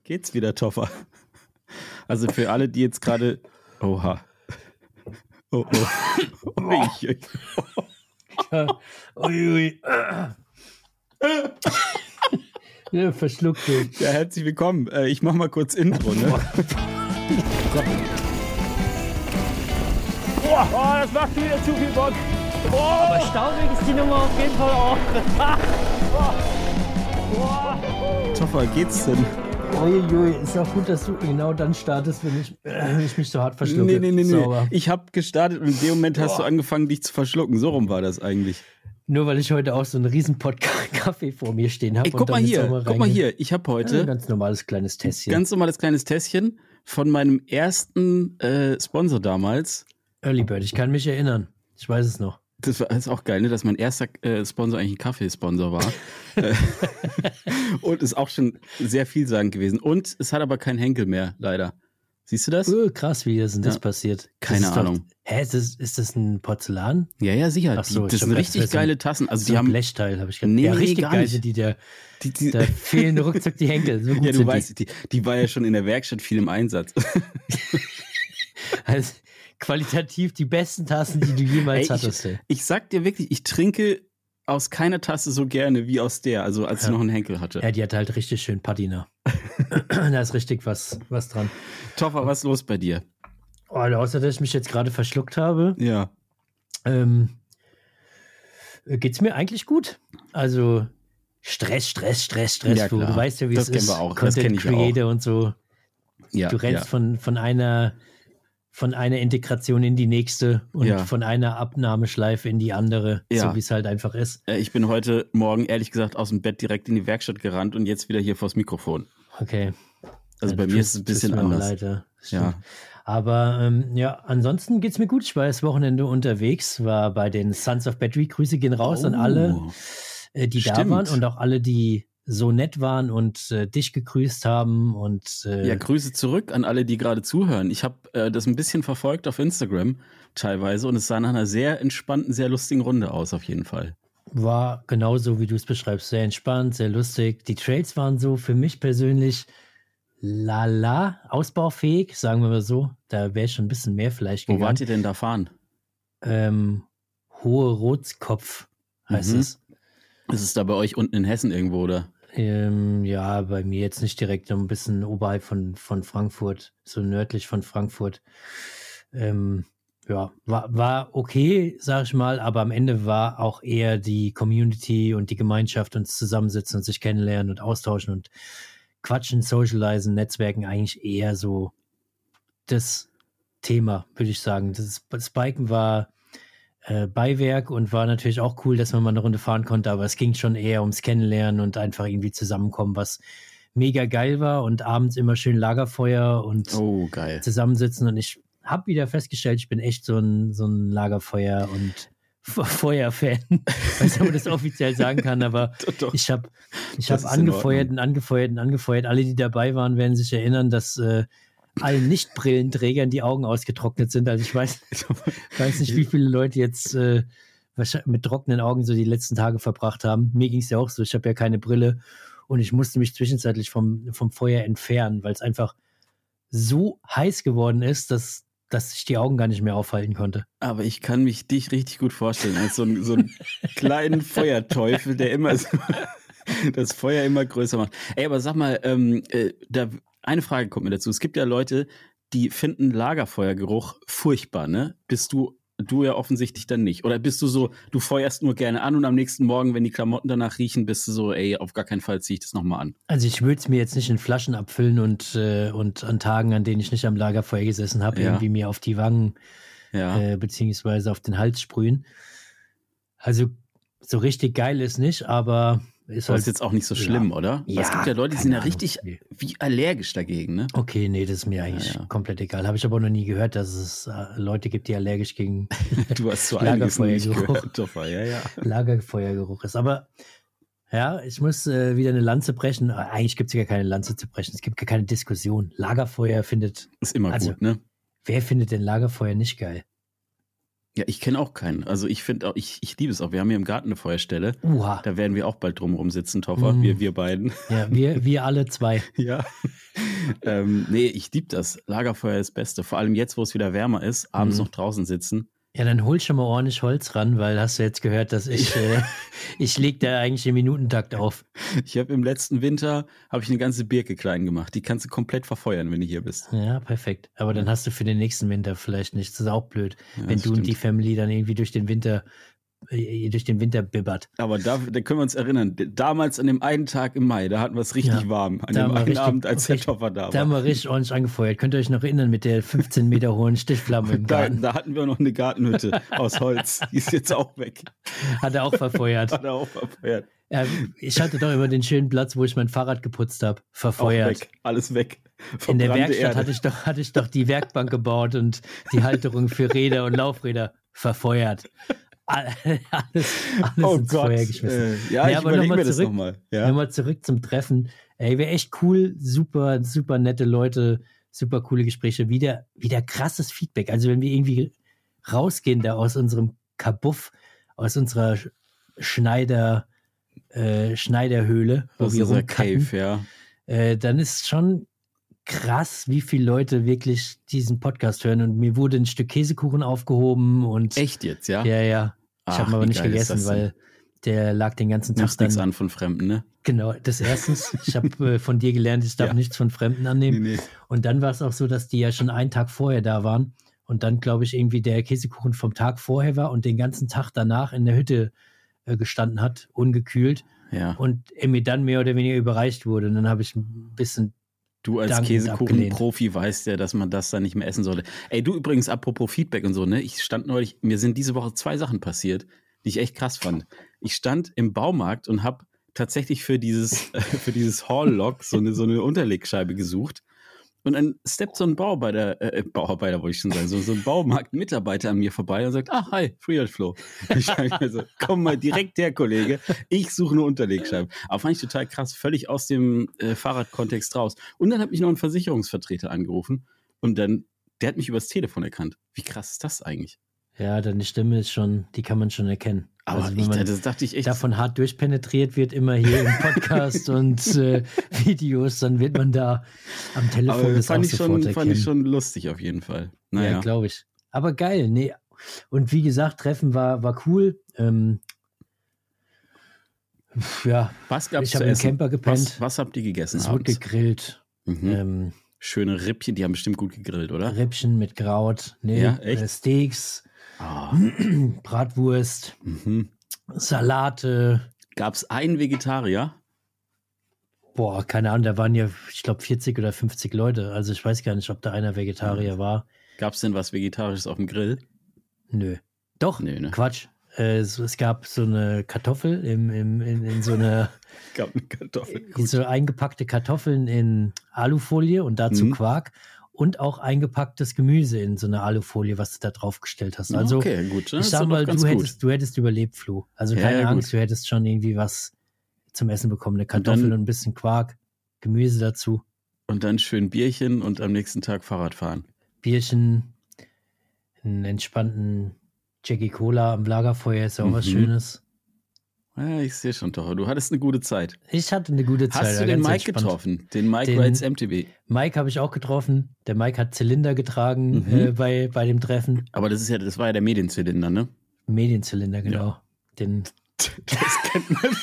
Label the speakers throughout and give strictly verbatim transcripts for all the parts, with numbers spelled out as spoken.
Speaker 1: geht's wieder, Toffer. Also für alle, die jetzt gerade... Oha. Oh, oh. Ui, ui.
Speaker 2: Ja. Ui, ui. Ja, verschluckt.
Speaker 1: Ja, herzlich willkommen. Ich mach mal kurz Intro, ne?
Speaker 2: Boah, oh, das macht wieder zu viel Bock. Oh. Aber staubig ist die Nummer auf jeden Fall auch.
Speaker 1: Toffer, geht's denn?
Speaker 2: Uiui, ist auch gut, dass du genau dann startest, wenn ich, wenn ich mich so hart verschlucke.
Speaker 1: Nee, nee, nee,
Speaker 2: Sauber.
Speaker 1: nee. Ich hab gestartet und in dem Moment hast Boah. du angefangen, dich zu verschlucken. So rum war das eigentlich.
Speaker 2: Nur weil ich heute auch so einen riesen Pott Kaffee vor mir stehen habe.
Speaker 1: Guck mal hier, guck mal hier. Ich habe heute
Speaker 2: ein ganz normales kleines Tässchen.
Speaker 1: Ganz normales kleines Tässchen von meinem ersten äh, Sponsor damals.
Speaker 2: Early Bird, ich kann mich erinnern. Ich weiß es noch.
Speaker 1: Das war das ist auch geil, ne, dass mein erster äh, Sponsor eigentlich ein Kaffeesponsor war. Und ist auch schon sehr vielsagend gewesen. Und es hat aber keinen Henkel mehr, leider. Siehst du das?
Speaker 2: Oh, krass, wie ist denn das ja. passiert?
Speaker 1: Keine
Speaker 2: das
Speaker 1: Ahnung.
Speaker 2: Doch, hä, ist das, ist das ein Porzellan?
Speaker 1: Ja, ja, sicher.
Speaker 2: Ach so,
Speaker 1: die, das sind richtig geile
Speaker 2: so
Speaker 1: Tassen. Also
Speaker 2: so
Speaker 1: die
Speaker 2: ein
Speaker 1: haben
Speaker 2: Blechteil, habe ich gedacht.
Speaker 1: Nee,
Speaker 2: ja,
Speaker 1: nee,
Speaker 2: richtig
Speaker 1: gar
Speaker 2: geil
Speaker 1: nicht.
Speaker 2: sind die, der,
Speaker 1: die, die
Speaker 2: da fehlen ruckzuck die Henkel. So gut
Speaker 1: ja, du
Speaker 2: sind
Speaker 1: weißt, die. Die, die war ja schon in der Werkstatt viel im Einsatz.
Speaker 2: Also qualitativ die besten Tassen, die du jemals
Speaker 1: ey,
Speaker 2: hattest.
Speaker 1: Ich, ich sag dir wirklich, ich trinke aus keiner Tasse so gerne wie aus der, also als ja. ich noch einen Henkel hatte.
Speaker 2: Ja, die hat halt richtig schön Patina. Da ist richtig was, was dran.
Speaker 1: Toffer, was ist los bei dir?
Speaker 2: Oh, außer, dass ich mich jetzt gerade verschluckt habe,
Speaker 1: ja.
Speaker 2: ähm, geht's mir eigentlich gut. Also Stress, Stress, Stress, Stress.
Speaker 1: Ja,
Speaker 2: du, du weißt ja, wie
Speaker 1: das
Speaker 2: es ist.
Speaker 1: Wir auch.
Speaker 2: Content
Speaker 1: das kenn ich
Speaker 2: Creator
Speaker 1: auch.
Speaker 2: und so.
Speaker 1: Ja,
Speaker 2: du rennst
Speaker 1: ja.
Speaker 2: von, von einer von einer Integration in die nächste und
Speaker 1: ja.
Speaker 2: von einer Abnahmeschleife in die andere,
Speaker 1: ja.
Speaker 2: so wie es halt einfach ist.
Speaker 1: Ich bin heute Morgen, ehrlich gesagt, aus dem Bett direkt in die Werkstatt gerannt und jetzt wieder hier vors Mikrofon.
Speaker 2: Okay.
Speaker 1: Also
Speaker 2: ja,
Speaker 1: bei mir ist es ein bisschen anders.
Speaker 2: Leid, ja.
Speaker 1: ja.
Speaker 2: Aber ähm, ja, ansonsten geht's mir gut. Ich war das Wochenende unterwegs, war bei den Sons of Battery. Grüße gehen raus oh. an alle, äh, die
Speaker 1: Stimmt.
Speaker 2: da waren und auch alle, die so nett waren und äh, dich gegrüßt haben. Und äh,
Speaker 1: ja, Grüße zurück an alle, die gerade zuhören. Ich habe äh, das ein bisschen verfolgt auf Instagram teilweise und es sah nach einer sehr entspannten, sehr lustigen Runde aus auf jeden Fall.
Speaker 2: War genauso, wie du es beschreibst. Sehr entspannt, sehr lustig. Die Trails waren so für mich persönlich lala, ausbaufähig, sagen wir mal so. Da wäre schon ein bisschen mehr vielleicht gegangen.
Speaker 1: Wo wart ihr denn da fahren?
Speaker 2: Ähm, Hohe Rotskopf heißt
Speaker 1: mhm.
Speaker 2: es.
Speaker 1: Ist es da bei euch unten in Hessen irgendwo, oder?
Speaker 2: Ähm, ja, bei mir jetzt nicht direkt, ein bisschen oberhalb von, von Frankfurt, so nördlich von Frankfurt. Ähm, ja, war, war okay, sag ich mal, aber am Ende war auch eher die Community und die Gemeinschaft und das Zusammensitzen und sich kennenlernen und austauschen und quatschen, socialisen, Netzwerken eigentlich eher so das Thema, würde ich sagen. Das, das Biken war Äh, Beiwerk und war natürlich auch cool, dass man mal eine Runde fahren konnte, aber es ging schon eher ums Kennenlernen und einfach irgendwie zusammenkommen, was mega geil war und abends immer schön Lagerfeuer und
Speaker 1: oh, geil.
Speaker 2: zusammensitzen und ich habe wieder festgestellt, ich bin echt so ein, so ein Lagerfeuer und Feuerfan, weiß nicht, ob man das offiziell sagen kann, aber
Speaker 1: doch, doch.
Speaker 2: ich habe ich hab angefeuert und angefeuert und angefeuert. Alle, die dabei waren, werden sich erinnern, dass äh, allen Nicht-Brillenträgern die Augen ausgetrocknet sind. Also ich weiß, weiß nicht, wie viele Leute jetzt äh, mit trockenen Augen so die letzten Tage verbracht haben. Mir ging es ja auch so, ich habe ja keine Brille und ich musste mich zwischenzeitlich vom, vom Feuer entfernen, weil es einfach so heiß geworden ist, dass, dass ich die Augen gar nicht mehr aufhalten konnte.
Speaker 1: Aber ich kann mich dich richtig gut vorstellen, als so ein, so einen kleinen Feuerteufel, der immer so das Feuer immer größer macht. Ey, aber sag mal, ähm, äh, da eine Frage kommt mir dazu. Es gibt ja Leute, die finden Lagerfeuergeruch furchtbar, ne? Bist du, du ja offensichtlich dann nicht. Oder bist du so, du feuerst nur gerne an und am nächsten Morgen, wenn die Klamotten danach riechen, bist du so, ey, auf gar keinen Fall ziehe ich das nochmal an.
Speaker 2: Also ich würde es mir jetzt nicht in Flaschen abfüllen und, äh, und an Tagen, an denen ich nicht am Lagerfeuer gesessen habe,
Speaker 1: ja.
Speaker 2: irgendwie mir auf die Wangen
Speaker 1: ja.
Speaker 2: äh, beziehungsweise auf den Hals sprühen. Also so richtig geil ist nicht, aber ist
Speaker 1: aber
Speaker 2: halt,
Speaker 1: ist jetzt auch nicht so schlimm,
Speaker 2: ja.
Speaker 1: oder?
Speaker 2: Ja,
Speaker 1: es gibt ja Leute, die sind ja
Speaker 2: Ahnung.
Speaker 1: richtig
Speaker 2: Nee.
Speaker 1: wie allergisch dagegen, ne?
Speaker 2: Okay, nee, das ist mir eigentlich
Speaker 1: ja, ja.
Speaker 2: komplett egal. Habe ich aber noch nie gehört, dass es äh, Leute gibt, die allergisch gegen
Speaker 1: du hast so einiges noch nicht gehört, Toffer, ja, ja.
Speaker 2: Lagerfeuergeruch ist. Aber ja, ich muss äh, wieder eine Lanze brechen. Eigentlich gibt es ja gar keine Lanze zu brechen. Es gibt gar keine Diskussion. Lagerfeuer findet...
Speaker 1: Ist immer
Speaker 2: also,
Speaker 1: gut, ne?
Speaker 2: Wer findet denn Lagerfeuer nicht geil?
Speaker 1: Ja, ich kenne auch keinen. Also ich finde auch, ich, ich liebe es auch. Wir haben hier im Garten eine Feuerstelle.
Speaker 2: Uha.
Speaker 1: Da werden wir auch bald drum rumsitzen, Toffer. Mm. Wir, wir beiden.
Speaker 2: Ja, wir, wir alle zwei.
Speaker 1: Ja. ähm, nee, ich liebe das. Lagerfeuer ist das Beste. Vor allem jetzt, wo es wieder wärmer ist, abends mm. noch draußen sitzen.
Speaker 2: Ja, dann hol schon mal ordentlich Holz ran, weil hast du jetzt gehört, dass ich, äh, ich leg da eigentlich im Minutentakt auf.
Speaker 1: Ich habe im letzten Winter, habe ich eine ganze Birke klein gemacht. Die kannst du komplett verfeuern, wenn du hier bist.
Speaker 2: Ja, perfekt. Aber dann hast du für den nächsten Winter vielleicht nichts. Das ist auch blöd,
Speaker 1: ja,
Speaker 2: wenn du
Speaker 1: stimmt.
Speaker 2: und die Family dann irgendwie durch den Winter durch den Winter bibbert.
Speaker 1: Aber da, da können wir uns erinnern, damals an dem einen Tag im Mai, da hatten wir es richtig ja, warm. An dem einen richtig, Abend, als richtig, der Toffer da war.
Speaker 2: Da haben wir richtig ordentlich angefeuert. Könnt ihr euch noch erinnern mit der fünfzehn Meter hohen Stichflamme im Garten?
Speaker 1: Da, da hatten wir noch eine Gartenhütte aus Holz. Die ist jetzt auch weg.
Speaker 2: Hat er auch verfeuert.
Speaker 1: Hat er auch verfeuert.
Speaker 2: Ja, ich hatte doch immer den schönen Platz, wo ich mein Fahrrad geputzt habe. Verfeuert.
Speaker 1: Auch weg. Alles weg.
Speaker 2: Verbrannte In der Werkstatt hatte ich, doch, hatte ich doch die Werkbank gebaut und die Halterung für Räder und Laufräder. Verfeuert. Alles, alles
Speaker 1: oh
Speaker 2: ins
Speaker 1: Gott.
Speaker 2: Feuer geschmissen.
Speaker 1: Äh, ja,
Speaker 2: nee,
Speaker 1: ich
Speaker 2: aber
Speaker 1: überlege
Speaker 2: noch
Speaker 1: mir
Speaker 2: zurück,
Speaker 1: das nochmal. Ja?
Speaker 2: Nochmal zurück zum Treffen. Ey, wäre echt cool, super, super nette Leute, super coole Gespräche, wieder, wieder krasses Feedback. Also wenn wir irgendwie rausgehen da aus unserem Kabuff, aus unserer Schneider, äh, Schneiderhöhle, wo
Speaker 1: aus
Speaker 2: wir
Speaker 1: unserer
Speaker 2: rumkacken,
Speaker 1: Cave, ja.
Speaker 2: Äh, dann ist schon krass, wie viele Leute wirklich diesen Podcast hören. Und mir wurde ein Stück Käsekuchen aufgehoben und
Speaker 1: echt jetzt, ja?
Speaker 2: Ja, ja. Ich habe ihn aber nicht gegessen, weil der lag den ganzen Tag.
Speaker 1: Nimmst nichts an von Fremden, ne?
Speaker 2: Genau, das erstens. Ich habe äh, von dir gelernt, ich darf ja. nichts von Fremden annehmen. Nee, nee. Und dann war es auch so, dass die ja schon einen Tag vorher da waren und dann, glaube ich, irgendwie der Käsekuchen vom Tag vorher war und den ganzen Tag danach in der Hütte äh, gestanden hat, ungekühlt.
Speaker 1: Ja.
Speaker 2: Und er mir dann mehr oder weniger überreicht wurde. Und dann habe ich ein bisschen
Speaker 1: Du als Käsekuchen-Profi weißt ja, dass man das dann nicht mehr essen sollte. Ey, du übrigens, apropos Feedback und so, ne? Ich stand neulich, mir sind diese Woche zwei Sachen passiert, die ich echt krass fand. Ich stand im Baumarkt und habe tatsächlich für dieses, für dieses Hall-Lock so eine, so eine Unterlegscheibe gesucht. Und dann steppt so ein Bauarbeiter, äh, Bauarbeiter wollte ich schon sagen, so, so ein Baumarkt-Mitarbeiter an mir vorbei und sagt, ach, hi, Free Flow. Ich sage mir so, komm mal direkt her, Kollege, ich suche eine Unterlegscheibe. Aber fand ich total krass, völlig aus dem äh, Fahrradkontext raus. Und dann hat mich noch ein Versicherungsvertreter angerufen und dann, der hat mich übers Telefon erkannt. Wie krass ist das eigentlich?
Speaker 2: Ja, deine Stimme ist schon, die kann man schon erkennen.
Speaker 1: Aber
Speaker 2: also,
Speaker 1: wenn man ich, das dachte ich echt.
Speaker 2: davon hart durchpenetriert wird, immer hier im Podcast und äh, Videos, dann wird man da am Telefon
Speaker 1: aber
Speaker 2: das
Speaker 1: fand
Speaker 2: auch
Speaker 1: ich
Speaker 2: sofort
Speaker 1: schon,
Speaker 2: erkennen.
Speaker 1: Fand ich schon lustig auf jeden Fall. Naja.
Speaker 2: Ja, glaube ich. Aber geil, nee. Und wie gesagt, Treffen war, war cool. Ähm, ja,
Speaker 1: was gab's
Speaker 2: ich habe im Camper gepennt.
Speaker 1: Was, was habt ihr gegessen?
Speaker 2: Es wurde gegrillt.
Speaker 1: Mhm. Ähm, Schöne Rippchen, die haben bestimmt gut gegrillt, oder?
Speaker 2: Rippchen mit Kraut, nee,
Speaker 1: ja, echt?
Speaker 2: Äh, Steaks,
Speaker 1: oh.
Speaker 2: Bratwurst,
Speaker 1: mhm.
Speaker 2: Salate.
Speaker 1: Gab es einen Vegetarier?
Speaker 2: Boah, keine Ahnung, da waren ja, ich glaube, vierzig oder fünfzig Leute. Also ich weiß gar nicht, ob da einer Vegetarier mhm. war.
Speaker 1: Gab es denn was Vegetarisches auf dem Grill?
Speaker 2: Nö. Doch,
Speaker 1: Nö, ne?
Speaker 2: Quatsch. Äh, so, es gab so eine Kartoffel im, im, in, in so eine,
Speaker 1: gab eine Kartoffel.
Speaker 2: Gut. So eingepackte Kartoffeln in Alufolie und dazu mhm. Quark und auch eingepacktes Gemüse in so eine Alufolie, was du da draufgestellt hast. Also
Speaker 1: okay, gut.
Speaker 2: Ich sag mal, du hättest, du hättest überlebt, Flo. Also keine
Speaker 1: ja, ja,
Speaker 2: Angst,
Speaker 1: gut.
Speaker 2: du hättest schon irgendwie was zum Essen bekommen. Eine Kartoffel und, dann, und ein bisschen Quark, Gemüse dazu.
Speaker 1: Und dann schön Bierchen und am nächsten Tag Fahrrad fahren.
Speaker 2: Bierchen, einen entspannten Jackie Cola am Lagerfeuer ist auch mhm. was Schönes.
Speaker 1: Ja, ich sehe schon doch. Du hattest eine gute Zeit.
Speaker 2: Ich hatte eine gute Zeit.
Speaker 1: Hast du den Mike entspannt. getroffen? Den Mike den Rides M T B?
Speaker 2: Mike habe ich auch getroffen. Der Mike hat Zylinder getragen mhm. äh, bei, bei dem Treffen.
Speaker 1: Aber das ist ja, das war ja der Medienzylinder, ne?
Speaker 2: Medienzylinder, genau. Ja. Den
Speaker 1: das kennt man.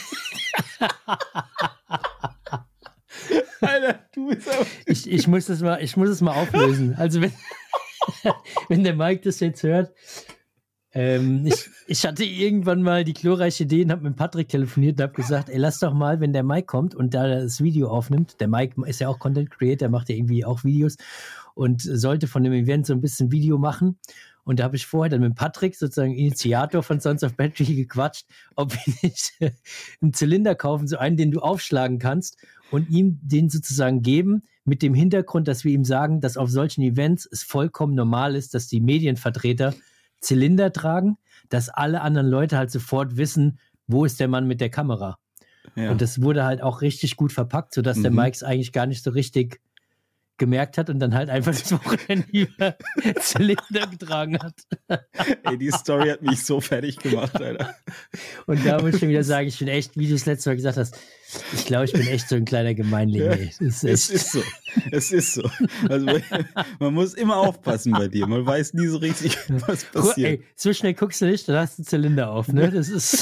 Speaker 1: Alter, du bist aber
Speaker 2: ich, ich muss das mal, ich muss es mal auflösen. Also wenn, wenn der Mike das jetzt hört, ähm, ich, ich hatte irgendwann mal die glorreiche Idee und habe mit Patrick telefoniert und habe gesagt, ey, lass doch mal, wenn der Mike kommt und da das Video aufnimmt, der Mike ist ja auch Content Creator, macht ja irgendwie auch Videos und sollte von dem Event so ein bisschen Video machen. Und da habe ich vorher dann mit Patrick, sozusagen Initiator von Sons of Battery, gequatscht, ob wir nicht einen Zylinder kaufen, so einen, den du aufschlagen kannst und ihm den sozusagen geben, mit dem Hintergrund, dass wir ihm sagen, dass auf solchen Events es vollkommen normal ist, dass die Medienvertreter Zylinder tragen, dass alle anderen Leute halt sofort wissen, wo ist der Mann mit der Kamera. Ja. Und das wurde halt auch richtig gut verpackt, sodass mhm. der Mike es eigentlich gar nicht so richtig gemerkt hat und dann halt einfach das Wochenende über Zylinder getragen hat.
Speaker 1: Ey, die Story hat mich so fertig gemacht, Alter.
Speaker 2: Und da muss ich schon wieder sagen, ich bin echt, wie du es letztes Mal gesagt hast, ich glaube, ich bin echt so ein kleiner Gemeinling.
Speaker 1: Ja,
Speaker 2: ey. Das ist
Speaker 1: es ist so. Es ist so. Also, man muss immer aufpassen bei dir. Man weiß nie so richtig, was passiert.
Speaker 2: Ey, so schnell guckst du nicht, dann hast du einen Zylinder auf, ne? Das ist...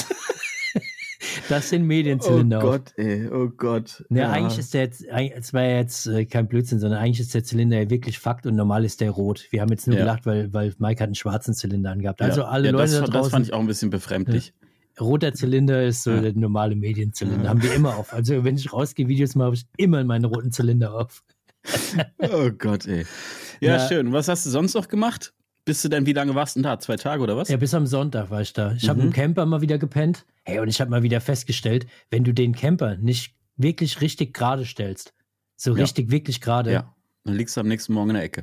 Speaker 2: Das sind Medienzylinder.
Speaker 1: Oh Gott, ey, oh Gott.
Speaker 2: Ja,
Speaker 1: ja.
Speaker 2: eigentlich ist der jetzt, es war ja jetzt äh, kein Blödsinn, sondern eigentlich ist der Zylinder ja wirklich Fakt und normal ist der rot. Wir haben jetzt nur
Speaker 1: ja.
Speaker 2: gelacht, weil, weil Mike hat einen schwarzen Zylinder angehabt. Also
Speaker 1: ja.
Speaker 2: alle
Speaker 1: ja,
Speaker 2: Leute
Speaker 1: das,
Speaker 2: da draußen.
Speaker 1: Das fand ich auch ein bisschen befremdlich.
Speaker 2: Ja. Roter Zylinder ist so ja. der normale Medienzylinder. Ja. Haben wir immer auf. Also wenn ich rausgehe, Videos mache, habe ich immer meinen roten Zylinder auf.
Speaker 1: Oh Gott, ey. Ja, ja, schön. Was hast du sonst noch gemacht? Bist du denn, wie lange warst du denn da? Zwei Tage oder was?
Speaker 2: Ja, bis am Sonntag war ich da. Ich
Speaker 1: mhm.
Speaker 2: habe im Camper mal wieder gepennt. Hey, und ich habe mal wieder festgestellt, wenn du den Camper nicht wirklich richtig gerade stellst, so
Speaker 1: ja.
Speaker 2: richtig, wirklich gerade.
Speaker 1: Ja, dann liegst du am nächsten Morgen in der Ecke.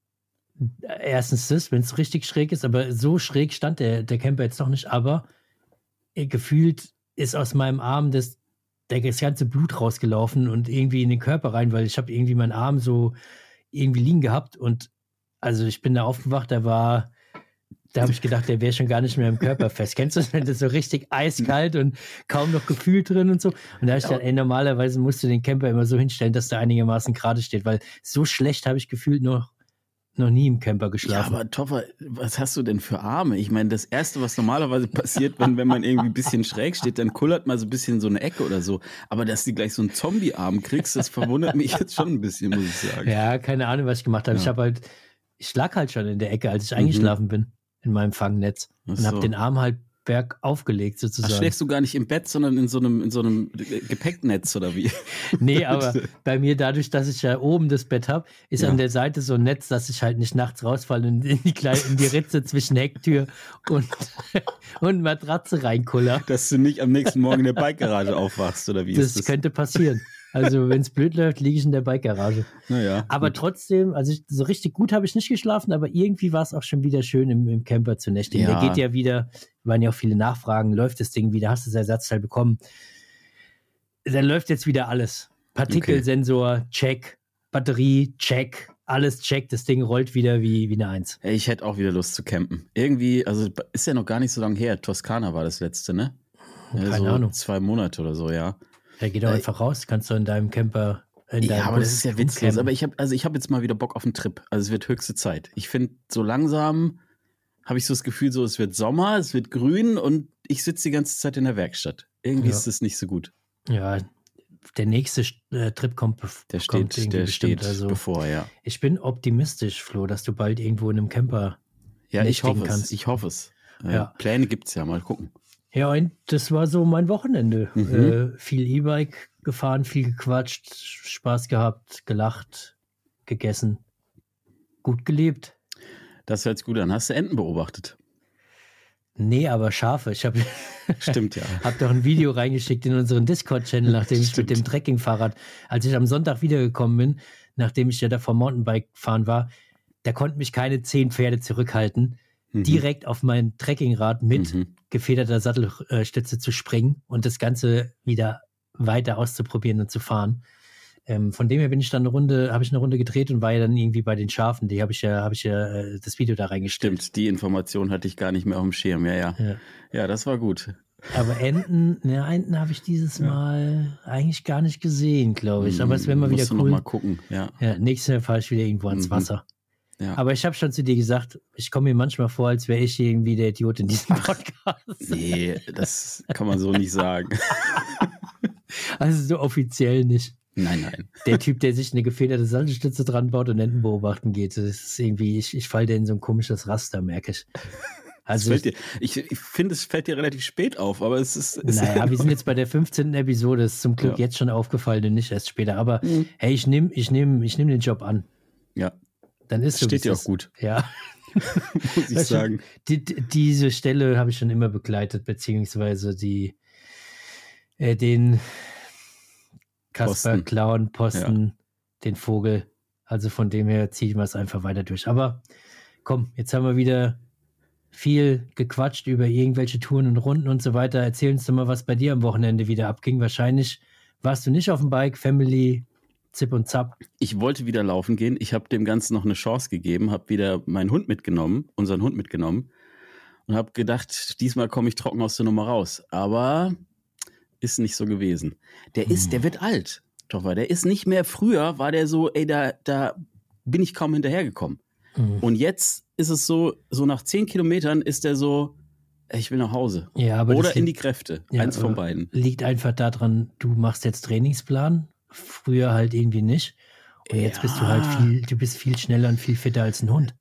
Speaker 2: Erstens das, wenn es richtig schräg ist, aber so schräg stand der, der Camper jetzt noch nicht. Aber äh, gefühlt ist aus meinem Arm das, das ganze Blut rausgelaufen und irgendwie in den Körper rein, weil ich habe irgendwie meinen Arm so irgendwie liegen gehabt und also ich bin da aufgewacht, da war, da habe ich gedacht, der wäre schon gar nicht mehr im Körper fest. Kennst du das, wenn das so richtig eiskalt und kaum noch Gefühl drin und so? Und da habe ich gedacht, ey, normalerweise musst du den Camper immer so hinstellen, dass der einigermaßen gerade steht, weil so schlecht habe ich gefühlt noch, noch nie im Camper geschlafen.
Speaker 1: Ja, aber Toffer, was hast du denn für Arme? Ich meine, das Erste, was normalerweise passiert, wenn, wenn man irgendwie ein bisschen schräg steht, dann kullert mal so ein bisschen so eine Ecke oder so. Aber dass du gleich so einen Zombie-Arm kriegst, das verwundert mich jetzt schon ein bisschen, muss ich sagen.
Speaker 2: Ja, keine Ahnung, was ich gemacht habe. Ja. Ich habe halt Ich lag halt schon in der Ecke, als ich eingeschlafen mhm. bin, in meinem Fangnetz. Und so. Habe den Arm halt bergauf gelegt, sozusagen.
Speaker 1: Ach, schläfst du gar nicht im Bett, sondern in so einem, in so einem Gepäcknetz, oder wie?
Speaker 2: Nee, aber bei mir, dadurch, dass ich ja oben das Bett habe, ist ja. an der Seite so ein Netz, dass ich halt nicht nachts rausfalle und in die, kleine, in die Ritze zwischen Hecktür und, und Matratze reinkuller.
Speaker 1: Dass du nicht am nächsten Morgen in der Bikegarage aufwachst, oder wie
Speaker 2: das
Speaker 1: ist das?
Speaker 2: Das könnte passieren. Also wenn es blöd läuft, liege ich in der Bikegarage.
Speaker 1: Naja,
Speaker 2: aber gut. Trotzdem, also ich, so richtig gut habe ich nicht geschlafen, aber irgendwie war es auch schon wieder schön, im, im Camper zu nächtigen. Ja. Der geht ja wieder, waren ja auch viele Nachfragen, läuft das Ding wieder, hast du das Ersatzteil bekommen? Dann läuft jetzt wieder alles. Partikelsensor, okay. Check, Batterie, check, alles check, das Ding rollt wieder wie, wie eine Eins.
Speaker 1: Ich hätte auch wieder Lust zu campen. Irgendwie, also ist ja noch gar nicht so lange her, Toskana war das letzte, ne?
Speaker 2: Keine
Speaker 1: ja, so
Speaker 2: Ahnung.
Speaker 1: Zwei Monate oder so, ja.
Speaker 2: Ja, geh doch äh, einfach raus, kannst du in deinem Camper in
Speaker 1: Ja, aber Bus das ist ja witzlos. Campen. Aber ich habe also ich habe jetzt mal wieder Bock auf einen Trip. Also es wird höchste Zeit. Ich finde, so langsam habe ich so das Gefühl, so es wird Sommer, es wird grün und ich sitze die ganze Zeit in der Werkstatt. Irgendwie ja. ist es nicht so gut.
Speaker 2: Ja, der nächste äh, Trip kommt, bef-
Speaker 1: der steht,
Speaker 2: kommt
Speaker 1: der
Speaker 2: bestimmt.
Speaker 1: steht
Speaker 2: also,
Speaker 1: bevor, ja.
Speaker 2: Ich bin optimistisch, Flo, dass du bald irgendwo in einem Camper
Speaker 1: Ja, ich hoffe
Speaker 2: kannst.
Speaker 1: es. Ich hoffe es. Äh,
Speaker 2: ja.
Speaker 1: Pläne gibt's ja, mal gucken.
Speaker 2: Ja, und das war so mein Wochenende.
Speaker 1: Mhm.
Speaker 2: Äh, viel E-Bike gefahren, viel gequatscht, Spaß gehabt, gelacht, gegessen, gut gelebt.
Speaker 1: Das hört sich gut an. Hast du Enten beobachtet?
Speaker 2: Nee, aber Schafe. Ich habe
Speaker 1: Stimmt, ja.
Speaker 2: hab doch ein Video reingeschickt in unseren Discord-Channel, nachdem ich
Speaker 1: Stimmt.
Speaker 2: mit dem Trekkingfahrrad, als ich am Sonntag wiedergekommen bin, nachdem ich ja da vom Mountainbike fahren war, da konnten mich keine zehn Pferde zurückhalten, mhm. direkt auf mein Trekkingrad mit mhm. gefederter Sattelstütze zu springen und das Ganze wieder weiter auszuprobieren und zu fahren. Ähm, von dem her bin ich dann eine Runde, habe ich eine Runde gedreht und war ja dann irgendwie bei den Schafen. Die habe ich ja, habe ich ja äh, das Video da reingestellt.
Speaker 1: Stimmt, die Information hatte ich gar nicht mehr auf dem Schirm. Ja, ja. Ja, ja das war gut.
Speaker 2: Aber Enten, ne, Enten habe ich dieses ja. Mal eigentlich gar nicht gesehen, glaube ich. Aber es wäre mal wieder
Speaker 1: Musst
Speaker 2: cool.
Speaker 1: Du noch mal gucken, ja.
Speaker 2: Ja, nächstes Mal fahre ich wieder irgendwo ans mhm. Wasser.
Speaker 1: Ja.
Speaker 2: Aber ich habe schon zu dir gesagt, ich komme mir manchmal vor, als wäre ich irgendwie der Idiot in diesem Podcast.
Speaker 1: Nee, das kann man so nicht sagen.
Speaker 2: Also so offiziell nicht.
Speaker 1: Nein, nein.
Speaker 2: Der Typ, der sich eine gefederte Sattelstütze dran baut und Enten beobachten geht, das ist irgendwie, ich, ich falle dir in so ein komisches Raster, merke ich. Also
Speaker 1: fällt dir, ich ich finde, es fällt dir relativ spät auf, aber es ist... Es
Speaker 2: naja, wir sind jetzt bei der fünfzehnten Episode, ist zum Glück ja. jetzt schon aufgefallen und nicht erst später. Aber mhm. hey, ich nehme ich nehm, ich nehm den Job an.
Speaker 1: Ja.
Speaker 2: Dann ist
Speaker 1: das so, steht dir auch gut.
Speaker 2: Ja.
Speaker 1: Muss ich sagen.
Speaker 2: Die, die, diese Stelle habe ich schon immer begleitet, beziehungsweise die äh, den Kasper Clown Posten, ja. den Vogel. Also von dem her ziehen wir es einfach weiter durch. Aber komm, jetzt haben wir wieder viel gequatscht über irgendwelche Touren und Runden und so weiter. Erzähl uns doch mal, was bei dir am Wochenende wieder abging. Wahrscheinlich warst du nicht auf dem Bike, Family Zip und Zap.
Speaker 1: Ich wollte wieder laufen gehen. Ich habe dem Ganzen noch eine Chance gegeben, habe wieder meinen Hund mitgenommen, unseren Hund mitgenommen und habe gedacht, diesmal komme ich trocken aus der Nummer raus. Aber ist nicht so gewesen. Der ist, hm. der wird alt, Toffer. Der ist nicht mehr, früher war der so, ey, da, da bin ich kaum hinterhergekommen. Hm. Und jetzt ist es so, so nach zehn Kilometern ist der so, ich will nach Hause.
Speaker 2: Ja, aber
Speaker 1: Oder
Speaker 2: das
Speaker 1: in
Speaker 2: liegt,
Speaker 1: die Kräfte.
Speaker 2: Ja,
Speaker 1: Eins von beiden.
Speaker 2: Liegt einfach daran, du machst jetzt Trainingsplan, früher halt irgendwie nicht. Und jetzt
Speaker 1: ja.
Speaker 2: bist du halt viel, du bist viel schneller und viel fitter als ein Hund.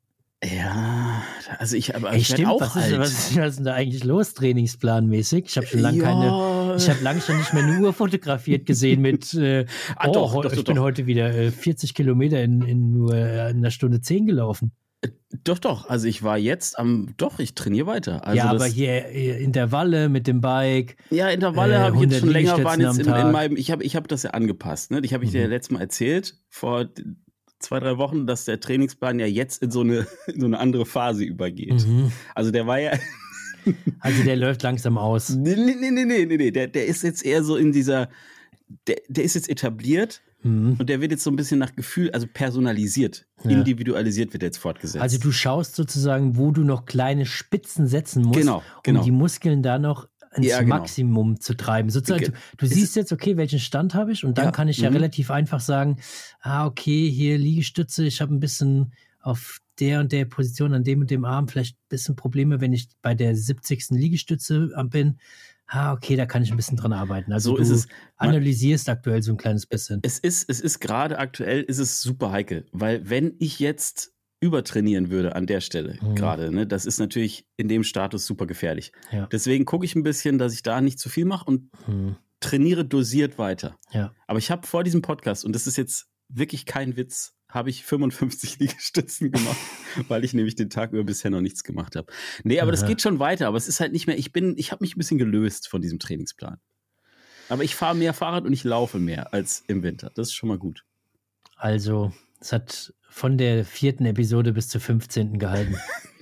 Speaker 1: Ja, also ich, aber
Speaker 2: Ey,
Speaker 1: ich
Speaker 2: stimmt,
Speaker 1: auch
Speaker 2: was,
Speaker 1: alt.
Speaker 2: Ist, was, ist, was ist denn da eigentlich los, trainingsplanmäßig? Ich habe schon lange
Speaker 1: ja.
Speaker 2: keine, ich habe lange schon nicht mehr eine Uhr fotografiert gesehen mit, äh,
Speaker 1: ah,
Speaker 2: oh,
Speaker 1: doch,
Speaker 2: doch,
Speaker 1: doch,
Speaker 2: ich
Speaker 1: doch,
Speaker 2: bin
Speaker 1: doch.
Speaker 2: heute wieder äh, vierzig Kilometer in, in nur äh, einer Stunde zehn gelaufen.
Speaker 1: Doch, doch. Also ich war jetzt am, doch, ich trainiere weiter. Also
Speaker 2: ja, aber
Speaker 1: das,
Speaker 2: hier äh, Intervalle mit dem Bike.
Speaker 1: Ja, Intervalle äh, habe ich jetzt schon länger, waren jetzt in, in meinem, ich habe ich hab das ja angepasst, ne? Ich habe ich mhm. dir ja letztes Mal erzählt, vor zwei, drei Wochen, dass der Trainingsplan ja jetzt in so eine, in so eine andere Phase übergeht. Mhm. Also der war ja...
Speaker 2: also der läuft langsam aus.
Speaker 1: Nee, nee, nee, nee, nee, nee. Der, der ist jetzt eher so in dieser, der, der ist jetzt etabliert. Mhm. Und der wird jetzt so ein bisschen nach Gefühl, also personalisiert, ja. individualisiert wird jetzt fortgesetzt.
Speaker 2: Also du schaust sozusagen, wo du noch kleine Spitzen setzen musst,
Speaker 1: genau, genau.
Speaker 2: um die Muskeln da noch ins
Speaker 1: ja, genau.
Speaker 2: Maximum zu treiben. Sozusagen, du, du siehst jetzt, okay, welchen Stand habe ich und dann ja. kann ich ja mhm. relativ einfach sagen, ah, okay, hier Liegestütze, ich habe ein bisschen auf der und der Position an dem und dem Arm vielleicht ein bisschen Probleme, wenn ich bei der siebzigsten Liegestütze bin. Ah, okay, da kann ich ein bisschen dran arbeiten. Also
Speaker 1: so
Speaker 2: du
Speaker 1: ist es.
Speaker 2: analysierst Man, aktuell so ein kleines bisschen.
Speaker 1: Es ist, es ist gerade aktuell, ist es super heikel, weil wenn ich jetzt übertrainieren würde an der Stelle mhm. gerade, ne, das ist natürlich in dem Status super gefährlich. Ja. Deswegen gucke ich ein bisschen, dass ich da nicht zu viel mache und mhm. trainiere dosiert weiter.
Speaker 2: Ja.
Speaker 1: Aber ich habe vor diesem Podcast, und das ist jetzt wirklich kein Witz, habe ich fünfundfünfzig Liegestützen gemacht, weil ich nämlich den Tag über bisher noch nichts gemacht habe. Nee, aber Aha. das geht schon weiter, aber es ist halt nicht mehr, ich bin, ich habe mich ein bisschen gelöst von diesem Trainingsplan. Aber ich fahre mehr Fahrrad und ich laufe mehr als im Winter. Das ist schon mal gut.
Speaker 2: Also, es hat von der vierten Episode bis zur fünfzehnten gehalten.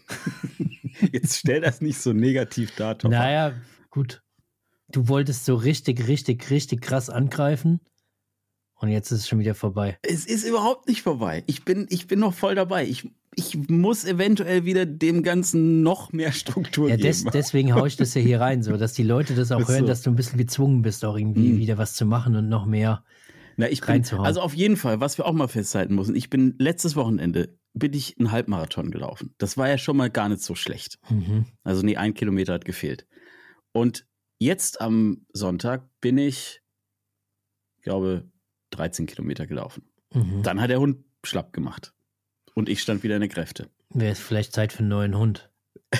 Speaker 1: Jetzt stell das nicht so negativ dar, Topper.
Speaker 2: Naja, gut. Du wolltest so richtig, richtig, richtig krass angreifen. Und jetzt ist es schon wieder vorbei.
Speaker 1: Es ist überhaupt nicht vorbei. Ich bin, ich bin noch voll dabei. Ich, ich muss eventuell wieder dem Ganzen noch mehr Struktur
Speaker 2: ja,
Speaker 1: geben.
Speaker 2: Des, deswegen haue ich das ja hier rein, so dass die Leute das auch hören, so. Dass du ein bisschen gezwungen bist, auch irgendwie hm. wieder was zu machen und noch mehr
Speaker 1: Na, ich bin, also auf jeden Fall, was wir auch mal festhalten müssen, ich bin letztes Wochenende, bin ich einen Halbmarathon gelaufen. Das war ja schon mal gar nicht so schlecht. Mhm. Also nee, ein Kilometer hat gefehlt. Und jetzt am Sonntag bin ich, ich glaube, dreizehn Kilometer gelaufen. Mhm. Dann hat der Hund schlapp gemacht. Und ich stand wieder in der Kräfte.
Speaker 2: Wäre es vielleicht Zeit für einen neuen Hund?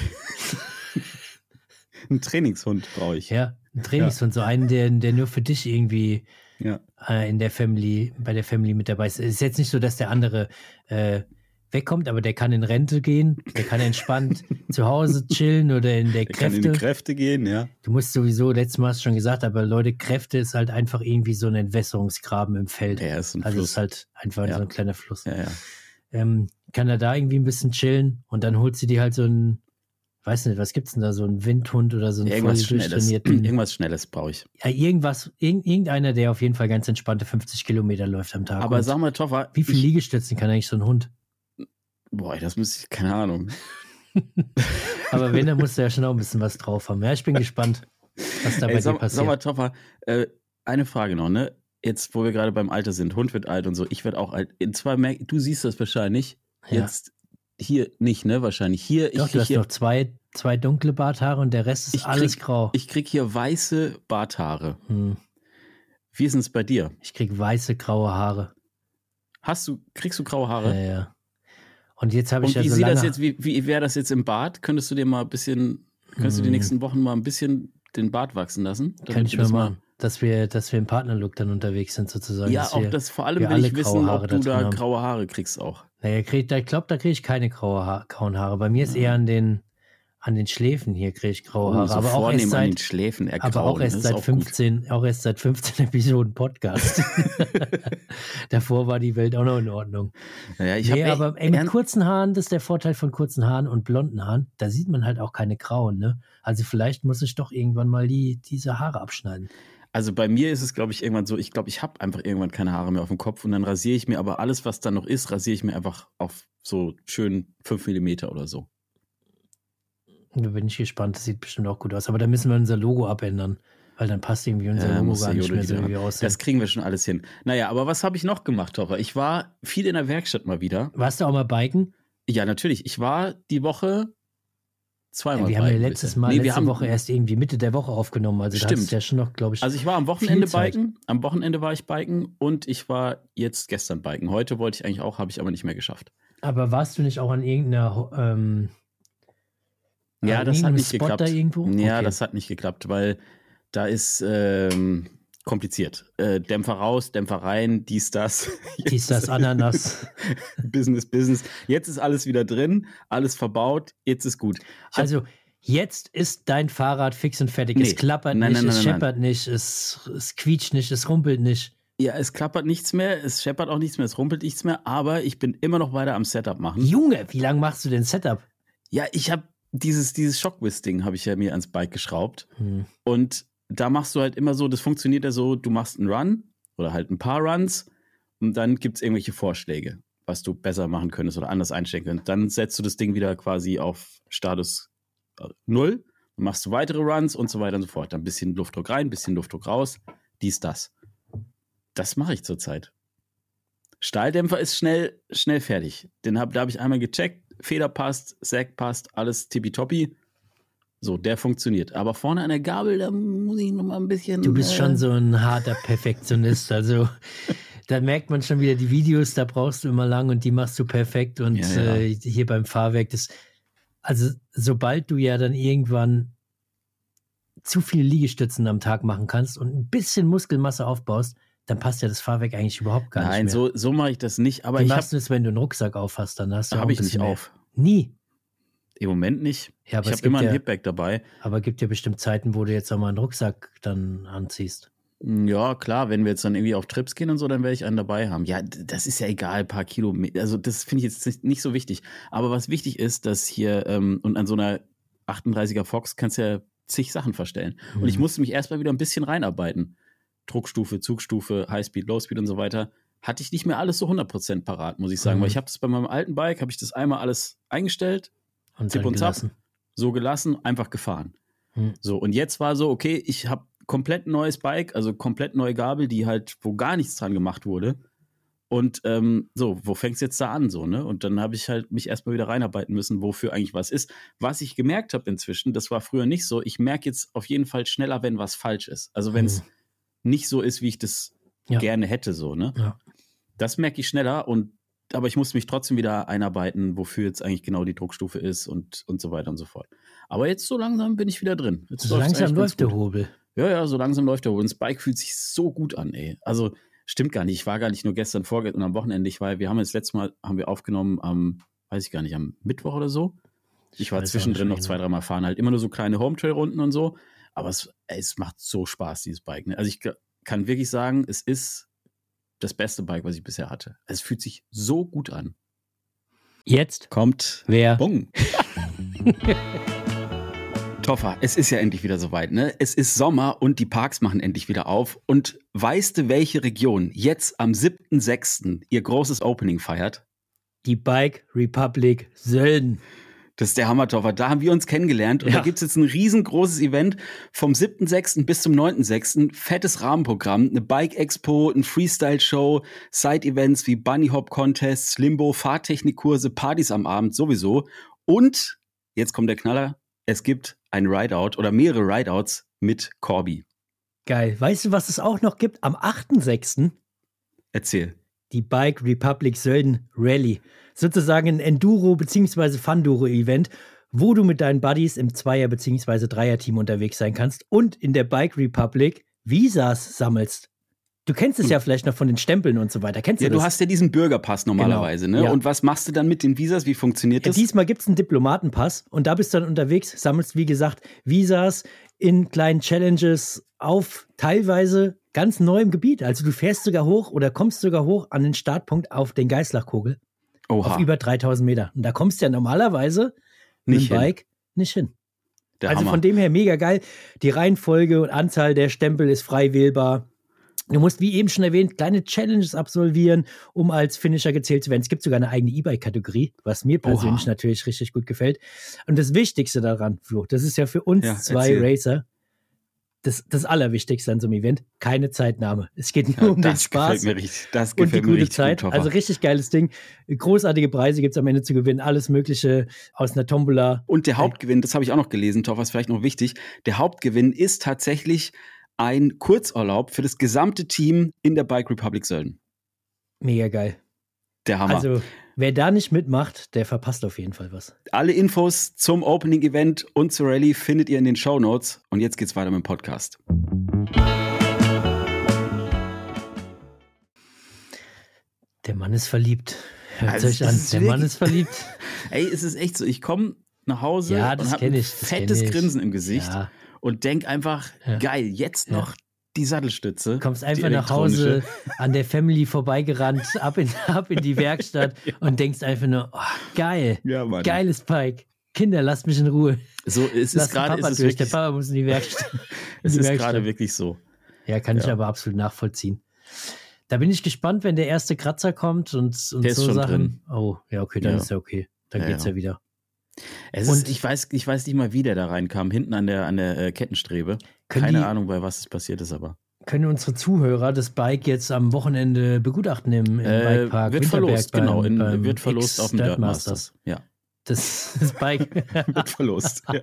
Speaker 1: Einen Trainingshund brauche ich.
Speaker 2: Ja, einen Trainingshund. Ja. So einen, der, der nur für dich irgendwie
Speaker 1: ja.
Speaker 2: äh, in der Family, bei der Family mit dabei ist. Es ist jetzt nicht so, dass der andere äh, wegkommt, aber der kann in Rente gehen, der kann entspannt zu Hause chillen oder in der, der Kräfte.
Speaker 1: Kann in die Kräfte gehen, ja.
Speaker 2: Du musst sowieso, letztes Mal hast du schon gesagt, aber Leute, Kräfte ist halt einfach irgendwie so ein Entwässerungsgraben im Feld.
Speaker 1: Ja, ist ein
Speaker 2: also
Speaker 1: Fluss.
Speaker 2: ist halt einfach
Speaker 1: ja.
Speaker 2: so ein kleiner Fluss.
Speaker 1: Ja, ja.
Speaker 2: Ähm, kann er da irgendwie ein bisschen chillen und dann holt sie dir halt so ein, weiß nicht, was gibt's denn da, so ein Windhund oder so ein
Speaker 1: irgendwas
Speaker 2: voll durchtrainierten.
Speaker 1: Schnelles. Irgendwas Schnelles brauche ich.
Speaker 2: Ja, irgendwas, irg- irgendeiner, der auf jeden Fall ganz entspannte fünfzig Kilometer läuft am Tag.
Speaker 1: Aber
Speaker 2: und
Speaker 1: sag mal, Toffer.
Speaker 2: Wie viele Liegestützen kann eigentlich so ein Hund?
Speaker 1: Boah, das müsste ich, keine Ahnung.
Speaker 2: Aber wenn, dann musst du ja schon auch ein bisschen was drauf haben. Ja, ich bin gespannt, was da bei
Speaker 1: Ey, sag,
Speaker 2: dir passiert.
Speaker 1: Sag mal, Toffer, äh, eine Frage noch, ne? Jetzt, wo wir gerade beim Alter sind, Hund wird alt und so, ich werde auch alt. In zwei merk- du siehst das wahrscheinlich.
Speaker 2: Ja.
Speaker 1: Jetzt hier nicht, ne? Wahrscheinlich. Hier,
Speaker 2: Doch,
Speaker 1: ich
Speaker 2: du hast
Speaker 1: hier,
Speaker 2: noch zwei, zwei dunkle Barthaare und der Rest ist
Speaker 1: ich
Speaker 2: alles
Speaker 1: krieg,
Speaker 2: grau.
Speaker 1: Ich krieg hier weiße Barthaare.
Speaker 2: Hm.
Speaker 1: Wie ist es bei dir?
Speaker 2: Ich krieg weiße, graue Haare.
Speaker 1: Hast du, kriegst du graue Haare?
Speaker 2: Ja, ja. Und jetzt habe ich
Speaker 1: und
Speaker 2: ja
Speaker 1: wie
Speaker 2: so
Speaker 1: sieht
Speaker 2: lange...
Speaker 1: das jetzt, wie, wie wäre das jetzt im Bart? Könntest du dir mal ein bisschen, könntest
Speaker 2: hm.
Speaker 1: du die nächsten Wochen mal ein bisschen den Bart wachsen lassen?
Speaker 2: Kann ich mal machen. Dass wir, dass wir im Partnerlook dann unterwegs sind, sozusagen.
Speaker 1: Ja, auch
Speaker 2: wir,
Speaker 1: das vor allem will ich wissen, ob du da, da graue Haare kriegst auch.
Speaker 2: Naja, krieg, ich glaube, da kriege ich keine graue ha- grauen Haare. Bei mir ist ja. eher an den, an den Schläfen hier kriege ich graue Haare.
Speaker 1: Oh, so
Speaker 2: aber auch erst seit,
Speaker 1: an den Schläfen ergrauen,
Speaker 2: aber auch erst seit auch fünfzehn, auch erst seit fünfzehn Episoden Podcast. Davor war die Welt auch noch in Ordnung.
Speaker 1: Naja, ich
Speaker 2: nee,
Speaker 1: hab,
Speaker 2: aber ey, mit kurzen Haaren, das ist der Vorteil von kurzen Haaren und blonden Haaren, da sieht man halt auch keine grauen, ne? Also vielleicht muss ich doch irgendwann mal die, diese Haare abschneiden.
Speaker 1: Also bei mir ist es, glaube ich, irgendwann so, ich glaube, ich habe einfach irgendwann keine Haare mehr auf dem Kopf und dann rasiere ich mir aber alles, was dann noch ist, rasiere ich mir einfach auf so schön fünf Millimeter oder so.
Speaker 2: Da bin ich gespannt, das sieht bestimmt auch gut aus. Aber da müssen wir unser Logo abändern, weil dann passt irgendwie unser
Speaker 1: Ja,
Speaker 2: Logo
Speaker 1: muss
Speaker 2: gar
Speaker 1: der
Speaker 2: nicht
Speaker 1: Jodel
Speaker 2: mehr so
Speaker 1: wieder
Speaker 2: wie
Speaker 1: ran.
Speaker 2: aussehen.
Speaker 1: Das kriegen wir schon alles hin. Naja, aber was habe ich noch gemacht, Toffer? Ich war viel in der Werkstatt mal wieder.
Speaker 2: Warst du auch mal biken?
Speaker 1: Ja, natürlich. Ich war die Woche zweimal
Speaker 2: Ja, wir haben ja
Speaker 1: biken
Speaker 2: letztes
Speaker 1: bisher.
Speaker 2: Mal,
Speaker 1: Nee, wir
Speaker 2: letzte
Speaker 1: haben,
Speaker 2: Woche erst irgendwie Mitte der Woche aufgenommen. Also da
Speaker 1: Stimmt.
Speaker 2: hast du ja schon noch, glaube ich,
Speaker 1: Also ich war am Wochenende
Speaker 2: viel Zeit.
Speaker 1: biken, am Wochenende war ich biken und ich war jetzt gestern biken. Heute wollte ich eigentlich auch, habe ich aber nicht mehr geschafft.
Speaker 2: Aber warst du nicht auch an irgendeiner ähm,
Speaker 1: Ja,
Speaker 2: an
Speaker 1: das hat
Speaker 2: irgendeinem
Speaker 1: nicht
Speaker 2: Spot
Speaker 1: geklappt.
Speaker 2: da irgendwo?
Speaker 1: Ja,
Speaker 2: Okay.
Speaker 1: das hat nicht geklappt, weil da ist ähm, kompliziert. Äh, Dämpfer raus, Dämpfer rein, dies, das.
Speaker 2: Dies, das, Ananas.
Speaker 1: Business, Business. Jetzt ist alles wieder drin, alles verbaut, jetzt ist gut. Ich hab,
Speaker 2: Also jetzt ist dein Fahrrad fix und fertig.
Speaker 1: Nee.
Speaker 2: Es klappert
Speaker 1: Nein,
Speaker 2: nicht,
Speaker 1: nein,
Speaker 2: es
Speaker 1: nein, nein,
Speaker 2: scheppert nicht, es, es quietscht nicht, es rumpelt nicht.
Speaker 1: ja, es klappert nichts mehr, es scheppert auch nichts mehr, es rumpelt nichts mehr, aber ich bin immer noch weiter am Setup machen.
Speaker 2: Junge, wie lange machst du denn Setup?
Speaker 1: Ja, ich habe dieses, dieses Shockwist-Ding habe ich ja mir ans Bike geschraubt.
Speaker 2: Hm.
Speaker 1: Und da machst du halt immer so, das funktioniert ja so, du machst einen Run oder halt ein paar Runs und dann gibt es irgendwelche Vorschläge, was du besser machen könntest oder anders einstellen könntest. Dann setzt du das Ding wieder quasi auf Status null, dann machst du weitere Runs und so weiter und so fort. Dann ein bisschen Luftdruck rein, ein bisschen Luftdruck raus, dies, das. Das mache ich zurzeit. Stahldämpfer ist schnell, schnell fertig. Den hab, da habe ich einmal gecheckt, Feder passt, Sack passt, alles tippitoppi. So, der funktioniert. Aber vorne an der Gabel, da muss ich noch mal ein bisschen...
Speaker 2: Du bist
Speaker 1: äh,
Speaker 2: schon so ein harter Perfektionist. Also da merkt man schon wieder die Videos, da brauchst du immer lang und die machst du perfekt. Und
Speaker 1: Ja, ja.
Speaker 2: Äh, hier beim Fahrwerk, das, also sobald du ja dann irgendwann zu viele Liegestützen am Tag machen kannst und ein bisschen Muskelmasse aufbaust, dann passt ja das Fahrwerk eigentlich überhaupt gar
Speaker 1: Nein,
Speaker 2: nicht mehr.
Speaker 1: so, so mache ich das nicht. Aber
Speaker 2: Wie
Speaker 1: ich
Speaker 2: machst
Speaker 1: habe
Speaker 2: du das, wenn du einen Rucksack auf hast? Dann hast du auch
Speaker 1: hab
Speaker 2: ein
Speaker 1: ich nicht
Speaker 2: bisschen mehr.
Speaker 1: auf.
Speaker 2: Nie.
Speaker 1: Im Moment nicht.
Speaker 2: Ja, aber
Speaker 1: ich
Speaker 2: es
Speaker 1: habe
Speaker 2: gibt
Speaker 1: immer ein
Speaker 2: ja-
Speaker 1: Hipbag dabei.
Speaker 2: Aber gibt ja bestimmt Zeiten, wo du jetzt auch mal einen Rucksack dann anziehst.
Speaker 1: Ja, klar, wenn wir jetzt dann irgendwie auf Trips gehen und so, dann werde ich einen dabei haben. Ja, d- das ist ja egal, ein paar Kilometer. Also das finde ich jetzt nicht- nicht so wichtig. Aber was wichtig ist, dass hier, ähm, und an so einer achtunddreißiger Fox kannst du ja zig Sachen verstellen. Und ich
Speaker 2: Mhm.
Speaker 1: musste mich erstmal wieder ein bisschen reinarbeiten. Druckstufe, Zugstufe, Highspeed, Lowspeed und so weiter. Hatte ich nicht mehr alles so hundert Prozent parat, muss ich sagen.
Speaker 2: Mhm.
Speaker 1: Weil ich habe das bei meinem alten Bike, habe ich das einmal alles eingestellt,
Speaker 2: Und
Speaker 1: Zip
Speaker 2: dann
Speaker 1: und Zap,
Speaker 2: gelassen.
Speaker 1: so gelassen, einfach gefahren.
Speaker 2: Mhm.
Speaker 1: So, und jetzt war so, okay, ich habe komplett neues Bike, also komplett neue Gabel, die halt, wo gar nichts dran gemacht wurde. Und ähm, so, wo fängt's jetzt da an, so, ne? Und dann habe ich halt mich erstmal wieder reinarbeiten müssen, wofür eigentlich was ist. Was ich gemerkt habe inzwischen, das war früher nicht so, ich merke jetzt auf jeden Fall schneller, wenn was falsch ist. Also wenn es
Speaker 2: Mhm.
Speaker 1: nicht so ist, wie ich das
Speaker 2: Ja.
Speaker 1: gerne hätte, so, ne?
Speaker 2: Ja.
Speaker 1: Das merke ich schneller und aber ich muss mich trotzdem wieder einarbeiten, wofür jetzt eigentlich genau die Druckstufe ist und, und so weiter und so fort. Aber jetzt so langsam bin ich wieder drin. Jetzt
Speaker 2: So
Speaker 1: läuft's
Speaker 2: langsam
Speaker 1: eigentlich ganz
Speaker 2: läuft der
Speaker 1: gut.
Speaker 2: Hobel.
Speaker 1: Ja, ja, so langsam läuft der. Und das Bike fühlt sich so gut an, ey. Also stimmt gar nicht. Ich war gar nicht nur gestern, vorgestern und am Wochenende. Ich war, wir haben jetzt letztes Mal haben wir aufgenommen am, weiß ich gar nicht, am Mittwoch oder so. Ich,
Speaker 2: Ich
Speaker 1: war
Speaker 2: weiß auch
Speaker 1: zwischendrin
Speaker 2: nicht
Speaker 1: noch
Speaker 2: mehr
Speaker 1: zwei,
Speaker 2: genau.
Speaker 1: dreimal fahren, halt immer nur so kleine Home-Trail-Runden und so. Aber es, ey, es macht so Spaß, dieses Bike. Ne? Also ich gl- kann wirklich sagen, es ist das beste Bike, was ich bisher hatte. Es fühlt sich so gut an.
Speaker 2: Jetzt
Speaker 1: Kommt
Speaker 2: wer?
Speaker 1: Bung. Toffer, es ist ja endlich wieder soweit, ne? Es ist Sommer und die Parks machen endlich wieder auf. Und weißt du, welche Region jetzt am siebten sechsten ihr großes Opening feiert?
Speaker 2: Die Bike Republic Sölden.
Speaker 1: Das ist der Hammer, Toffer. Da haben wir uns kennengelernt. Und
Speaker 2: Ja.
Speaker 1: da gibt es jetzt ein riesengroßes Event vom siebten sechsten bis zum neunten sechsten Fettes Rahmenprogramm, eine Bike-Expo, ein Freestyle-Show, Side-Events wie Bunny-Hop-Contests, Limbo, Fahrtechnikkurse, Partys am Abend sowieso. Und, jetzt kommt der Knaller, es gibt ein Rideout oder mehrere Rideouts mit Corby.
Speaker 2: Geil. Weißt du, was es auch noch gibt? Am achten sechsten
Speaker 1: Erzähl.
Speaker 2: die Bike Republic Sölden Rally. Sozusagen ein Enduro- bzw. Funduro-Event, wo du mit deinen Buddies im Zweier- bzw. Dreier-Team unterwegs sein kannst und in der Bike Republic Visas sammelst. Du kennst es ja vielleicht noch von den Stempeln und so weiter. Kennst
Speaker 1: Ja,
Speaker 2: du
Speaker 1: du
Speaker 2: das?
Speaker 1: hast ja diesen Bürgerpass normalerweise,
Speaker 2: Genau,
Speaker 1: ne?
Speaker 2: ja.
Speaker 1: Und was machst du dann mit den Visas? Wie funktioniert
Speaker 2: Ja,
Speaker 1: das?
Speaker 2: diesmal gibt es einen Diplomatenpass und da bist du dann unterwegs, sammelst, wie gesagt, Visas in kleinen Challenges auf teilweise ganz neuem Gebiet. Also du fährst sogar hoch oder kommst sogar hoch an den Startpunkt auf den Geißlachkogel
Speaker 1: Oha.
Speaker 2: auf über dreitausend Meter. Und da kommst du ja normalerweise mit
Speaker 1: Nicht
Speaker 2: dem
Speaker 1: hin.
Speaker 2: Bike nicht hin.
Speaker 1: Der
Speaker 2: also
Speaker 1: Hammer.
Speaker 2: von dem her mega geil. Die Reihenfolge und Anzahl der Stempel ist frei wählbar. Du musst, wie eben schon erwähnt, kleine Challenges absolvieren, um als Finisher gezählt zu werden. Es gibt sogar eine eigene E-Bike-Kategorie, was mir persönlich
Speaker 1: Oha.
Speaker 2: natürlich richtig gut gefällt. Und das Wichtigste daran, Flo, das ist ja für uns
Speaker 1: Ja,
Speaker 2: zwei
Speaker 1: erzähl.
Speaker 2: Racer das, das Allerwichtigste an so einem Event, keine Zeitnahme. Es geht nur
Speaker 1: Ja,
Speaker 2: um den
Speaker 1: das
Speaker 2: Spaß
Speaker 1: gefällt mir richtig. Das
Speaker 2: und die
Speaker 1: gefällt mir
Speaker 2: gute
Speaker 1: richtig
Speaker 2: Zeit.
Speaker 1: gut, Topper.
Speaker 2: Also richtig geiles Ding. Großartige Preise gibt es am Ende zu gewinnen. Alles Mögliche aus einer Tombola.
Speaker 1: Und der Hauptgewinn, das habe ich auch noch gelesen, Topper, ist vielleicht noch wichtig. Der Hauptgewinn ist tatsächlich ein Kurzurlaub für das gesamte Team in der Bike Republic Sölden.
Speaker 2: Mega geil.
Speaker 1: Der Hammer.
Speaker 2: Also, wer da nicht mitmacht, der verpasst auf jeden Fall was.
Speaker 1: Alle Infos zum Opening-Event und zur Rallye findet ihr in den Shownotes. Und jetzt geht's weiter mit dem Podcast.
Speaker 2: Der Mann ist verliebt. Hört
Speaker 1: Also,
Speaker 2: euch
Speaker 1: das
Speaker 2: an.
Speaker 1: ist
Speaker 2: Der
Speaker 1: wirklich-
Speaker 2: Mann ist verliebt.
Speaker 1: Ey, es ist echt so, ich komme nach Hause
Speaker 2: Ja,
Speaker 1: und
Speaker 2: das
Speaker 1: habe
Speaker 2: kenn
Speaker 1: ein
Speaker 2: ich, das
Speaker 1: fettes
Speaker 2: kenn ich.
Speaker 1: Grinsen im Gesicht
Speaker 2: Ja.
Speaker 1: und denk einfach,
Speaker 2: Ja.
Speaker 1: geil, jetzt noch die Sattelstütze.
Speaker 2: Du kommst
Speaker 1: die
Speaker 2: einfach nach Hause,
Speaker 1: elektronische.
Speaker 2: an der Family vorbeigerannt, ab in, ab in die Werkstatt und denkst einfach nur, oh, geil,
Speaker 1: Ja, Mann.
Speaker 2: geiles Bike. Kinder, lasst mich in Ruhe.
Speaker 1: So, es
Speaker 2: Lass
Speaker 1: ist
Speaker 2: den
Speaker 1: gerade,
Speaker 2: Papa
Speaker 1: es ist
Speaker 2: durch. Der
Speaker 1: wirklich,
Speaker 2: Papa muss in die Werkstatt. In
Speaker 1: es
Speaker 2: die
Speaker 1: ist
Speaker 2: Werkstatt.
Speaker 1: gerade wirklich so.
Speaker 2: Ja, kann ich
Speaker 1: Ja.
Speaker 2: aber absolut nachvollziehen. Da bin ich gespannt, wenn der erste Kratzer kommt und, und
Speaker 1: Der ist
Speaker 2: so
Speaker 1: schon
Speaker 2: Sachen.
Speaker 1: drin.
Speaker 2: Oh, ja, okay, dann
Speaker 1: Ja.
Speaker 2: ist ja okay. Dann
Speaker 1: Ja,
Speaker 2: geht's
Speaker 1: ja.
Speaker 2: ja wieder.
Speaker 1: Es
Speaker 2: Und-
Speaker 1: ist, ich weiß, ich weiß nicht mal, wie der da reinkam, hinten an der, an der äh, Kettenstrebe.
Speaker 2: Können
Speaker 1: Keine
Speaker 2: die-
Speaker 1: Ahnung, bei was es passiert ist, aber.
Speaker 2: Können unsere Zuhörer das Bike jetzt am Wochenende begutachten im, im
Speaker 1: Äh,
Speaker 2: Bikepark
Speaker 1: wird
Speaker 2: Winterberg
Speaker 1: verlost, genau.
Speaker 2: beim-
Speaker 1: In,
Speaker 2: beim
Speaker 1: wird verlost
Speaker 2: X
Speaker 1: auf dem
Speaker 2: Dirt
Speaker 1: Dirt Masters. Ja,
Speaker 2: Das, das Bike.
Speaker 1: wird verlost. ja.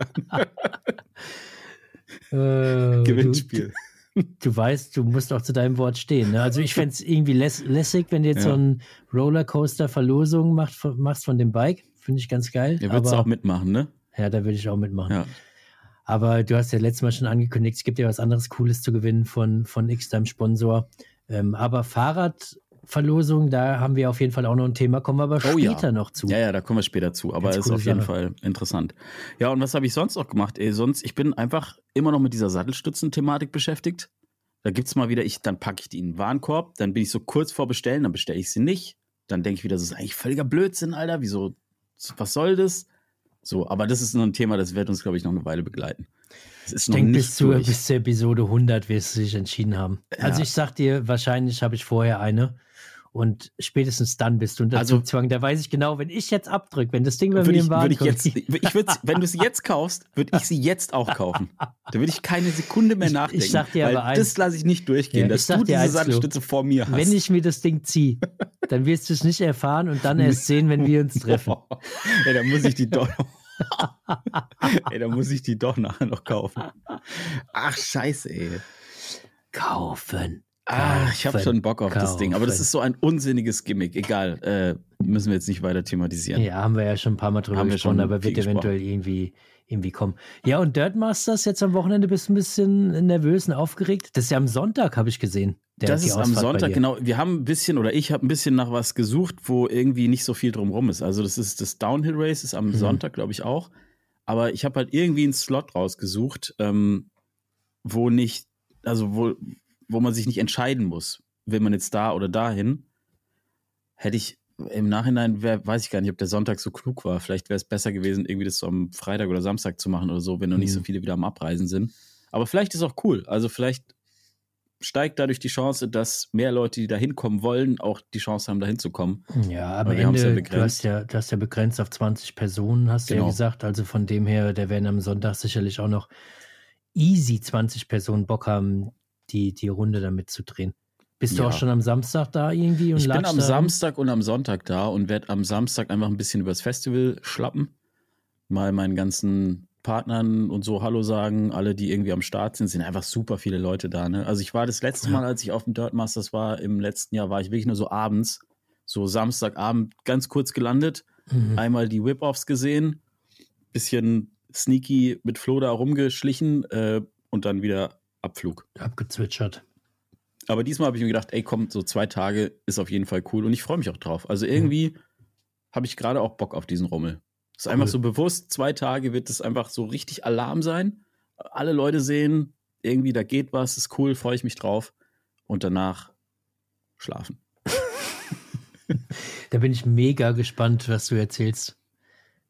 Speaker 2: äh,
Speaker 1: Gewinnspiel.
Speaker 2: Du, du weißt, du musst auch zu deinem Wort stehen. Ne? Also ich fände es irgendwie läss, lässig, wenn du jetzt
Speaker 1: Ja.
Speaker 2: so einen Rollercoaster-Verlosung macht, machst von dem Bike. Finde ich ganz geil.
Speaker 1: Ihr würdet
Speaker 2: aber,
Speaker 1: auch mitmachen, ne?
Speaker 2: Ja, da würde ich auch mitmachen.
Speaker 1: Ja.
Speaker 2: Aber du hast ja letztes Mal schon angekündigt, es gibt ja was anderes Cooles zu gewinnen von, von X, deinem Sponsor. Ähm, aber Fahrradverlosung, da haben wir auf jeden Fall auch noch ein Thema, kommen wir aber
Speaker 1: Oh ja.
Speaker 2: später noch zu.
Speaker 1: Ja, ja, da kommen wir später zu, aber
Speaker 2: Ganz
Speaker 1: ist
Speaker 2: coole
Speaker 1: auf jeden
Speaker 2: Sache.
Speaker 1: Fall interessant. Ja, und was habe ich sonst noch gemacht? Ey, sonst, ich bin einfach immer noch mit dieser Sattelstützen-Thematik beschäftigt. Da gibt's mal wieder, ich, dann packe ich die in den Warenkorb, dann bin ich so kurz vor Bestellen, dann bestelle ich sie nicht. Dann denke ich wieder, das ist eigentlich völliger Blödsinn, Alter. Wieso, was soll das? So, aber das ist noch ein Thema, das wird uns, glaube ich, noch eine Weile begleiten. Es ist
Speaker 2: Ich
Speaker 1: noch
Speaker 2: denke,
Speaker 1: nicht
Speaker 2: bis, zur-
Speaker 1: durch.
Speaker 2: bis zur Episode hundert wirst du dich entschieden haben.
Speaker 1: Ja.
Speaker 2: Also ich sag dir, wahrscheinlich habe ich vorher eine und spätestens dann bist du unter
Speaker 1: Also-
Speaker 2: Zugzwang. Da weiß ich genau, wenn ich jetzt abdrücke, wenn das Ding bei
Speaker 1: Würde
Speaker 2: mir
Speaker 1: ich,
Speaker 2: im
Speaker 1: würde
Speaker 2: Wagen
Speaker 1: ich jetzt,
Speaker 2: kommt,
Speaker 1: ich würde, wenn du es jetzt kaufst, würde ich sie jetzt auch kaufen. Da würde ich keine Sekunde mehr
Speaker 2: Ich- ich
Speaker 1: nachdenken.
Speaker 2: sag dir
Speaker 1: weil
Speaker 2: aber eins-
Speaker 1: das lasse ich nicht durchgehen,
Speaker 2: Ja, ich
Speaker 1: dass
Speaker 2: sag
Speaker 1: du
Speaker 2: dir
Speaker 1: diese
Speaker 2: eins, Flo.
Speaker 1: Sattelstütze vor mir hast.
Speaker 2: wenn ich mir das Ding ziehe, dann wirst du es nicht erfahren und dann erst sehen, wenn wir uns treffen.
Speaker 1: Ey, dann muss ich die doch. ey, dann muss ich die doch nachher noch kaufen. Ach, scheiße, ey.
Speaker 2: Kaufen.
Speaker 1: Ah, ich habe
Speaker 2: Kaufen,
Speaker 1: schon Bock auf das Ding. Aber das
Speaker 2: kaufen.
Speaker 1: ist so ein unsinniges Gimmick. Egal, äh, müssen wir jetzt nicht weiter thematisieren.
Speaker 2: Ja, haben wir ja schon ein paar Mal drüber
Speaker 1: Haben wir
Speaker 2: gesprochen,
Speaker 1: schon
Speaker 2: aber
Speaker 1: viel
Speaker 2: wird eventuell
Speaker 1: gesprochen.
Speaker 2: irgendwie, irgendwie kommen. Ja, und Dirt Masters jetzt am Wochenende bist du ein bisschen nervös und aufgeregt. Das ist ja am Sonntag, habe ich gesehen. der-
Speaker 1: Das
Speaker 2: die
Speaker 1: ist am
Speaker 2: Ausfahrt bei
Speaker 1: Sonntag,
Speaker 2: dir.
Speaker 1: genau. Wir haben ein bisschen, oder ich habe ein bisschen nach was gesucht, wo irgendwie nicht so viel drumrum ist. Also das ist das Downhill Race, ist am
Speaker 2: Mhm.
Speaker 1: Sonntag, glaube ich, auch. Aber ich habe halt irgendwie einen Slot rausgesucht, ähm, wo nicht, also wo, wo man sich nicht entscheiden muss, will man jetzt da oder dahin. Hätte ich im Nachhinein, wär, weiß ich gar nicht, ob der Sonntag so klug war. Vielleicht wäre es besser gewesen, irgendwie das so am Freitag oder Samstag zu machen oder so, wenn noch nicht
Speaker 2: Mhm.
Speaker 1: so viele wieder am Abreisen sind. Aber vielleicht ist auch cool. Also vielleicht steigt dadurch die Chance, dass mehr Leute, die da hinkommen wollen, auch die Chance haben, da hinzukommen.
Speaker 2: Ja, am
Speaker 1: Aber wir haben's ja
Speaker 2: Ende, du
Speaker 1: begrenzt.
Speaker 2: hast ja, du hast ja begrenzt auf zwanzig Personen, hast du ja
Speaker 1: Genau.
Speaker 2: gesagt. Also von dem her, da werden am Sonntag sicherlich auch noch easy zwanzig Personen Bock haben, die, die Runde da mitzudrehen. Bist du
Speaker 1: Ja.
Speaker 2: auch schon am Samstag da irgendwie? Und
Speaker 1: Ich bin
Speaker 2: latscht
Speaker 1: am
Speaker 2: da rum?
Speaker 1: Samstag und am Sonntag da und werde am Samstag einfach ein bisschen übers Festival schlappen. Mal meinen ganzen Partnern und so Hallo sagen. Alle, die irgendwie am Start sind, sind einfach super viele Leute da. Ne? Also ich war das letzte
Speaker 2: Ja.
Speaker 1: Mal, als ich auf dem Dirt Masters war, im letzten Jahr, war ich wirklich nur so abends, so Samstagabend ganz kurz gelandet,
Speaker 2: Mhm.
Speaker 1: einmal die Whip-Offs gesehen, bisschen sneaky mit Flo da rumgeschlichen äh, und dann wieder Abflug.
Speaker 2: Abgezwitschert.
Speaker 1: Aber diesmal habe ich mir gedacht, ey, komm, so zwei Tage ist auf jeden Fall cool und ich freue mich auch drauf. Also irgendwie habe ich gerade auch Bock auf diesen Rummel. Es ist
Speaker 2: Cool.
Speaker 1: einfach so bewusst, zwei Tage wird es einfach so richtig Alarm sein. Alle Leute sehen, irgendwie da geht was, ist cool, freue ich mich drauf. Und danach schlafen.
Speaker 2: Da bin ich mega gespannt, was du erzählst.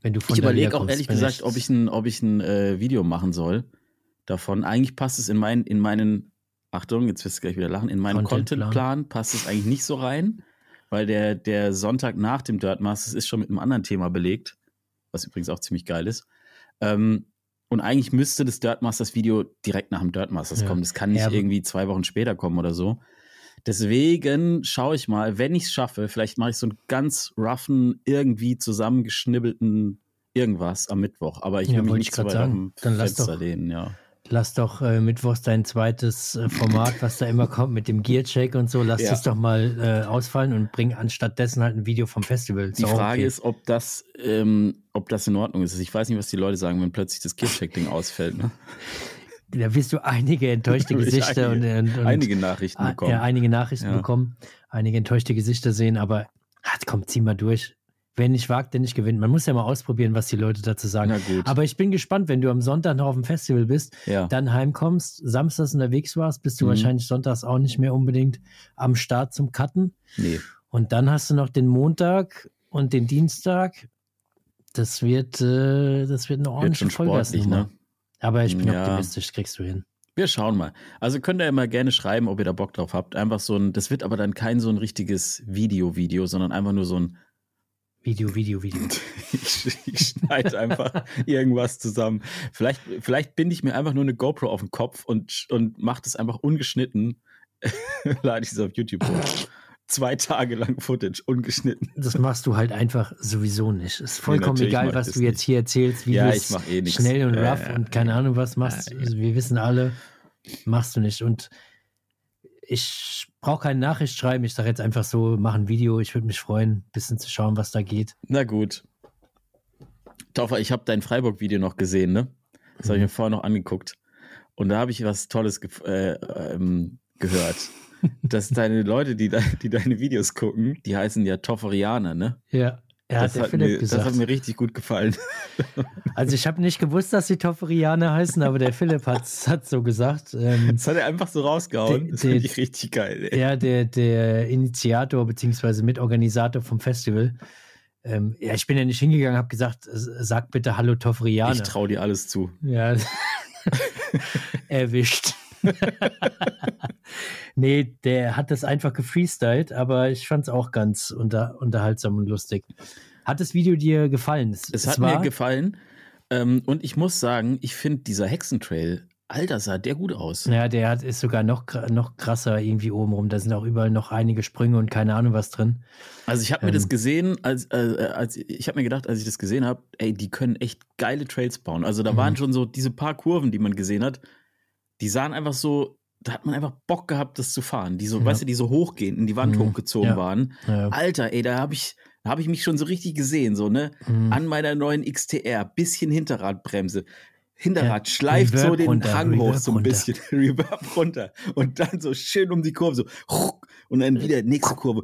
Speaker 2: Wenn du von
Speaker 1: Ich
Speaker 2: da
Speaker 1: überlege auch
Speaker 2: wiederkommst,
Speaker 1: ehrlich
Speaker 2: bin
Speaker 1: gesagt, ob ich ein, ob ich ein äh, Video machen soll davon. Eigentlich passt es in, mein, in meinen, Achtung, jetzt wirst du gleich wieder lachen, in meinen
Speaker 2: Contentplan.
Speaker 1: Contentplan passt es eigentlich nicht so rein, weil der, der Sonntag nach dem Dirt Masters ist schon mit einem anderen Thema belegt, was übrigens auch ziemlich geil ist. Ähm, und eigentlich müsste das Dirt Masters Video direkt nach dem Dirt Masters
Speaker 2: Ja.
Speaker 1: kommen. Das kann nicht
Speaker 2: Ja, aber-
Speaker 1: irgendwie zwei Wochen später kommen oder so. Deswegen schaue ich mal, wenn ich es schaffe, vielleicht mache ich so einen ganz roughen, irgendwie zusammengeschnibbelten irgendwas am Mittwoch. Aber ich
Speaker 2: Ja,
Speaker 1: will mich
Speaker 2: wollte
Speaker 1: nicht
Speaker 2: ich
Speaker 1: zu
Speaker 2: grad
Speaker 1: weit auf
Speaker 2: sagen.
Speaker 1: dem
Speaker 2: Dann lass
Speaker 1: Fenster
Speaker 2: doch-
Speaker 1: lehnen, ja.
Speaker 2: Lass doch äh, mittwochs dein zweites äh, Format, was da immer kommt mit dem Gear-Check und so, lass
Speaker 1: Ja.
Speaker 2: das doch mal äh, ausfallen und bring anstattdessen halt ein Video vom Festival.
Speaker 1: Die
Speaker 2: Ist auch
Speaker 1: Frage
Speaker 2: okay.
Speaker 1: ist, ob das, ähm, ob das in Ordnung ist. Ich weiß nicht, was die Leute sagen, wenn plötzlich das Gearcheck-Ding ausfällt. Ne?
Speaker 2: Da wirst du einige enttäuschte
Speaker 1: Da will ich
Speaker 2: Gesichter und,
Speaker 1: einige-
Speaker 2: und, und
Speaker 1: Einige Nachrichten
Speaker 2: ah,
Speaker 1: bekommen.
Speaker 2: ja, einige Nachrichten
Speaker 1: Ja.
Speaker 2: bekommen, einige enttäuschte Gesichter sehen, aber ah, komm, zieh mal durch. Wer nicht wagt, der nicht gewinnt. Man muss ja mal ausprobieren, was die Leute dazu sagen.
Speaker 1: Na gut.
Speaker 2: Aber ich bin gespannt, wenn du am Sonntag noch auf dem Festival bist,
Speaker 1: Ja.
Speaker 2: dann heimkommst, samstags unterwegs warst, bist du
Speaker 1: Mhm.
Speaker 2: wahrscheinlich sonntags auch nicht mehr unbedingt am Start zum Cutten.
Speaker 1: Nee.
Speaker 2: Und dann hast du noch den Montag und den Dienstag. Das wird, äh, das wird eine ordentliche
Speaker 1: schon sportlich,
Speaker 2: Vollgasnummer.
Speaker 1: ne?
Speaker 2: Aber ich bin
Speaker 1: Ja.
Speaker 2: optimistisch, kriegst du hin.
Speaker 1: Wir schauen mal. Also könnt ihr immer gerne schreiben, ob ihr da Bock drauf habt. Einfach so ein, das wird aber dann kein so ein richtiges Video-Video, sondern einfach nur so ein
Speaker 2: Video, Video, Video.
Speaker 1: ich, ich schneide einfach irgendwas zusammen. Vielleicht, vielleicht binde ich mir einfach nur eine GoPro auf den Kopf und, und mache das einfach ungeschnitten. Lade ich es auf YouTube hoch. Zwei Tage lang Footage, ungeschnitten.
Speaker 2: Das machst du halt einfach sowieso nicht. Ist vollkommen
Speaker 1: natürlich
Speaker 2: egal,
Speaker 1: mach ich
Speaker 2: was
Speaker 1: das
Speaker 2: du jetzt
Speaker 1: nicht.
Speaker 2: hier erzählst, wie
Speaker 1: Ja,
Speaker 2: du
Speaker 1: ich
Speaker 2: es
Speaker 1: mach eh nix.
Speaker 2: schnell und
Speaker 1: Ja,
Speaker 2: rough
Speaker 1: ja,
Speaker 2: und keine
Speaker 1: ja.
Speaker 2: Ahnung was machst.
Speaker 1: Ja, ja.
Speaker 2: Wir wissen alle, machst du nicht. Und ich brauche keine Nachricht schreiben. Ich sage jetzt einfach so, mach ein Video. Ich würde mich freuen, ein bisschen zu schauen, was da geht.
Speaker 1: Na gut. Toffer, ich habe dein Freiburg-Video noch gesehen, ne? Das habe ich mir vorher noch angeguckt. Und da habe ich was Tolles ge äh, ähm, gehört. Dass deine Leute, die, de die deine Videos gucken, die heißen ja Tofferianer, ne?
Speaker 2: Ja, er hat
Speaker 1: Das
Speaker 2: der
Speaker 1: hat,
Speaker 2: Philipp
Speaker 1: mir, das
Speaker 2: gesagt.
Speaker 1: hat mir richtig gut gefallen.
Speaker 2: Also ich habe nicht gewusst, dass die Tofferianer heißen, aber der Philipp hat es so gesagt. Ähm,
Speaker 1: Das hat er einfach so rausgehauen.
Speaker 2: Die-
Speaker 1: Das
Speaker 2: die-
Speaker 1: finde ich richtig geil, ey.
Speaker 2: Ja, der, der Initiator bzw. Mitorganisator vom Festival. Ähm, ja, ich bin ja nicht hingegangen, habe gesagt, s- sag bitte Hallo Tofferianer.
Speaker 1: Ich traue dir alles zu.
Speaker 2: Ja, erwischt. Nee, der hat das einfach gefreestylt, aber ich fand es auch ganz unter, unterhaltsam und lustig. Hat das Video dir gefallen?
Speaker 1: Es hat mir gefallen. Ähm, und ich muss sagen, ich finde dieser Hexentrail, Alter, sah der gut aus.
Speaker 2: Ja, der hat, ist sogar noch, kr- noch krasser irgendwie oben rum. Da sind auch überall noch einige Sprünge und keine Ahnung was drin.
Speaker 1: Also ich habe mir
Speaker 2: Ähm.
Speaker 1: das gesehen, als, äh, als ich habe mir gedacht, als ich das gesehen habe, ey, die können echt geile Trails bauen. Also da
Speaker 2: Mhm.
Speaker 1: waren schon so diese paar Kurven, die man gesehen hat, die sahen einfach so, da hat man einfach Bock gehabt, das zu fahren. Die so,
Speaker 2: Ja.
Speaker 1: weißt du, die so hochgehend in die Wand
Speaker 2: Mhm.
Speaker 1: hochgezogen
Speaker 2: Ja.
Speaker 1: waren.
Speaker 2: Ja.
Speaker 1: Alter, ey, da habe ich, da habe ich mich schon so richtig gesehen, so, ne?
Speaker 2: Mhm.
Speaker 1: An meiner neuen X T R, bisschen Hinterradbremse. Hinterrad
Speaker 2: Ja,
Speaker 1: schleift
Speaker 2: Reverb
Speaker 1: so den
Speaker 2: runter,
Speaker 1: Hang hoch,
Speaker 2: Reverb
Speaker 1: so ein
Speaker 2: runter.
Speaker 1: bisschen, Reverb runter. Und dann so schön um die Kurve, so, und dann wieder nächste Kurve.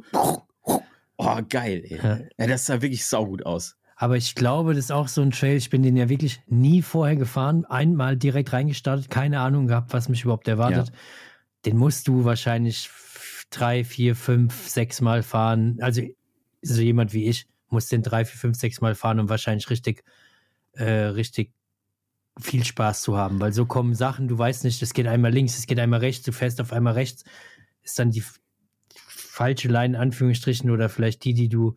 Speaker 1: Oh, geil, ey.
Speaker 2: Ja.
Speaker 1: Ja, das sah wirklich saugut aus.
Speaker 2: Aber ich glaube, das ist auch so ein Trail. Ich bin den ja wirklich nie vorher gefahren. Einmal direkt reingestartet, keine Ahnung gehabt, was mich überhaupt erwartet.
Speaker 1: Ja.
Speaker 2: Den musst du wahrscheinlich f- drei, vier, fünf, sechs Mal fahren. Also so jemand wie ich muss den drei, vier, fünf, sechs Mal fahren, um wahrscheinlich richtig, äh, richtig viel Spaß zu haben. Weil so kommen Sachen, du weißt nicht, es geht einmal links, es geht einmal rechts, du fährst auf einmal rechts, ist dann die f- falsche Line in Anführungsstrichen oder vielleicht die, die du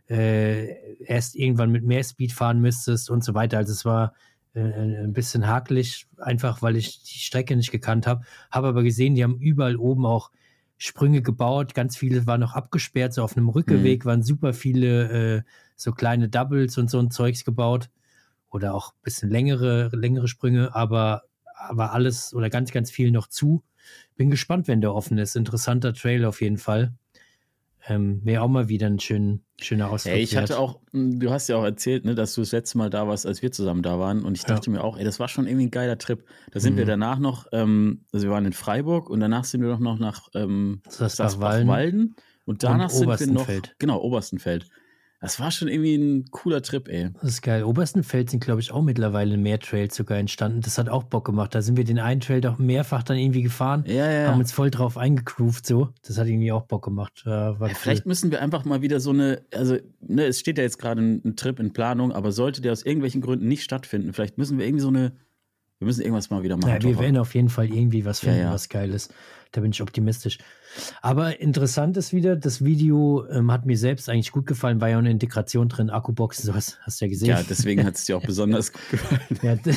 Speaker 2: äh, erst irgendwann mit mehr Speed fahren müsstest und so weiter. Also es war äh, ein bisschen hakelig, einfach weil ich die Strecke nicht gekannt habe. Habe aber gesehen, die haben überall oben auch Sprünge gebaut. Ganz viele waren noch abgesperrt, so auf einem Rückweg waren super viele äh, so kleine Doubles und so ein Zeugs gebaut. Oder auch ein bisschen längere, längere Sprünge, aber, aber alles oder ganz, ganz viel noch zu. Bin gespannt, wenn der offen ist. Interessanter Trail auf jeden Fall. Ähm, Wäre auch mal wieder ein schön, schöner Ausflug.
Speaker 1: Ey, ich
Speaker 2: wert.
Speaker 1: hatte auch, du hast ja auch erzählt, ne, dass du das letzte Mal da warst, als wir zusammen da waren. Und ich
Speaker 2: Ja.
Speaker 1: dachte mir auch, ey, das war schon irgendwie ein geiler Trip. Da sind
Speaker 2: Mhm.
Speaker 1: wir danach noch, ähm, also wir waren in Freiburg und danach sind wir doch noch nach ähm,
Speaker 2: Sassbachwalden
Speaker 1: Sassbachwalden. Und danach sind wir noch,
Speaker 2: Oberstenfeld.
Speaker 1: genau, Oberstenfeld. Das war schon irgendwie ein cooler Trip, ey.
Speaker 2: Das ist geil. Oberstenfeld sind, glaube ich, auch mittlerweile mehr Trails sogar entstanden. Das hat auch Bock gemacht. Da sind wir den einen Trail doch mehrfach dann irgendwie gefahren,
Speaker 1: ja, ja.
Speaker 2: haben uns voll drauf eingegroovt, so. Das hat irgendwie auch Bock gemacht. Ja, war
Speaker 1: ja,
Speaker 2: cool.
Speaker 1: Vielleicht müssen wir einfach mal wieder so eine, also ne, es steht ja jetzt gerade ein, ein Trip in Planung, aber sollte der aus irgendwelchen Gründen nicht stattfinden, vielleicht müssen wir irgendwie so eine, wir müssen irgendwas mal wieder machen.
Speaker 2: Ja, wir werden auf jeden Fall irgendwie was finden,
Speaker 1: ja, ja.
Speaker 2: was geil ist. Da bin ich optimistisch. Aber interessant ist wieder, das Video ähm, hat mir selbst eigentlich gut gefallen, war ja eine Integration drin, Akkuboxen, so hast, hast du ja gesehen.
Speaker 1: Ja, deswegen hat es dir auch besonders gut gefallen.
Speaker 2: Ja, das,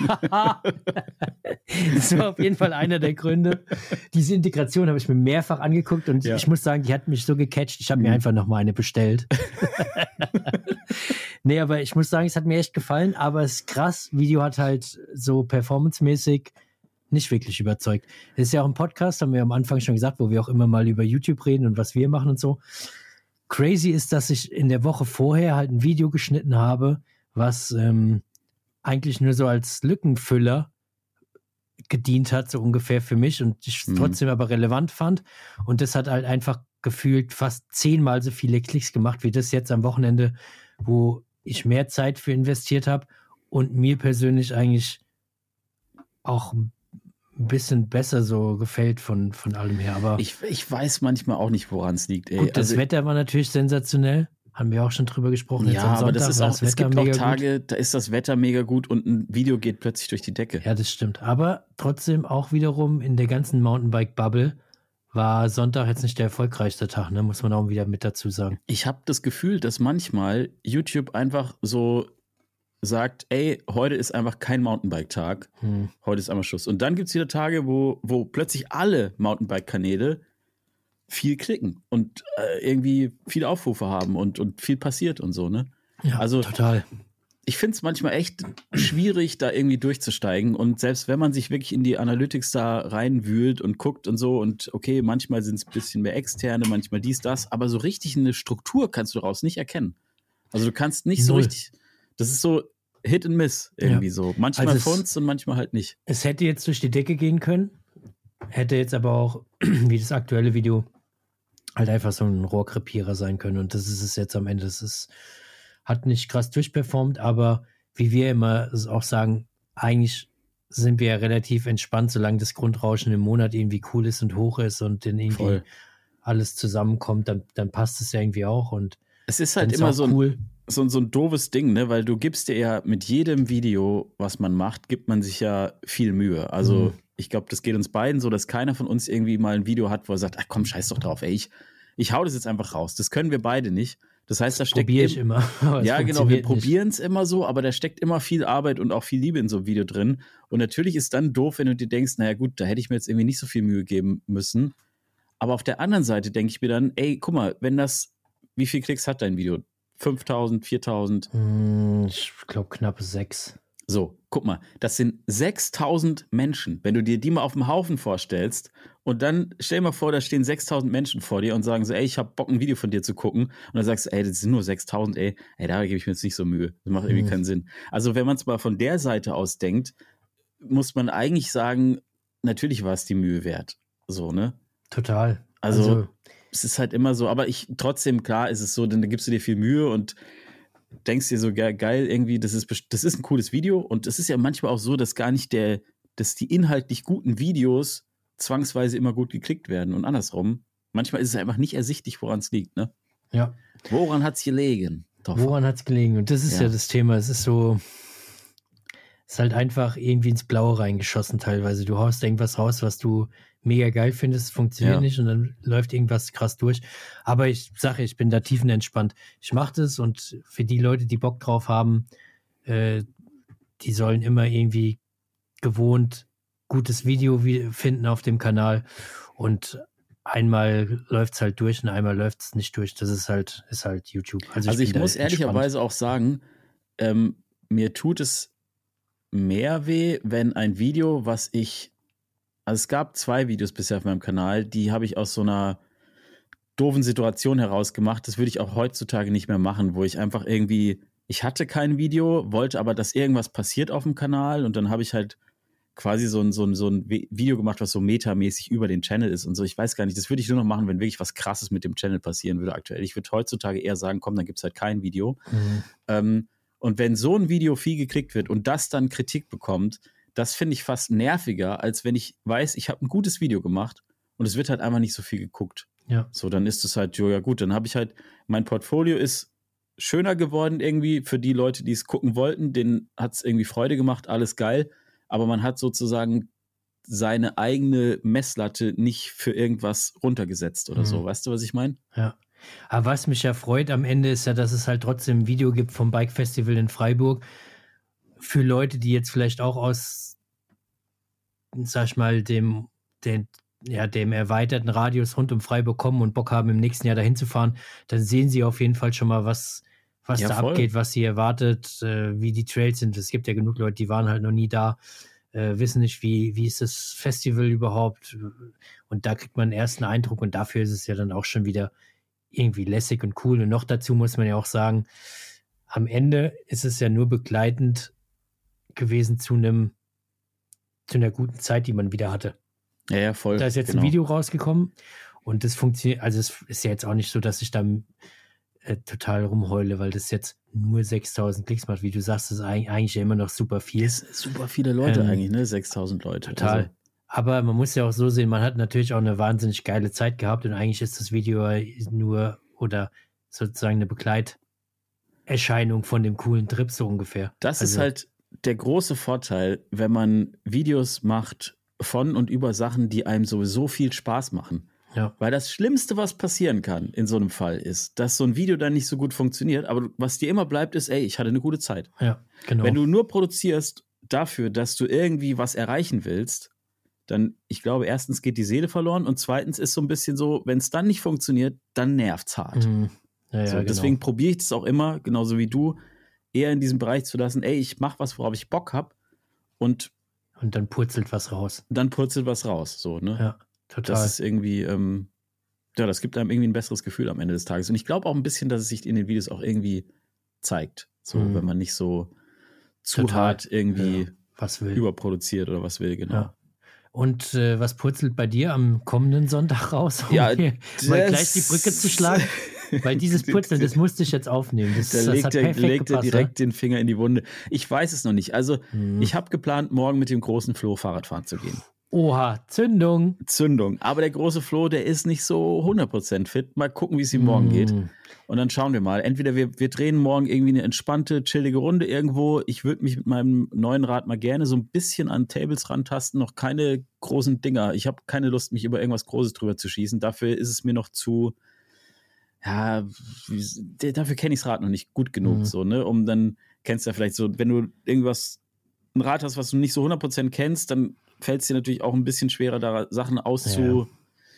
Speaker 2: das war auf jeden Fall einer der Gründe. Diese Integration habe ich mir mehrfach angeguckt und ja. ich muss sagen, die hat mich so gecatcht, ich habe mhm. mir einfach nochmal eine bestellt. Nee, aber ich muss sagen, es hat mir echt gefallen, aber es ist krass, Video hat halt so performancemäßig nicht wirklich überzeugt. Es ist ja auch ein Podcast, haben wir am Anfang schon gesagt, wo wir auch immer mal über YouTube reden und was wir machen und so. Crazy ist, dass ich in der Woche vorher halt ein Video geschnitten habe, was ähm, eigentlich nur so als Lückenfüller gedient hat, so ungefähr für mich und ich es mhm. trotzdem aber relevant fand. Und das hat halt einfach gefühlt fast zehnmal so viele Klicks gemacht, wie das jetzt am Wochenende, wo ich mehr Zeit für investiert habe und mir persönlich eigentlich auch ein bisschen besser so gefällt von, von allem her. Aber
Speaker 1: ich, ich weiß manchmal auch nicht, woran es liegt. Ey.
Speaker 2: Gut, das
Speaker 1: also,
Speaker 2: Wetter war natürlich sensationell. Haben wir auch schon drüber gesprochen.
Speaker 1: Ja,
Speaker 2: jetzt am
Speaker 1: aber
Speaker 2: Sonntag
Speaker 1: das ist auch,
Speaker 2: das
Speaker 1: es gibt auch Tage,
Speaker 2: gut.
Speaker 1: Da ist das Wetter mega gut und ein Video geht plötzlich durch die Decke.
Speaker 2: Ja, das stimmt. Aber trotzdem auch wiederum in der ganzen Mountainbike-Bubble war Sonntag jetzt nicht der erfolgreichste Tag, ne? Muss man auch wieder mit dazu sagen.
Speaker 1: Ich habe das Gefühl, dass manchmal YouTube einfach so sagt, ey, heute ist einfach kein Mountainbike-Tag, hm. heute ist einfach Schluss. Und dann gibt es wieder Tage, wo, wo plötzlich alle Mountainbike-Kanäle viel klicken und äh, irgendwie viele Aufrufe haben und, und viel passiert und so, ne?
Speaker 2: Ja, also, total.
Speaker 1: Ich finde es manchmal echt schwierig, da irgendwie durchzusteigen und selbst wenn man sich wirklich in die Analytics da reinwühlt und guckt und so und okay, manchmal sind es ein bisschen mehr externe, manchmal dies, das, aber so richtig eine Struktur kannst du daraus nicht erkennen. Also du kannst nicht so
Speaker 2: Null.
Speaker 1: richtig, das ist so Hit and Miss irgendwie ja. so. Manchmal
Speaker 2: also
Speaker 1: funzt und manchmal halt nicht.
Speaker 2: Es hätte jetzt durch die Decke gehen können, hätte jetzt aber auch, wie das aktuelle Video, halt einfach so ein Rohrkrepierer sein können und das ist es jetzt am Ende. Das ist, hat nicht krass durchperformt, aber wie wir immer auch sagen, eigentlich sind wir ja relativ entspannt, solange das Grundrauschen im Monat irgendwie cool ist und hoch ist und dann irgendwie Voll. alles zusammenkommt, dann, dann passt es ja irgendwie auch und
Speaker 1: es ist halt immer ist so ein cool. So, so ein doofes Ding, ne? Weil du gibst dir ja mit jedem Video, was man macht, gibt man sich ja viel Mühe. Also mhm. ich glaube, das geht uns beiden so, dass keiner von uns irgendwie mal ein Video hat, wo er sagt, ach komm, scheiß doch drauf, ey, ich, ich hau das jetzt einfach raus. Das können wir beide nicht. Das heißt, da steckt
Speaker 2: probiere ich immer.
Speaker 1: Ja, genau, wir probieren es immer so, aber da steckt immer viel Arbeit und auch viel Liebe in so einem Video drin. Und natürlich ist dann doof, wenn du dir denkst, naja gut, da hätte ich mir jetzt irgendwie nicht so viel Mühe geben müssen. Aber auf der anderen Seite denke ich mir dann, ey, guck mal, wenn das, wie viele Klicks hat dein Video? fünftausend, viertausend?
Speaker 2: Ich glaube knapp sechs.
Speaker 1: So, guck mal, das sind sechstausend Menschen. Wenn du dir die mal auf dem Haufen vorstellst und dann stell mal vor, da stehen sechstausend Menschen vor dir und sagen so, ey, ich hab Bock, ein Video von dir zu gucken. Und dann sagst du, ey, das sind nur sechstausend, ey, ey, da gebe ich mir jetzt nicht so Mühe. Das macht irgendwie mhm. keinen Sinn. Also wenn man es mal von der Seite aus denkt, muss man eigentlich sagen, natürlich war es die Mühe wert. So, ne?
Speaker 2: Total.
Speaker 1: Also, also es ist halt immer so, aber ich, trotzdem, klar ist es so, dann gibst du dir viel Mühe und denkst dir so, ge- geil, irgendwie, das ist, das ist ein cooles Video und es ist ja manchmal auch so, dass gar nicht der, dass die inhaltlich guten Videos zwangsweise immer gut geklickt werden und andersrum. Manchmal ist es einfach nicht ersichtlich, woran es liegt, ne?
Speaker 2: Ja.
Speaker 1: Woran hat es gelegen? Doch.
Speaker 2: Woran hat es gelegen? Und das ist ja. ja das Thema, es ist so, es ist halt einfach irgendwie ins Blaue reingeschossen teilweise. Du haust irgendwas raus, was du mega geil findest, funktioniert ja. nicht und dann läuft irgendwas krass durch. Aber ich sage, ich bin da tiefenentspannt. Ich mache das und für die Leute, die Bock drauf haben, äh, die sollen immer irgendwie gewohnt gutes Video finden auf dem Kanal und einmal läuft es halt durch und einmal läuft es nicht durch. Das ist halt, ist halt YouTube. Also ich,
Speaker 1: also ich muss ehrlicherweise auch sagen, ähm, mir tut es mehr weh, wenn ein Video, was ich Also es gab zwei Videos bisher auf meinem Kanal, die habe ich aus so einer doofen Situation heraus gemacht. Das würde ich auch heutzutage nicht mehr machen, wo ich einfach irgendwie, ich hatte kein Video, wollte aber, dass irgendwas passiert auf dem Kanal und dann habe ich halt quasi so ein, so ein, so ein Video gemacht, was so metamäßig über den Channel ist und so. Ich weiß gar nicht, das würde ich nur noch machen, wenn wirklich was Krasses mit dem Channel passieren würde aktuell. Ich würde heutzutage eher sagen, komm, dann gibt es halt kein Video. Mhm. Ähm, und wenn so ein Video viel geklickt wird und das dann Kritik bekommt, das finde ich fast nerviger, als wenn ich weiß, ich habe ein gutes Video gemacht und es wird halt einfach nicht so viel geguckt.
Speaker 2: Ja.
Speaker 1: So, dann ist es halt, jo, ja gut, dann habe ich halt, mein Portfolio ist schöner geworden irgendwie für die Leute, die es gucken wollten, denen hat es irgendwie Freude gemacht, alles geil, aber man hat sozusagen seine eigene Messlatte nicht für irgendwas runtergesetzt oder mhm. so, weißt du, was ich meine?
Speaker 2: Ja, aber was mich ja freut am Ende ist ja, dass es halt trotzdem ein Video gibt vom Bike Festival in Freiburg für Leute, die jetzt vielleicht auch aus, sag ich mal, dem, den, ja, dem erweiterten Radius rund um Freiburg kommen und Bock haben, im nächsten Jahr dahin zu fahren, dann sehen sie auf jeden Fall schon mal, was, was ja, da voll. abgeht, was sie erwartet, äh, wie die Trails sind. Es gibt ja genug Leute, die waren halt noch nie da, äh, wissen nicht, wie, wie ist das Festival überhaupt. Und da kriegt man einen ersten Eindruck und dafür ist es ja dann auch schon wieder irgendwie lässig und cool. Und noch dazu muss man ja auch sagen, am Ende ist es ja nur begleitend gewesen zu einem zu einer guten Zeit, die man wieder hatte.
Speaker 1: Ja, ja, voll.
Speaker 2: Da ist jetzt genau. ein Video rausgekommen und das funktioniert, also es ist ja jetzt auch nicht so, dass ich da äh, total rumheule, weil das jetzt nur sechstausend Klicks macht, wie du sagst, das ist eigentlich ja immer noch super viel.
Speaker 1: Das ist super viele Leute ähm, eigentlich, ne? sechstausend Leute.
Speaker 2: Total. Also. Aber man muss ja auch so sehen, man hat natürlich auch eine wahnsinnig geile Zeit gehabt und eigentlich ist das Video nur oder sozusagen eine Begleiterscheinung von dem coolen Trip so ungefähr.
Speaker 1: Das
Speaker 2: also,
Speaker 1: ist halt der große Vorteil, wenn man Videos macht von und über Sachen, die einem sowieso viel Spaß machen.
Speaker 2: Ja.
Speaker 1: Weil das Schlimmste, was passieren kann in so einem Fall ist, dass so ein Video dann nicht so gut funktioniert, aber was dir immer bleibt, ist, ey, ich hatte eine gute Zeit.
Speaker 2: Ja, genau.
Speaker 1: Wenn du nur produzierst dafür, dass du irgendwie was erreichen willst, dann, ich glaube, erstens geht die Seele verloren und zweitens ist so ein bisschen so, wenn es dann nicht funktioniert, dann nervt's hart.
Speaker 2: Mhm. Ja, ja,
Speaker 1: so,
Speaker 2: genau.
Speaker 1: Deswegen probiere ich das auch immer, genauso wie du, eher in diesem Bereich zu lassen, ey, ich mache was, worauf ich Bock habe und
Speaker 2: und dann purzelt was raus.
Speaker 1: Dann purzelt was raus, so, ne?
Speaker 2: Ja, total.
Speaker 1: Das ist irgendwie, ähm, ja, das gibt einem irgendwie ein besseres Gefühl am Ende des Tages. Und ich glaube auch ein bisschen, dass es sich in den Videos auch irgendwie zeigt. So, mhm. wenn man nicht so zu total. hart irgendwie
Speaker 2: ja, was will.
Speaker 1: überproduziert oder was will, genau.
Speaker 2: Ja. Und äh, was purzelt bei dir am kommenden Sonntag raus, um
Speaker 1: ja,
Speaker 2: hier mal gleich die Brücke zu schlagen? Weil dieses Purzeln, das musste ich jetzt aufnehmen. Das,
Speaker 1: da
Speaker 2: das
Speaker 1: legt,
Speaker 2: hat
Speaker 1: er, legt er direkt
Speaker 2: ja?
Speaker 1: den Finger in die Wunde. Ich weiß es noch nicht. Also,
Speaker 2: hm.
Speaker 1: ich habe geplant, morgen mit dem großen Flo Fahrrad fahren zu gehen.
Speaker 2: Oha, Zündung.
Speaker 1: Zündung. Aber der große Flo, der ist nicht so hundert Prozent fit. Mal gucken, wie es ihm morgen
Speaker 2: hm.
Speaker 1: geht. Und dann schauen wir mal. Entweder wir, wir drehen morgen irgendwie eine entspannte, chillige Runde irgendwo. Ich würde mich mit meinem neuen Rad mal gerne so ein bisschen an Tables rantasten. Noch keine großen Dinger. Ich habe keine Lust, mich über irgendwas Großes drüber zu schießen. Dafür ist es mir noch zu... Ja, dafür kenne ich das Rad noch nicht gut genug, mhm. so, ne, um dann, kennst du ja vielleicht so, wenn du irgendwas, ein Rad hast, was du nicht so hundert Prozent kennst, dann fällt es dir natürlich auch ein bisschen schwerer, da Sachen auszuleveln,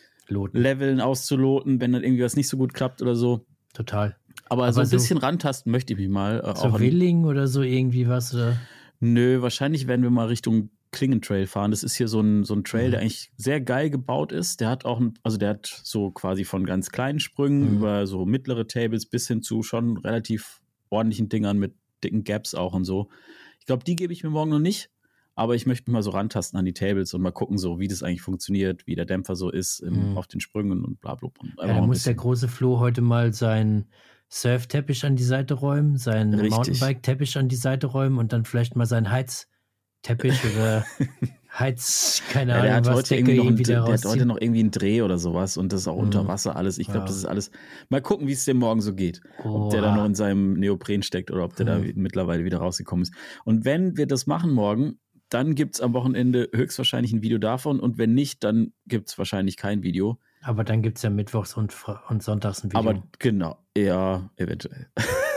Speaker 1: ja. auszuloten, wenn dann irgendwie was nicht so gut klappt oder so.
Speaker 2: Total.
Speaker 1: Aber, Aber so ein so bisschen rantasten möchte ich mich mal. Äh,
Speaker 2: so
Speaker 1: auch
Speaker 2: Willing oder so irgendwie was, oder?
Speaker 1: Nö, wahrscheinlich werden wir mal Richtung Klingentrail fahren. Das ist hier so ein, so ein Trail, mhm. der eigentlich sehr geil gebaut ist. Der hat auch, ein, also der hat so quasi von ganz kleinen Sprüngen mhm. über so mittlere Tables bis hin zu schon relativ ordentlichen Dingern mit dicken Gaps auch und so. Ich glaube, die gebe ich mir morgen noch nicht, aber ich möchte mich mal so rantasten an die Tables und mal gucken, so wie das eigentlich funktioniert, wie der Dämpfer so ist im, mhm. auf den Sprüngen und bla bla bla.
Speaker 2: Ja, da muss der große Flo heute mal seinen Surf-Teppich an die Seite räumen, seinen Mountainbike-Teppich an die Seite räumen und dann vielleicht mal seinen Heiz Teppich oder Heiz, keine
Speaker 1: ja,
Speaker 2: Ahnung,
Speaker 1: der hat
Speaker 2: was
Speaker 1: heute
Speaker 2: Decke
Speaker 1: irgendwie noch einen,
Speaker 2: wieder
Speaker 1: der hat heute noch irgendwie einen Dreh oder sowas und das ist auch
Speaker 2: mhm.
Speaker 1: unter Wasser alles. Ich glaube, ja. das ist alles. Mal gucken, wie es dem morgen so geht.
Speaker 2: Oh.
Speaker 1: Ob der da noch in seinem Neopren steckt oder ob der mhm. da mittlerweile wieder rausgekommen ist. Und wenn wir das machen morgen, dann gibt es am Wochenende höchstwahrscheinlich ein Video davon und wenn nicht, dann gibt es wahrscheinlich kein Video.
Speaker 2: Aber dann gibt es ja mittwochs und, und sonntags ein Video.
Speaker 1: Aber genau, ja, eventuell.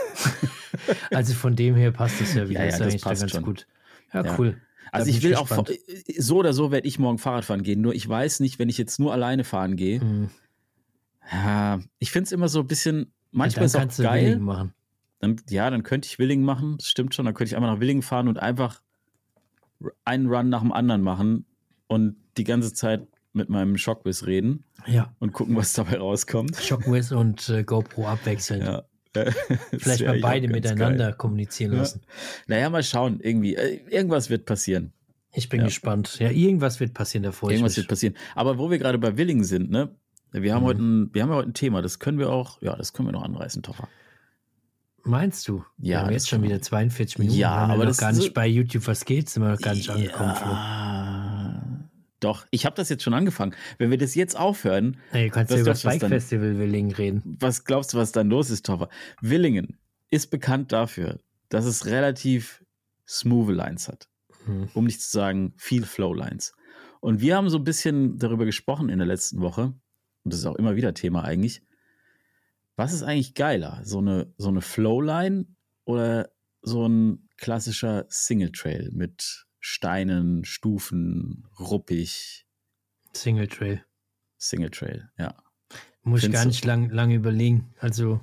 Speaker 2: Also von dem her passt das ja wieder.
Speaker 1: Ja, ja,
Speaker 2: das,
Speaker 1: das
Speaker 2: ist
Speaker 1: passt
Speaker 2: ganz
Speaker 1: schon.
Speaker 2: gut. Ja,
Speaker 1: ja.
Speaker 2: cool.
Speaker 1: Also ich will auch, so oder so werde ich morgen Fahrrad fahren gehen, nur ich weiß nicht, wenn ich jetzt nur alleine fahren gehe,
Speaker 2: mhm.
Speaker 1: ja, ich finde es immer so ein bisschen, manchmal
Speaker 2: ja,
Speaker 1: ist es auch geil.
Speaker 2: Willingen machen.
Speaker 1: Dann, ja, dann könnte ich Willingen machen, das stimmt schon, dann könnte ich einmal nach Willingen fahren und einfach einen Run nach dem anderen machen und die ganze Zeit mit meinem Shockwiz reden
Speaker 2: ja.
Speaker 1: und gucken, was dabei rauskommt.
Speaker 2: Shockwiz und äh, GoPro abwechseln.
Speaker 1: Ja.
Speaker 2: Vielleicht mal beide miteinander geil. kommunizieren lassen.
Speaker 1: Ja. Naja, mal schauen, irgendwie. Irgendwas wird passieren.
Speaker 2: Ich bin
Speaker 1: Ja.
Speaker 2: gespannt. Ja, irgendwas wird passieren, da freue ich
Speaker 1: Irgendwas
Speaker 2: mich.
Speaker 1: wird passieren. Aber wo wir gerade bei Willingen sind, ne? Wir haben,
Speaker 2: Mhm.
Speaker 1: heute ein, wir haben ja heute ein Thema, das können wir auch, ja, das können wir noch anreißen, Toffer.
Speaker 2: Meinst du?
Speaker 1: Ja,
Speaker 2: Wir haben
Speaker 1: das
Speaker 2: jetzt schon
Speaker 1: kann
Speaker 2: wieder
Speaker 1: man.
Speaker 2: zweiundvierzig Minuten.
Speaker 1: Ja,
Speaker 2: wir haben
Speaker 1: aber
Speaker 2: noch
Speaker 1: das
Speaker 2: gar
Speaker 1: ist
Speaker 2: nicht
Speaker 1: so-
Speaker 2: bei YouTube, was geht, sind wir noch gar nicht angekommen, Flo.
Speaker 1: Ja, doch, ich habe das jetzt schon angefangen. Wenn wir das jetzt aufhören,
Speaker 2: Hey, du kannst
Speaker 1: was
Speaker 2: ja über
Speaker 1: glaubst
Speaker 2: das
Speaker 1: du, was dann-
Speaker 2: Bike-Festival Willingen reden.
Speaker 1: was glaubst du, was dann los ist, Toffer? Willingen ist bekannt dafür, dass es relativ smooth Lines hat.
Speaker 2: Hm.
Speaker 1: Um nicht zu sagen, viel Flowlines. Und wir haben so ein bisschen darüber gesprochen in der letzten Woche, und das ist auch immer wieder Thema eigentlich, was ist eigentlich geiler? So eine, so eine Flowline oder so ein klassischer Single Trail mit Steinen, Stufen, ruppig,
Speaker 2: Single Trail.
Speaker 1: Single Trail, ja.
Speaker 2: Muss ich
Speaker 1: Findest
Speaker 2: gar
Speaker 1: du?
Speaker 2: nicht lang, lange überlegen. Also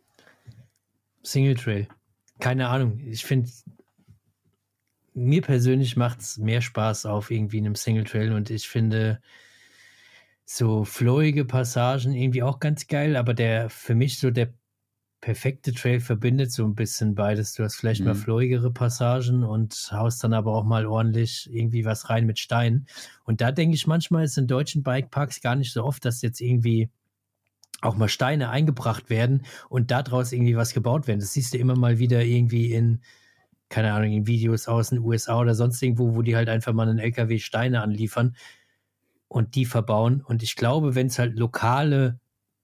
Speaker 2: Single Trail. Keine Ahnung. Ich finde, mir persönlich macht es mehr Spaß auf irgendwie einem Single Trail und ich finde so flowige Passagen irgendwie auch ganz geil, aber der für mich so der perfekte Trail verbindet so ein bisschen beides. Du hast vielleicht
Speaker 1: Mhm.
Speaker 2: mal flowigere Passagen und haust dann aber auch mal ordentlich irgendwie was rein mit Steinen. Und da denke ich manchmal ist in deutschen Bikeparks gar nicht so oft, dass jetzt irgendwie auch mal Steine eingebracht werden und daraus irgendwie was gebaut werden. Das siehst du immer mal wieder irgendwie in, keine Ahnung, in Videos aus den U S A oder sonst irgendwo, wo die halt einfach mal einen L K W Steine anliefern und die verbauen. Und ich glaube, wenn es halt lokale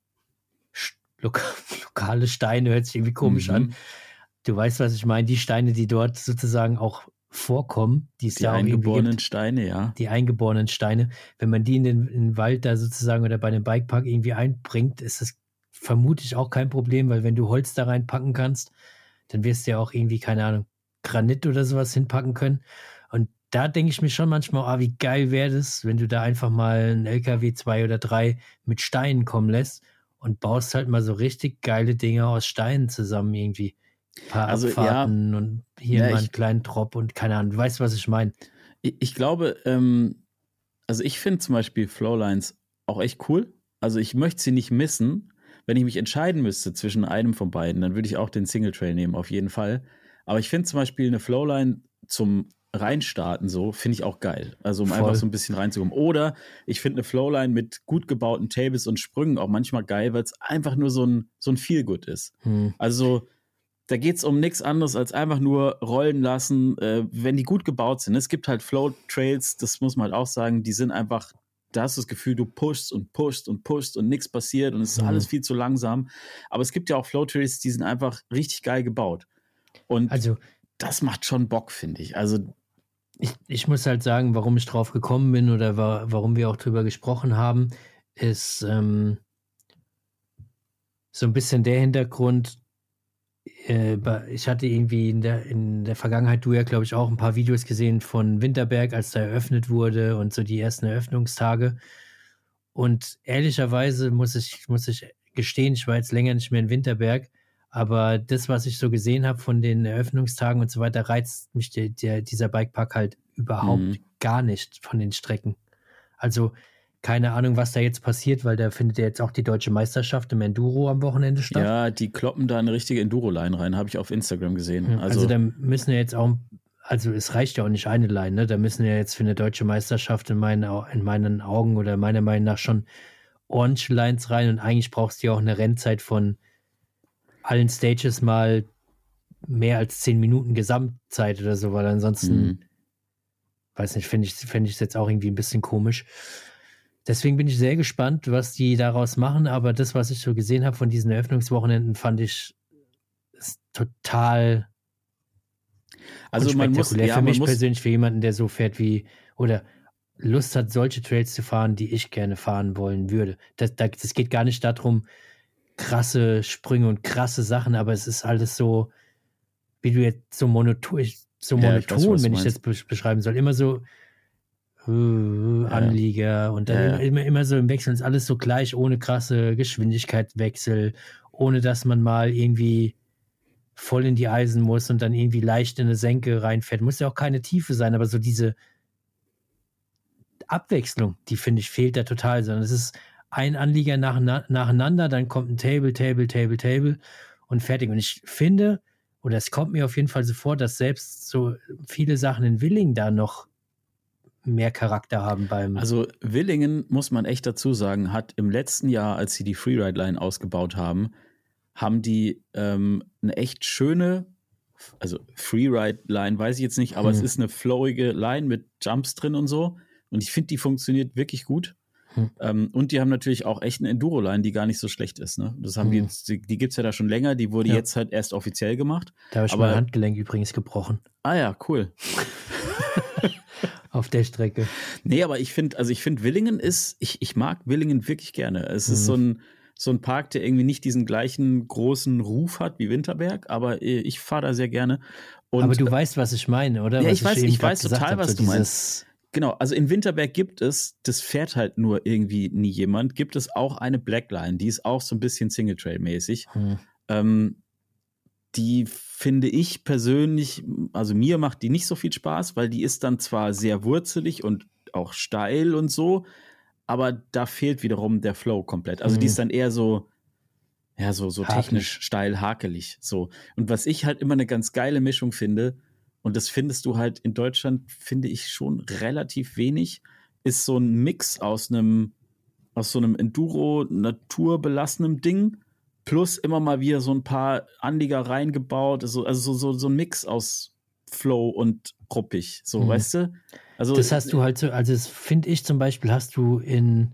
Speaker 2: Loka lokale Steine, hört sich irgendwie komisch
Speaker 1: Mhm.
Speaker 2: an. Du weißt, was ich meine. Die Steine, die dort sozusagen auch vorkommen, die es
Speaker 1: Die
Speaker 2: da auch irgendwie
Speaker 1: eingeborenen
Speaker 2: gibt,
Speaker 1: Steine, ja.
Speaker 2: die eingeborenen Steine, wenn man die in den, in den Wald da sozusagen oder bei dem Bikepark irgendwie einbringt, ist das vermutlich auch kein Problem, weil wenn du Holz da reinpacken kannst, dann wirst du ja auch irgendwie, keine Ahnung, Granit oder sowas hinpacken können. Und da denke ich mir schon manchmal, ah, wie geil wäre das, wenn du da einfach mal einen L K W zwei oder drei mit Steinen kommen lässt und baust halt mal so richtig geile Dinge aus Steinen zusammen irgendwie. Ein paar
Speaker 1: Also,
Speaker 2: Abfahrten und hier
Speaker 1: Ja,
Speaker 2: mal
Speaker 1: ich-
Speaker 2: einen kleinen Drop und keine Ahnung, du weißt, was ich meine.
Speaker 1: Ich, ich glaube, ähm, also ich finde zum Beispiel Flowlines auch echt cool. Also ich möchte sie nicht missen. Wenn ich mich entscheiden müsste zwischen einem von beiden, dann würde ich auch den Single Trail nehmen, auf jeden Fall. Aber ich finde zum Beispiel eine Flowline zum Reinstarten so, finde ich auch geil. Also um
Speaker 2: Voll.
Speaker 1: einfach so ein bisschen reinzukommen. Oder ich finde eine Flowline mit gut gebauten Tables und Sprüngen auch manchmal geil, weil es einfach nur so ein, so ein Feel-Good ist.
Speaker 2: Hm.
Speaker 1: Also da geht es um nichts anderes als einfach nur rollen lassen, äh, wenn die gut gebaut sind. Es gibt halt Flow-Trails, das muss man halt auch sagen, die sind einfach, da hast du das Gefühl, du pushst und pushst und pushst und nichts passiert und es ist
Speaker 2: Mhm.
Speaker 1: alles viel zu langsam. Aber es gibt ja auch Flow-Trails, die sind einfach richtig geil gebaut. Und
Speaker 2: Also
Speaker 1: das macht schon Bock, finde ich. Also,
Speaker 2: ich, ich muss halt sagen, warum ich drauf gekommen bin oder wa warum wir auch drüber gesprochen haben, ist ähm, so ein bisschen der Hintergrund. Äh, bei- ich hatte irgendwie in der, in der Vergangenheit, du ja, glaube ich, auch ein paar Videos gesehen von Winterberg, als da eröffnet wurde und so die ersten Eröffnungstage. Und ehrlicherweise muss ich, muss ich gestehen, ich war jetzt länger nicht mehr in Winterberg, aber das, was ich so gesehen habe von den Eröffnungstagen und so weiter, reizt mich der, der, dieser Bikepark halt überhaupt
Speaker 1: Mhm.
Speaker 2: gar nicht von den Strecken. Also keine Ahnung, was da jetzt passiert, weil da findet ja jetzt auch die deutsche Meisterschaft im Enduro am Wochenende statt.
Speaker 1: ja, die kloppen da eine richtige Enduro-Line rein, habe ich auf Instagram gesehen.
Speaker 2: Ja, Also,
Speaker 1: Also,
Speaker 2: da müssen ja jetzt auch, also es reicht ja auch nicht eine Line, ne? Da müssen ja jetzt für eine deutsche Meisterschaft in meinen, Au- in meinen Augen oder meiner Meinung nach schon ordentliche Lines rein und eigentlich brauchst du ja auch eine Rennzeit von allen Stages mal mehr als zehn Minuten Gesamtzeit oder so, weil ansonsten,
Speaker 1: mhm.
Speaker 2: weiß nicht, finde ich, finde ich es jetzt auch irgendwie ein bisschen komisch. Deswegen bin ich sehr gespannt, was die daraus machen, aber das, was ich so gesehen habe von diesen Eröffnungswochenenden, fand ich ist total
Speaker 1: also man muss,
Speaker 2: unspektakulär.
Speaker 1: ja,
Speaker 2: für
Speaker 1: man
Speaker 2: mich
Speaker 1: muss,
Speaker 2: persönlich, für jemanden, der so fährt wie, oder Lust hat, solche Trails zu fahren, die ich gerne fahren wollen würde. Das, das, das geht gar nicht darum, krasse Sprünge und krasse Sachen, aber es ist alles so, wie du jetzt so monoton, so
Speaker 1: Ja, ich weiß,
Speaker 2: monoton,
Speaker 1: was du
Speaker 2: wenn ich
Speaker 1: meinst.
Speaker 2: das besch- beschreiben soll, immer so äh, Anlieger und dann
Speaker 1: Ja, ja.
Speaker 2: immer, immer, immer so im Wechsel, ist alles so gleich, ohne krasse Geschwindigkeitswechsel, ohne dass man mal irgendwie voll in die Eisen muss und dann irgendwie leicht in eine Senke reinfährt. Muss ja auch keine Tiefe sein, aber so diese Abwechslung, die finde ich, fehlt da total, sondern es ist ein Anlieger nach, nacheinander, dann kommt ein Table, Table, Table, Table und fertig. Und ich finde, oder es kommt mir auf jeden Fall so vor, dass selbst so viele Sachen in Willingen da noch mehr Charakter haben beim.
Speaker 1: Also Willingen, muss man echt dazu sagen, hat im letzten Jahr, als sie die Freeride-Line ausgebaut haben, haben die ähm, eine echt schöne, also Freeride-Line weiß ich jetzt nicht, aber hm. es ist eine flowige Line mit Jumps drin und so. Und ich finde, die funktioniert wirklich gut. Hm. Ähm, und die haben natürlich auch echt eine Enduro-Line, die gar nicht so schlecht ist. Ne? Das haben hm. die, die, die gibt es ja da schon länger, die wurde ja. jetzt halt erst offiziell gemacht.
Speaker 2: Da habe ich
Speaker 1: aber,
Speaker 2: mein Handgelenk übrigens gebrochen.
Speaker 1: Ah ja, cool.
Speaker 2: Auf der Strecke.
Speaker 1: Nee, aber ich finde, also ich finde Willingen ist, ich, ich mag Willingen wirklich gerne. Es hm. ist so ein, so ein Park, der irgendwie nicht diesen gleichen großen Ruf hat wie Winterberg, aber ich fahre da sehr gerne. Und,
Speaker 2: aber du weißt, was ich meine, oder?
Speaker 1: Ja,
Speaker 2: was
Speaker 1: ich weiß, ich, ich weiß total,
Speaker 2: hab,
Speaker 1: was
Speaker 2: so
Speaker 1: du meinst. Genau, also in Winterberg gibt es, das fährt halt nur irgendwie nie jemand, gibt es auch eine Blackline, die ist auch so ein bisschen Singletrail-mäßig. Hm. Ähm, die finde ich persönlich, also mir macht die nicht so viel Spaß, weil die ist dann zwar sehr wurzelig und auch steil und so, aber da fehlt wiederum der Flow komplett. Also hm. die ist dann eher so, ja, so, so technisch steil, hakelig. So. Und was ich halt immer eine ganz geile Mischung finde, und das findest du halt in Deutschland, finde ich, schon relativ wenig, ist so ein Mix aus einem, aus so einem Enduro-naturbelassenen Ding, plus immer mal wieder so ein paar Anlieger reingebaut, also, also so, so, so ein Mix aus Flow und ruppig, so, mhm. weißt du? Also,
Speaker 2: das hast du halt so, also das finde ich zum Beispiel, hast du in,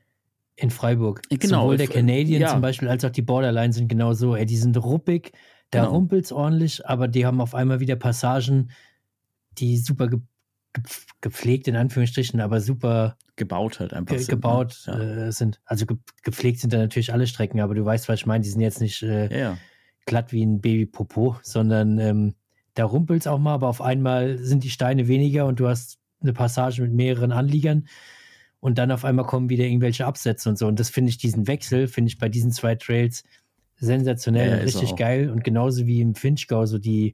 Speaker 2: in Freiburg.
Speaker 1: Genau.
Speaker 2: Sowohl der Canadian
Speaker 1: ja.
Speaker 2: zum Beispiel, als auch die Borderline sind genau so, ey, die sind ruppig, da genau. rumpelt's ordentlich, aber die haben auf einmal wieder Passagen, die super ge- ge- gepflegt, in Anführungsstrichen, aber super
Speaker 1: gebaut halt einfach
Speaker 2: ge-
Speaker 1: sind,
Speaker 2: gebaut
Speaker 1: ne? ja.
Speaker 2: äh, sind. Also ge- gepflegt sind da natürlich alle Strecken, aber du weißt, was ich meine, die sind jetzt nicht äh,
Speaker 1: ja, ja.
Speaker 2: glatt wie ein Babypopo, sondern ähm, da rumpelt's auch mal, aber auf einmal sind die Steine weniger und du hast eine Passage mit mehreren Anliegern und dann auf einmal kommen wieder irgendwelche Absätze und so. Und das finde ich, diesen Wechsel, finde ich bei diesen zwei Trails sensationell
Speaker 1: ja,
Speaker 2: und richtig geil. Und genauso wie im Finchgau, so die,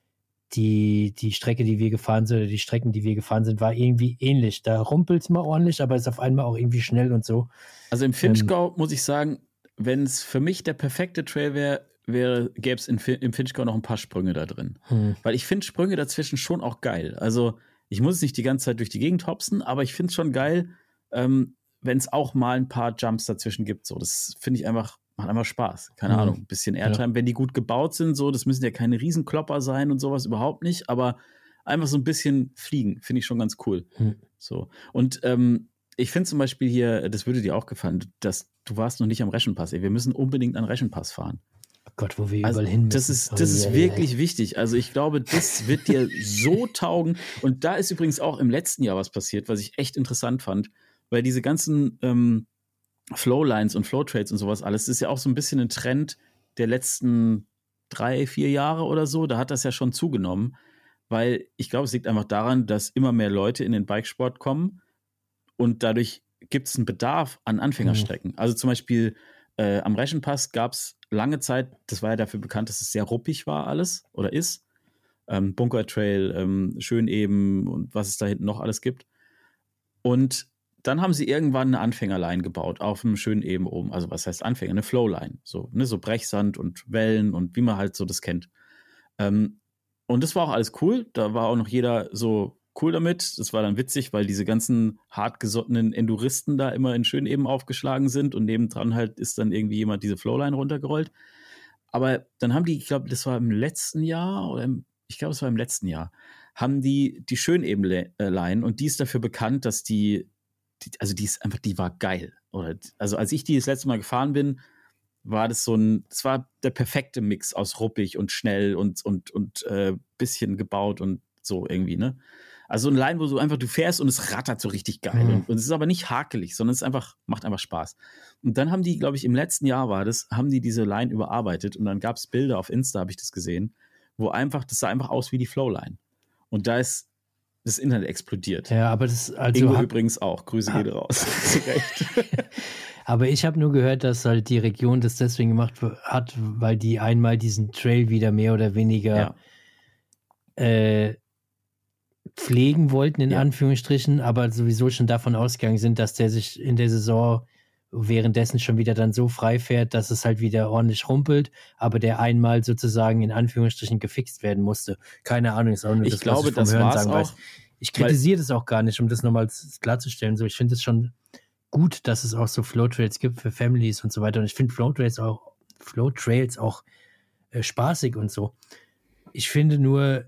Speaker 2: die, die Strecke, die wir gefahren sind, oder die Strecken, die wir gefahren sind, war irgendwie ähnlich. Da rumpelt es mal ordentlich, aber ist auf einmal auch irgendwie schnell und so.
Speaker 1: Also im Finchgau ähm, muss ich sagen, wenn es für mich der perfekte Trail wäre, wäre gäbe es im Finchgau noch ein paar Sprünge da drin. Hm. Weil ich finde Sprünge dazwischen schon auch geil. Also ich muss es nicht die ganze Zeit durch die Gegend hopsen, aber ich finde es schon geil, ähm, wenn es auch mal ein paar Jumps dazwischen gibt. So, das finde ich einfach macht einfach Spaß. Keine mhm. Ahnung, ein bisschen Airtime. Ja. Wenn die gut gebaut sind, so, das müssen ja keine Riesenklopper sein und sowas, überhaupt nicht, aber einfach so ein bisschen fliegen, finde ich schon ganz cool. Mhm. So. Und ähm, ich finde zum Beispiel hier, das würde dir auch gefallen, dass du warst noch nicht am Reschenpass. Ey, wir müssen unbedingt an Reschenpass fahren.
Speaker 2: Oh Gott, wo wir
Speaker 1: also,
Speaker 2: überall hin müssen.
Speaker 1: Das ist, das ist oh, wirklich yeah. wichtig. Also ich glaube, das wird dir so taugen. Und da ist übrigens auch im letzten Jahr was passiert, was ich echt interessant fand, weil diese ganzen ähm, Flowlines und Flowtrades und sowas alles, das ist ja auch so ein bisschen ein Trend der letzten drei, vier Jahre oder so. Da hat das ja schon zugenommen, weil ich glaube, es liegt einfach daran, dass immer mehr Leute in den Bikesport kommen und dadurch gibt es einen Bedarf an Anfängerstrecken. Mhm. Also zum Beispiel äh, am Reschenpass gab es lange Zeit, das war ja dafür bekannt, dass es sehr ruppig war alles oder ist. Ähm, Bunkertrail, ähm, Schöneben und was es da hinten noch alles gibt. Und dann haben sie irgendwann eine Anfängerline gebaut auf einem schönen Eben oben. Also was heißt Anfänger? Eine Flowline. So, ne, so Brechsand und Wellen und wie man halt so das kennt. Ähm, und das war auch alles cool. Da war auch noch jeder so cool damit. Das war dann witzig, weil diese ganzen hartgesottenen Enduristen da immer in Schöneben aufgeschlagen sind und nebendran halt ist dann irgendwie jemand diese Flowline runtergerollt. Aber dann haben die, ich glaube, das war im letzten Jahr oder im, ich glaube, es war im letzten Jahr, haben die die Schöneben-Line und die ist dafür bekannt, dass die Die, also die ist einfach, die war geil. Oder, also als ich die das letzte Mal gefahren bin, war das so ein, das war der perfekte Mix aus ruppig und schnell und, und, und äh, bisschen gebaut und so irgendwie, ne? Also so ein Line, wo du einfach, du fährst und es rattert so richtig geil. Mhm. Und, und es ist aber nicht hakelig, sondern es ist einfach, macht einfach Spaß. Und dann haben die, glaube ich, im letzten Jahr war das, haben die diese Line überarbeitet und dann gab es Bilder auf Insta, habe ich das gesehen, wo einfach, das sah einfach aus wie die Flowline. Und da ist das Internet explodiert.
Speaker 2: Ja, aber das also
Speaker 1: Ingo
Speaker 2: hab,
Speaker 1: übrigens auch. Grüße ah. geht raus. Zu Recht.
Speaker 2: Aber ich habe nur gehört, dass halt die Region das deswegen gemacht hat, weil die einmal diesen Trail wieder mehr oder weniger ja. äh, pflegen wollten, in ja. Anführungsstrichen, aber sowieso schon davon ausgegangen sind, dass der sich in der Saison währenddessen schon wieder dann so frei fährt, dass es halt wieder ordentlich rumpelt, aber der einmal sozusagen in Anführungsstrichen gefixt werden musste. Keine Ahnung, ist auch nur
Speaker 1: ich
Speaker 2: das,
Speaker 1: glaube,
Speaker 2: was ich vom
Speaker 1: das
Speaker 2: Hören
Speaker 1: war's
Speaker 2: sagen
Speaker 1: auch.
Speaker 2: weiß. ich kritisiere das auch gar nicht, um das nochmal klarzustellen. So, ich finde es schon gut, dass es auch so Flow-Trails gibt für Families und so weiter. Und ich finde Flow-Trails auch, Flow-Trails auch äh, spaßig und so. Ich finde nur,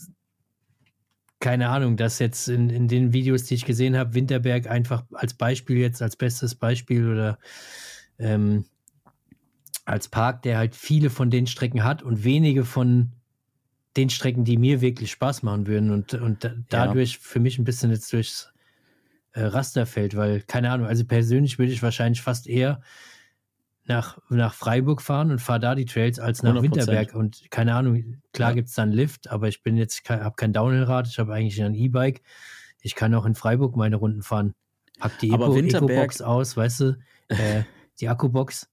Speaker 2: keine Ahnung, dass jetzt in, in den Videos, die ich gesehen habe, Winterberg einfach als Beispiel jetzt, als bestes Beispiel oder ähm, als Park, der halt viele von den Strecken hat und wenige von den Strecken, die mir wirklich Spaß machen würden und, und da, dadurch ja. für mich ein bisschen jetzt durchs äh, Raster fällt, weil, keine Ahnung, also persönlich würde ich wahrscheinlich fast eher nach, nach Freiburg fahren und fahre da die Trails als nach hundert Prozent. Winterberg und keine Ahnung, klar ja. gibt es dann Lift, aber ich bin jetzt, habe kein Downhill-Rad, ich habe eigentlich ein E-Bike, ich kann auch in Freiburg meine Runden fahren, hab die Eco, Eco-Box aus, weißt du, äh, die Akkubox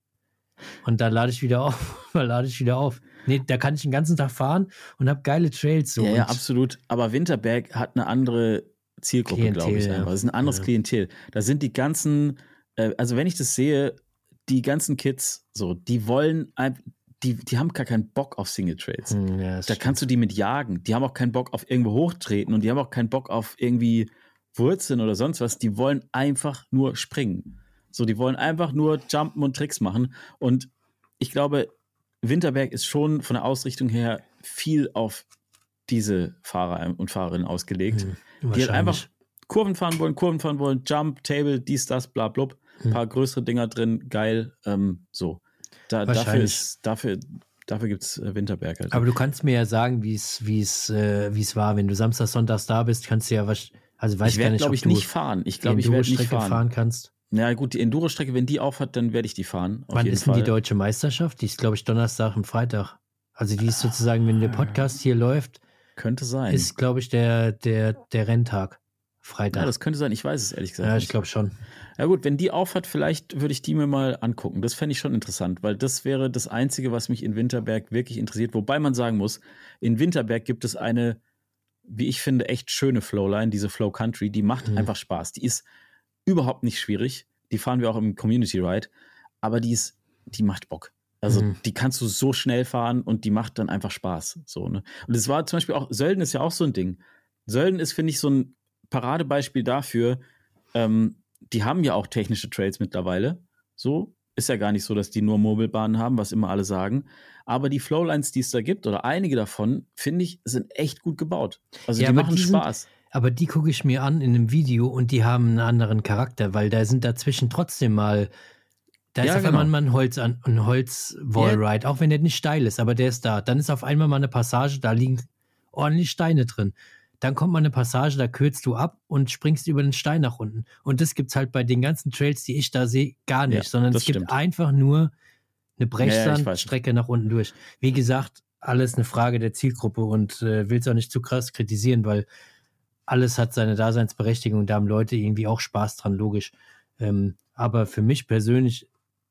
Speaker 2: und dann lade ich wieder auf, dann lade ich wieder auf. Nee, da kann ich den ganzen Tag fahren und habe geile Trails. So
Speaker 1: ja, ja, absolut, aber Winterberg hat eine andere Zielgruppe, glaube ich, einfach. Das ist ein anderes ja. Klientel. Da sind die ganzen, äh, also wenn ich das sehe, die ganzen Kids, so, die wollen, die, die haben gar keinen Bock auf Single-Trails. Hm, ja, da stimmt. Kannst du die mit jagen. Die haben auch keinen Bock auf irgendwo hochtreten und die haben auch keinen Bock auf irgendwie Wurzeln oder sonst was. Die wollen einfach nur springen. So, die wollen einfach nur jumpen und Tricks machen. Und ich glaube, Winterberg ist schon von der Ausrichtung her viel auf diese Fahrer und Fahrerinnen ausgelegt, hm, die halt einfach Kurven fahren wollen, Kurven fahren wollen, Jump, Table, dies, das, bla, blub. Ein paar größere Dinger drin, geil, ähm, so. Da, dafür ist, dafür, dafür gibt es Winterberg halt.
Speaker 2: Aber du kannst mir ja sagen, wie es, wie es, äh, wie es war, wenn du Samstag, Sonntags da bist, kannst du ja was, also weiß
Speaker 1: ich werde, glaube ich, nicht fahren. Ich glaube, ich werde nicht fahren.
Speaker 2: fahren kannst.
Speaker 1: Ja gut, die Enduro-Strecke, wenn die aufhat, dann werde ich die fahren.
Speaker 2: Wann ist denn die deutsche Meisterschaft? Die ist, glaube ich, Donnerstag und Freitag. Also die ist sozusagen, wenn der Podcast hier läuft,
Speaker 1: könnte sein.
Speaker 2: Ist, glaube ich, der, der, der Renntag. Freitag.
Speaker 1: Ja, das könnte sein. Ich weiß es ehrlich gesagt
Speaker 2: Ja,
Speaker 1: nicht.
Speaker 2: ich glaube schon.
Speaker 1: Ja gut, wenn die aufhat, vielleicht würde ich die mir mal angucken. Das fände ich schon interessant, weil das wäre das Einzige, was mich in Winterberg wirklich interessiert. Wobei man sagen muss, in Winterberg gibt es eine, wie ich finde, echt schöne Flowline, diese Flow Country. Die macht mhm. einfach Spaß. Die ist überhaupt nicht schwierig. Die fahren wir auch im Community Ride. Aber die ist, die macht Bock. Also mhm. die kannst du so schnell fahren und die macht dann einfach Spaß. So, ne? Und es war zum Beispiel auch, Sölden ist ja auch so ein Ding. Sölden ist, finde ich, so ein Paradebeispiel dafür, ähm, die haben ja auch technische Trails mittlerweile. So, ist ja gar nicht so, dass die nur Mobilbahnen haben, was immer alle sagen. Aber die Flowlines, die es da gibt, oder einige davon, finde ich, sind echt gut gebaut. Also ja, die machen die Spaß.
Speaker 2: Sind, aber die gucke ich mir an in einem Video und die haben einen anderen Charakter, weil da sind dazwischen trotzdem mal, da ist ja, auf genau. einmal mal ein Holz an, ein Holz-Wallride, ja. auch wenn der nicht steil ist, aber der ist da. Dann ist auf einmal mal eine Passage, da liegen ordentlich Steine drin. Dann kommt mal eine Passage, da kürzt du ab und springst über den Stein nach unten. Und das gibt's halt bei den ganzen Trails, die ich da sehe, gar nicht, ja, sondern es gibt stimmt. einfach nur eine Brechsandstrecke ja, ja, nach unten durch. Wie gesagt, alles eine Frage der Zielgruppe und äh, will es auch nicht zu krass kritisieren, weil alles hat seine Daseinsberechtigung, da haben Leute irgendwie auch Spaß dran, logisch. Ähm, aber für mich persönlich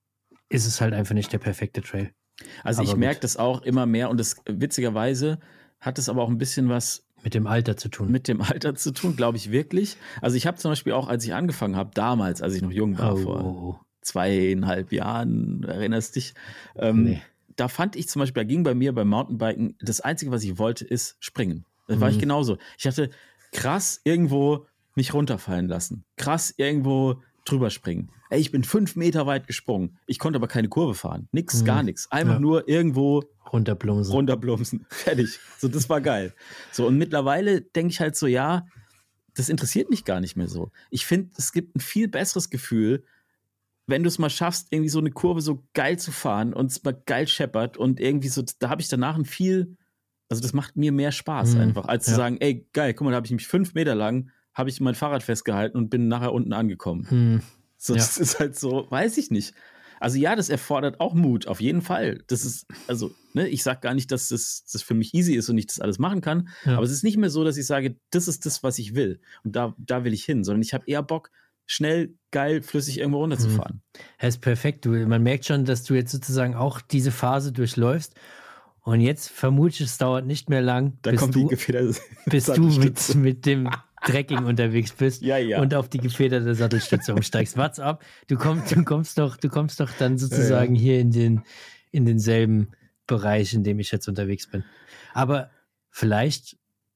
Speaker 2: ist es halt einfach nicht der perfekte Trail.
Speaker 1: Also aber ich merke das auch immer mehr und das witzigerweise hat es aber auch ein bisschen was
Speaker 2: mit dem Alter zu tun.
Speaker 1: Mit dem Alter zu tun, glaube ich wirklich. Also ich habe zum Beispiel auch, als ich angefangen habe, damals, als ich noch jung war, oh. vor zweieinhalb Jahren, erinnerst dich, ähm, nee. da fand ich zum Beispiel, da ging bei mir beim Mountainbiken, das Einzige, was ich wollte, ist springen. Da mhm. war ich genauso. Ich hatte krass irgendwo mich runterfallen lassen. Krass irgendwo drüber springen. Ey, ich bin fünf Meter weit gesprungen. Ich konnte aber keine Kurve fahren. Nix, mhm. gar nichts. Einfach ja. nur irgendwo
Speaker 2: runterblumsen.
Speaker 1: Runterblumsen. Fertig. So, das war geil. So, und mittlerweile denke ich halt so, ja, das interessiert mich gar nicht mehr so. Ich finde, es gibt ein viel besseres Gefühl, wenn du es mal schaffst, irgendwie so eine Kurve so geil zu fahren und es mal geil scheppert und irgendwie so, da habe ich danach ein viel, also das macht mir mehr Spaß mhm. einfach, als ja. zu sagen, ey, geil, guck mal, da habe ich mich fünf Meter lang, habe ich mein Fahrrad festgehalten und bin nachher unten angekommen. Mhm. So, ja. das ist halt so, weiß ich nicht. Also ja, das erfordert auch Mut, auf jeden Fall. Das ist, also, ne, ich sage gar nicht, dass das, das für mich easy ist und ich das alles machen kann, ja. aber es ist nicht mehr so, dass ich sage, das ist das, was ich will und da, da will ich hin, sondern ich habe eher Bock, schnell, geil, flüssig irgendwo runterzufahren.
Speaker 2: Das ist perfekt. Du, man merkt schon, dass du jetzt sozusagen auch diese Phase durchläufst und jetzt vermute ich, es dauert nicht mehr lang,
Speaker 1: da
Speaker 2: bis,
Speaker 1: kommt
Speaker 2: du,
Speaker 1: die gefederte
Speaker 2: bis du mit, mit dem Trekking unterwegs bist
Speaker 1: ja, ja.
Speaker 2: und auf die gefederte Sattelstütze umsteigst. What's up? Du kommst, du kommst doch, du kommst doch dann sozusagen ja, ja. hier in den, in denselben Bereich, in dem ich jetzt unterwegs bin. Aber vielleicht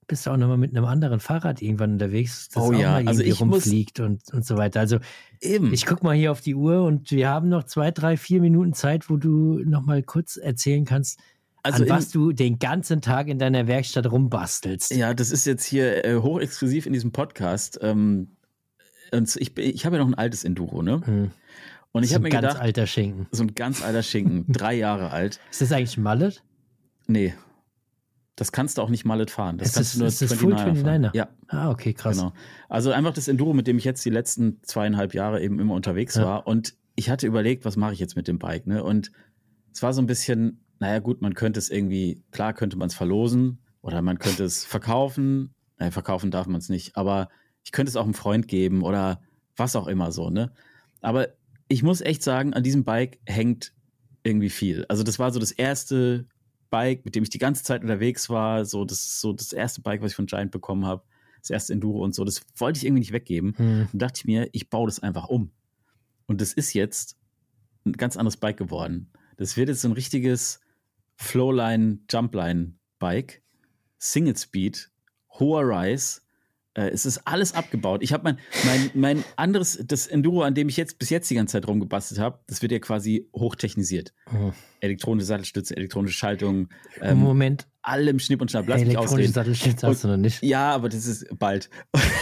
Speaker 2: bist du auch nochmal mit einem anderen Fahrrad irgendwann unterwegs, das
Speaker 1: Oh
Speaker 2: auch
Speaker 1: ja,
Speaker 2: mal
Speaker 1: also
Speaker 2: irgendwie
Speaker 1: ich muss-
Speaker 2: rumfliegt und, und so weiter. Also
Speaker 1: Eben.
Speaker 2: ich guck mal hier auf die Uhr und wir haben noch zwei, drei, vier Minuten Zeit, wo du nochmal kurz erzählen kannst,
Speaker 1: Also
Speaker 2: an
Speaker 1: in-
Speaker 2: was du den ganzen Tag in deiner Werkstatt rumbastelst.
Speaker 1: Ja, das ist jetzt hier äh, hochexklusiv in diesem Podcast. Ähm, und ich ich habe ja noch ein altes Enduro, ne?
Speaker 2: Hm.
Speaker 1: Und ich
Speaker 2: So
Speaker 1: habe
Speaker 2: ein
Speaker 1: mir
Speaker 2: ganz
Speaker 1: gedacht,
Speaker 2: alter Schinken.
Speaker 1: so ein ganz alter Schinken, drei Jahre alt.
Speaker 2: Ist das eigentlich ein Mallet?
Speaker 1: Nee, das kannst du auch nicht Mallet fahren. Das
Speaker 2: Ist
Speaker 1: kannst
Speaker 2: das-
Speaker 1: du nur
Speaker 2: ist das Full
Speaker 1: neunzig fahren.
Speaker 2: neunundneunziger?
Speaker 1: Ja,
Speaker 2: Ah, okay, krass.
Speaker 1: genau. Also einfach das Enduro, mit dem ich jetzt die letzten zweieinhalb Jahre eben immer unterwegs
Speaker 2: Ja.
Speaker 1: war. Und ich hatte überlegt, was mache ich jetzt mit dem Bike, ne? Und es war so ein bisschen, naja gut, man könnte es irgendwie, klar könnte man es verlosen oder man könnte es verkaufen. Naja, verkaufen darf man es nicht, aber ich könnte es auch einem Freund geben oder was auch immer so, ne? Aber ich muss echt sagen, an diesem Bike hängt irgendwie viel. Also das war so das erste Bike, mit dem ich die ganze Zeit unterwegs war, so das ist so das erste Bike, was ich von Giant bekommen habe, das erste Enduro und so, das wollte ich irgendwie nicht weggeben.
Speaker 2: Hm.
Speaker 1: Und dachte ich mir, ich baue das einfach um. Und das ist jetzt ein ganz anderes Bike geworden. Das wird jetzt so ein richtiges Flowline, Jumpline Bike, Single Speed, hoher Rise. Äh, es ist alles abgebaut. Ich habe mein, mein, mein anderes, das Enduro, an dem ich jetzt bis jetzt die ganze Zeit rumgebastelt habe, das wird ja quasi hochtechnisiert.
Speaker 2: Hm.
Speaker 1: Elektronische Sattelstütze, elektronische Schaltung, ähm,
Speaker 2: Moment,
Speaker 1: allem Schnipp und Schnapp. Lass mich
Speaker 2: elektronische
Speaker 1: ausreden.
Speaker 2: Sattelstütze hast du noch nicht.
Speaker 1: Ja, aber das ist bald.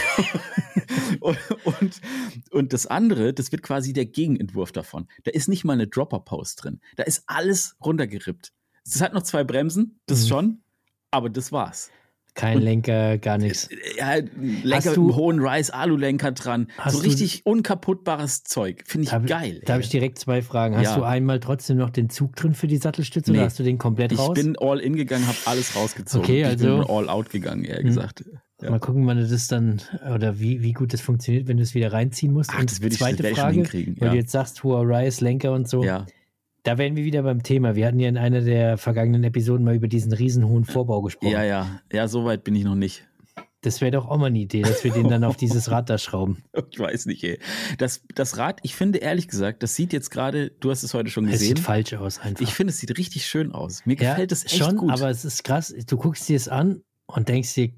Speaker 1: und, und, und das andere, das wird quasi der Gegenentwurf davon. Da ist nicht mal eine Dropper-Post drin. Da ist alles runtergerippt. Es hat noch zwei Bremsen, das
Speaker 2: Mhm.
Speaker 1: schon, aber das war's.
Speaker 2: Kein
Speaker 1: Und-
Speaker 2: Lenker, gar nichts.
Speaker 1: Ja, ein Lenker
Speaker 2: Hast
Speaker 1: mit
Speaker 2: du-
Speaker 1: einem hohen Rise-Alulenker dran.
Speaker 2: Hast
Speaker 1: So
Speaker 2: du-
Speaker 1: richtig unkaputtbares Zeug. Finde ich
Speaker 2: Da hab ich-
Speaker 1: geil.
Speaker 2: Da habe
Speaker 1: ey.
Speaker 2: ich direkt zwei Fragen. Hast
Speaker 1: Ja.
Speaker 2: du einmal trotzdem noch den Zug drin für die Sattelstütze
Speaker 1: Nee.
Speaker 2: oder hast du den komplett
Speaker 1: Ich
Speaker 2: raus?
Speaker 1: bin all in gegangen, habe alles rausgezogen.
Speaker 2: Okay,
Speaker 1: Ich
Speaker 2: also-
Speaker 1: bin all out gegangen, eher
Speaker 2: Hm.
Speaker 1: gesagt. Ja.
Speaker 2: Mal gucken, wann du das dann, oder wie, wie gut das funktioniert, wenn du es wieder reinziehen musst.
Speaker 1: Ach,
Speaker 2: Und
Speaker 1: das würde ich, das
Speaker 2: zweite
Speaker 1: werd ich schon
Speaker 2: Frage,
Speaker 1: hinkriegen.
Speaker 2: weil
Speaker 1: Ja.
Speaker 2: du jetzt sagst, hoher Rise, Lenker und so.
Speaker 1: ja.
Speaker 2: Da wären wir wieder beim Thema. Wir hatten ja in einer der vergangenen Episoden mal über diesen riesenhohen Vorbau gesprochen.
Speaker 1: ja, ja. Ja, so weit bin ich noch nicht.
Speaker 2: Das wäre doch auch mal eine Idee, dass wir den dann auf dieses Rad da schrauben.
Speaker 1: Ich weiß nicht, ey. Das, das Rad, ich finde ehrlich gesagt, das sieht jetzt gerade, du hast es heute schon
Speaker 2: Es
Speaker 1: gesehen.
Speaker 2: sieht falsch aus einfach.
Speaker 1: Ich finde, es sieht richtig schön aus. Mir
Speaker 2: ja,
Speaker 1: gefällt es echt
Speaker 2: schon,
Speaker 1: gut.
Speaker 2: aber es ist krass. Du guckst dir es an und denkst dir,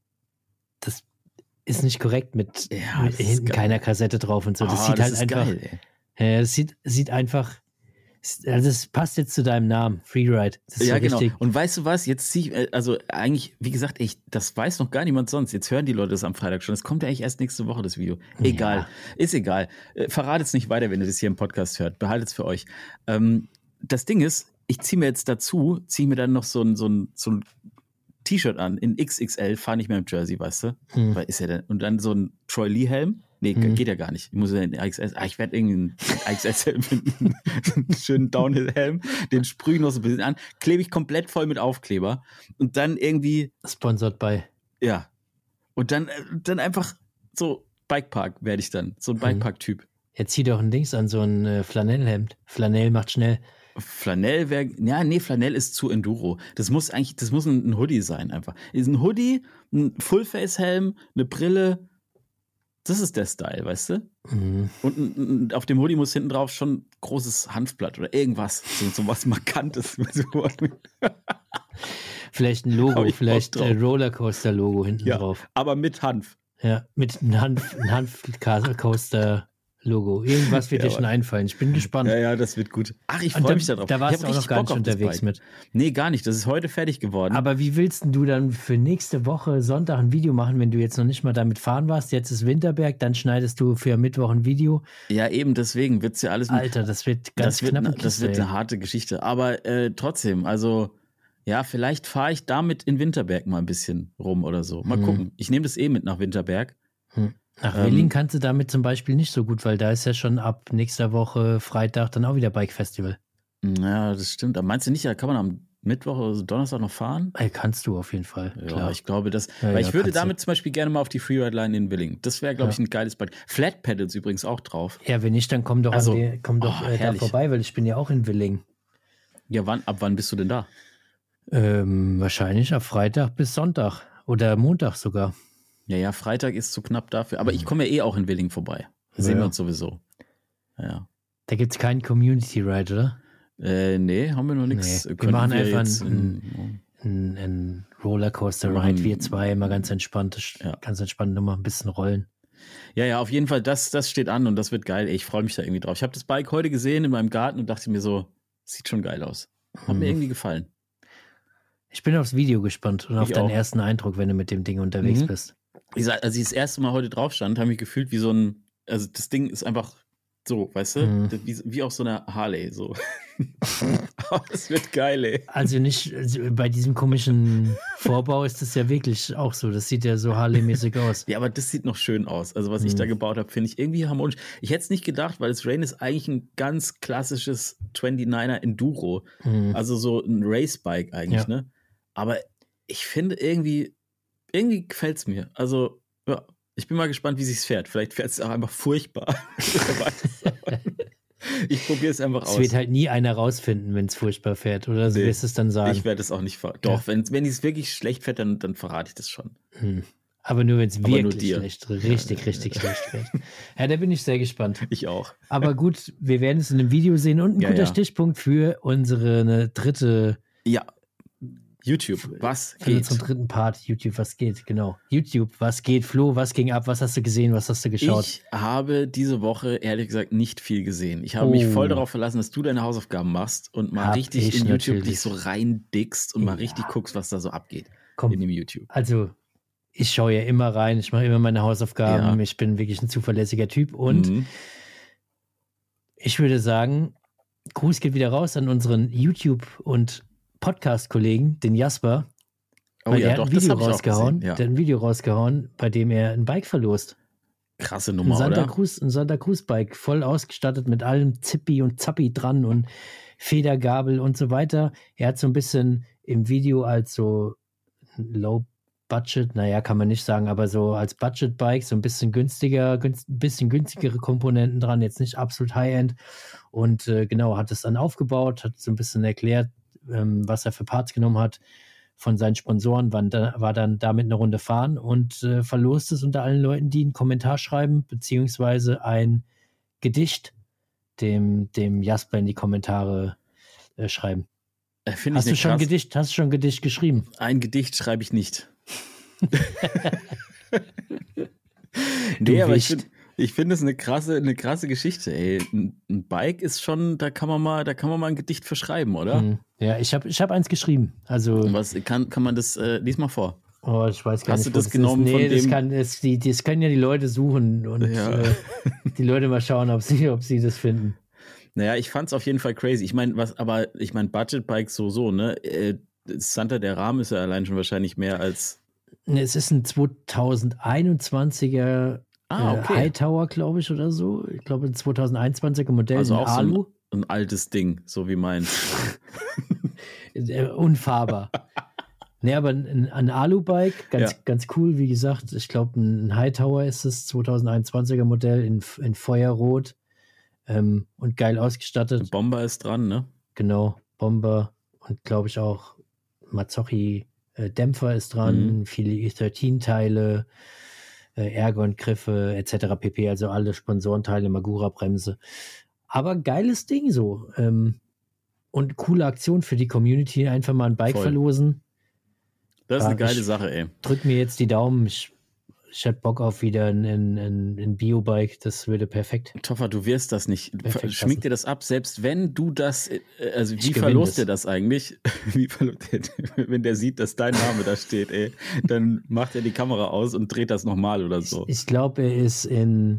Speaker 2: das ist nicht korrekt mit,
Speaker 1: Ja,
Speaker 2: mit
Speaker 1: das ist
Speaker 2: hinten
Speaker 1: geil.
Speaker 2: keiner Kassette drauf und so. Das
Speaker 1: Ah,
Speaker 2: sieht
Speaker 1: das
Speaker 2: halt
Speaker 1: ist
Speaker 2: einfach,
Speaker 1: geil, ey.
Speaker 2: ja, das sieht, sieht einfach, also es passt jetzt zu deinem Namen, Freeride. Das ist
Speaker 1: Ja,
Speaker 2: so
Speaker 1: genau.
Speaker 2: richtig.
Speaker 1: Und weißt du was? Jetzt zieh ich, äh, also eigentlich, wie gesagt, ich, das weiß noch gar niemand sonst. Jetzt hören die Leute das am Freitag schon. Das kommt ja eigentlich erst nächste Woche, das Video. Egal.
Speaker 2: Ja.
Speaker 1: Ist egal. Äh, Verratet es nicht weiter, wenn ihr das hier im Podcast hört. Behaltet es für euch. Ähm, das Ding ist, ich ziehe mir jetzt dazu, ziehe mir dann noch so ein, so ein, so ein T-Shirt an in X X L, fahre nicht mehr im Jersey, weißt du?
Speaker 2: Hm.
Speaker 1: Weil ist ja denn, und dann so ein Troy Lee Helm. Nee,
Speaker 2: Mhm.
Speaker 1: geht ja gar nicht. Ich muss ja in X S. Ah, ich werde irgendeinen X S Helm finden. einen schönen Downhill-Helm. Den sprühe ich noch so ein bisschen an. Klebe ich komplett voll mit Aufkleber. Und dann irgendwie,
Speaker 2: Sponsored bei.
Speaker 1: ja. Und dann, äh, dann einfach so Bikepark werde ich dann. So ein
Speaker 2: Mhm.
Speaker 1: Bikepark-Typ.
Speaker 2: Jetzt zieh doch ein Dings an, so ein äh, Flanellhemd. Flanell macht schnell.
Speaker 1: Flanell wäre, ja, nee, Flanell ist zu Enduro. Das muss eigentlich, das muss ein, ein Hoodie sein einfach. Ist ein Hoodie, ein Fullface-Helm, eine Brille. Das ist der Style, weißt du?
Speaker 2: Mhm.
Speaker 1: Und n- n- auf dem Hoodie muss hinten drauf schon großes Hanfblatt oder irgendwas, so, so was Markantes.
Speaker 2: Vielleicht ein
Speaker 1: Hab
Speaker 2: Logo,
Speaker 1: ich Bock
Speaker 2: vielleicht
Speaker 1: drauf.
Speaker 2: äh, Rollercoaster-Logo hinten
Speaker 1: Ja.
Speaker 2: drauf.
Speaker 1: Aber mit Hanf.
Speaker 2: Ja, mit einem Hanf, ein Hanf-Coaster-Logo. Irgendwas wird
Speaker 1: Ja,
Speaker 2: dir schon
Speaker 1: aber-
Speaker 2: einfallen. Ich bin gespannt.
Speaker 1: Ja, ja, das wird gut. Ach, ich
Speaker 2: Und
Speaker 1: freue
Speaker 2: da,
Speaker 1: mich darauf.
Speaker 2: da
Speaker 1: Ich
Speaker 2: warst
Speaker 1: hab
Speaker 2: du auch noch
Speaker 1: richtig
Speaker 2: gar
Speaker 1: Bock
Speaker 2: nicht
Speaker 1: auf das
Speaker 2: unterwegs
Speaker 1: Bike.
Speaker 2: mit.
Speaker 1: Nee, gar nicht. Das ist heute fertig geworden.
Speaker 2: Aber wie willst denn du dann für nächste Woche Sonntag ein Video machen, wenn du jetzt noch nicht mal damit fahren warst? Jetzt ist Winterberg, dann schneidest du für Mittwoch ein Video.
Speaker 1: ja, eben deswegen wird es ja alles.
Speaker 2: Alter, das wird ganz
Speaker 1: das wird,
Speaker 2: knapp.
Speaker 1: ne-
Speaker 2: und
Speaker 1: das
Speaker 2: Kiste,
Speaker 1: wird
Speaker 2: ey.
Speaker 1: eine harte Geschichte. Aber äh, trotzdem, also ja, vielleicht fahre ich damit in Winterberg mal ein bisschen rum oder so. Mal
Speaker 2: Mhm.
Speaker 1: gucken. Ich nehme das eh mit nach Winterberg.
Speaker 2: Hm. Nach
Speaker 1: Ähm,
Speaker 2: Willing kannst du damit zum Beispiel nicht so gut, weil da ist ja schon ab nächster Woche Freitag dann auch wieder Bike-Festival.
Speaker 1: Ja, das stimmt. Aber meinst du nicht, da kann man am Mittwoch oder so Donnerstag noch fahren?
Speaker 2: Ey, kannst du auf jeden Fall.
Speaker 1: Ja,
Speaker 2: Klar.
Speaker 1: ich glaube, das.
Speaker 2: Ja,
Speaker 1: weil
Speaker 2: ja,
Speaker 1: ich würde
Speaker 2: kannst du.
Speaker 1: damit zum Beispiel gerne mal auf die Freeride-Line in Willing. Das wäre, glaube ich,
Speaker 2: Ja.
Speaker 1: ein geiles Bike. Flat Pedals übrigens auch drauf.
Speaker 2: Ja, wenn nicht, dann komm doch,
Speaker 1: Also,
Speaker 2: an die, komm doch
Speaker 1: oh,
Speaker 2: äh, da
Speaker 1: herrlich.
Speaker 2: vorbei, weil ich bin ja auch in Willing.
Speaker 1: Ja, wann, ab wann bist du denn da?
Speaker 2: Ähm, wahrscheinlich ab Freitag bis Sonntag oder Montag sogar.
Speaker 1: Ja, ja, Freitag ist zu knapp dafür. Aber ich komme ja eh auch in Willing vorbei. Da sehen
Speaker 2: Ja.
Speaker 1: wir uns sowieso. Ja.
Speaker 2: Da gibt es keinen Community Ride, oder?
Speaker 1: Äh, nee, haben wir noch nichts.
Speaker 2: Nee, wir machen einfach
Speaker 1: jetzt
Speaker 2: ein-
Speaker 1: in,
Speaker 2: ein, ein Rollercoaster-Ride, wir zwei, immer ganz entspannt, ja. ganz entspannt Nummer, ein bisschen rollen.
Speaker 1: Ja, ja, auf jeden Fall, das, das steht an und das wird geil. Ich freue mich da irgendwie drauf. Ich habe das Bike heute gesehen in meinem Garten und dachte mir so, sieht schon geil aus. Hat hm. mir irgendwie gefallen.
Speaker 2: Ich bin aufs Video gespannt und ich auf deinen auch. ersten Eindruck, wenn du mit dem Ding unterwegs mhm. bist.
Speaker 1: Ich sag, als ich das erste Mal heute drauf stand, habe ich gefühlt wie so ein, also das Ding ist einfach so, weißt du, mhm. wie, wie auf so einer Harley, so. Oh, das wird geil, ey.
Speaker 2: Also nicht, also bei diesem komischen Vorbau ist das ja wirklich auch so, das sieht ja so Harley-mäßig aus.
Speaker 1: Ja, aber das sieht noch schön aus. Also was mhm. ich da gebaut habe, finde ich irgendwie harmonisch. Ich hätte es nicht gedacht, weil das Rain ist eigentlich ein ganz klassisches neunundzwanziger Enduro. Mhm. Also so ein Racebike eigentlich, ja. ne? Aber ich finde irgendwie, irgendwie gefällt es mir. Also, ja, ich bin mal gespannt, wie sich's fährt. Vielleicht fährt es auch einfach furchtbar. Ich probiere es einfach
Speaker 2: es
Speaker 1: aus.
Speaker 2: Es wird halt nie einer rausfinden, wenn es furchtbar fährt. Oder so nee, wirst du es dann sagen?
Speaker 1: Ich werde es auch nicht verraten. Doch, ja. wenn, wenn es wirklich schlecht fährt, dann, dann verrate ich das schon.
Speaker 2: Hm. Aber nur, wenn es wirklich schlecht, richtig, ja, richtig ja. schlecht fährt. Ja, da bin ich sehr gespannt.
Speaker 1: Ich auch.
Speaker 2: Aber gut, wir werden es in einem Video sehen. Und ein ja, guter ja. Stichpunkt für unsere eine dritte...
Speaker 1: Ja. YouTube, was
Speaker 2: für
Speaker 1: geht?
Speaker 2: Unseren dritten Part, YouTube, was geht, genau. YouTube, was geht? Flo, was ging ab? Was hast du gesehen? Was hast du geschaut?
Speaker 1: Ich habe diese Woche, ehrlich gesagt, nicht viel gesehen. Ich habe oh. mich voll darauf verlassen, dass du deine Hausaufgaben machst und mal Hab richtig in YouTube dich so reindickst und ja. mal richtig guckst, was da so abgeht.
Speaker 2: Komm,
Speaker 1: in dem YouTube.
Speaker 2: Also, ich schaue ja immer rein, ich mache immer meine Hausaufgaben, ja. ich bin wirklich ein zuverlässiger Typ und mhm. ich würde sagen, Gruß geht wieder raus an unseren YouTube- und Podcast-Kollegen, den Jasper,
Speaker 1: oh,
Speaker 2: weil
Speaker 1: ja,
Speaker 2: der hat
Speaker 1: doch,
Speaker 2: ein Video
Speaker 1: das
Speaker 2: rausgehauen,
Speaker 1: ja.
Speaker 2: der hat ein Video rausgehauen, bei dem er ein Bike verlost.
Speaker 1: Krasse Nummer,
Speaker 2: ein Santa
Speaker 1: oder?
Speaker 2: Cruz, ein Santa Cruz-Bike, voll ausgestattet mit allem Zippi und Zappi dran und Federgabel und so weiter. Er hat so ein bisschen im Video als so Low Budget, naja, kann man nicht sagen, aber so als Budget-Bike, so ein bisschen günstiger, ein bisschen günstigere Komponenten dran, jetzt nicht absolut High-End. Und äh, genau, hat es dann aufgebaut, hat so ein bisschen erklärt, ähm, was er für Parts genommen hat von seinen Sponsoren, war, da, war dann damit eine Runde fahren und äh, verlost es unter allen Leuten, die einen Kommentar schreiben, beziehungsweise ein Gedicht dem, dem Jasper in die Kommentare äh, schreiben.
Speaker 1: Äh,
Speaker 2: hast, du schon ein Gedicht, hast du schon ein Gedicht geschrieben?
Speaker 1: Ein Gedicht schreibe ich nicht. Nee, aber ich finde ich find es eine krasse, eine krasse Geschichte, ey. Ein, ein Bike ist schon, da kann man mal, da kann man mal ein Gedicht verschreiben, oder?
Speaker 2: Hm. Ja, ich habe ich hab eins geschrieben. Also
Speaker 1: was kann, kann man das, äh, lies mal vor.
Speaker 2: Oh, ich weiß gar
Speaker 1: Hast
Speaker 2: nicht.
Speaker 1: Hast du das genommen
Speaker 2: ist. Nee,
Speaker 1: von
Speaker 2: das
Speaker 1: dem?
Speaker 2: Kann, das, die, das können ja die Leute suchen und
Speaker 1: ja.
Speaker 2: äh, die Leute mal schauen, ob sie, ob sie das finden.
Speaker 1: Naja, ich fand's auf jeden Fall crazy. Ich meine, was, aber ich meine, Budget-Bikes so, so, ne? Äh, Santa, der Rahmen ist ja allein schon wahrscheinlich mehr als.
Speaker 2: Es ist ein zweitausendeinundzwanziger
Speaker 1: ah, okay.
Speaker 2: äh, Hightower, glaube ich, oder so. Ich glaube, ein zweitausendeinundzwanziger Modell,
Speaker 1: also
Speaker 2: ein
Speaker 1: auch
Speaker 2: Alu.
Speaker 1: So ein, ein altes Ding, so wie meins.
Speaker 2: Unfahrbar. Nee, aber ein, ein Alu-Bike, ganz, ja. ganz cool, wie gesagt. Ich glaube, ein Hightower ist das zweitausendeinundzwanziger Modell in, in Feuerrot ähm, und geil ausgestattet.
Speaker 1: Eine Bomber ist dran, ne?
Speaker 2: Genau, Bomber und glaube ich auch Mazzocchi äh, Dämpfer ist dran, mhm. viele E dreizehn Teile, äh, Ergon-Griffe et cetera pp. Also alle Sponsorenteile, Magura-Bremse. Aber geiles Ding so. Ähm, und coole Aktion für die Community, einfach mal ein Bike Voll. verlosen.
Speaker 1: Das ist eine geile Sache, ey.
Speaker 2: Drück mir jetzt die Daumen. Ich, ich hätte Bock auf wieder ein, ein, ein Bio-Bike. Das würde perfekt.
Speaker 1: Toffer, du wirst das nicht.
Speaker 2: Perfekt
Speaker 1: Schmink dir das ab, selbst wenn du das, also wie verlost dir das eigentlich? Wie verlost der, wenn der sieht, dass dein Name da steht, ey, dann macht er die Kamera aus und dreht das nochmal oder so.
Speaker 2: Ich, ich glaube, er ist in,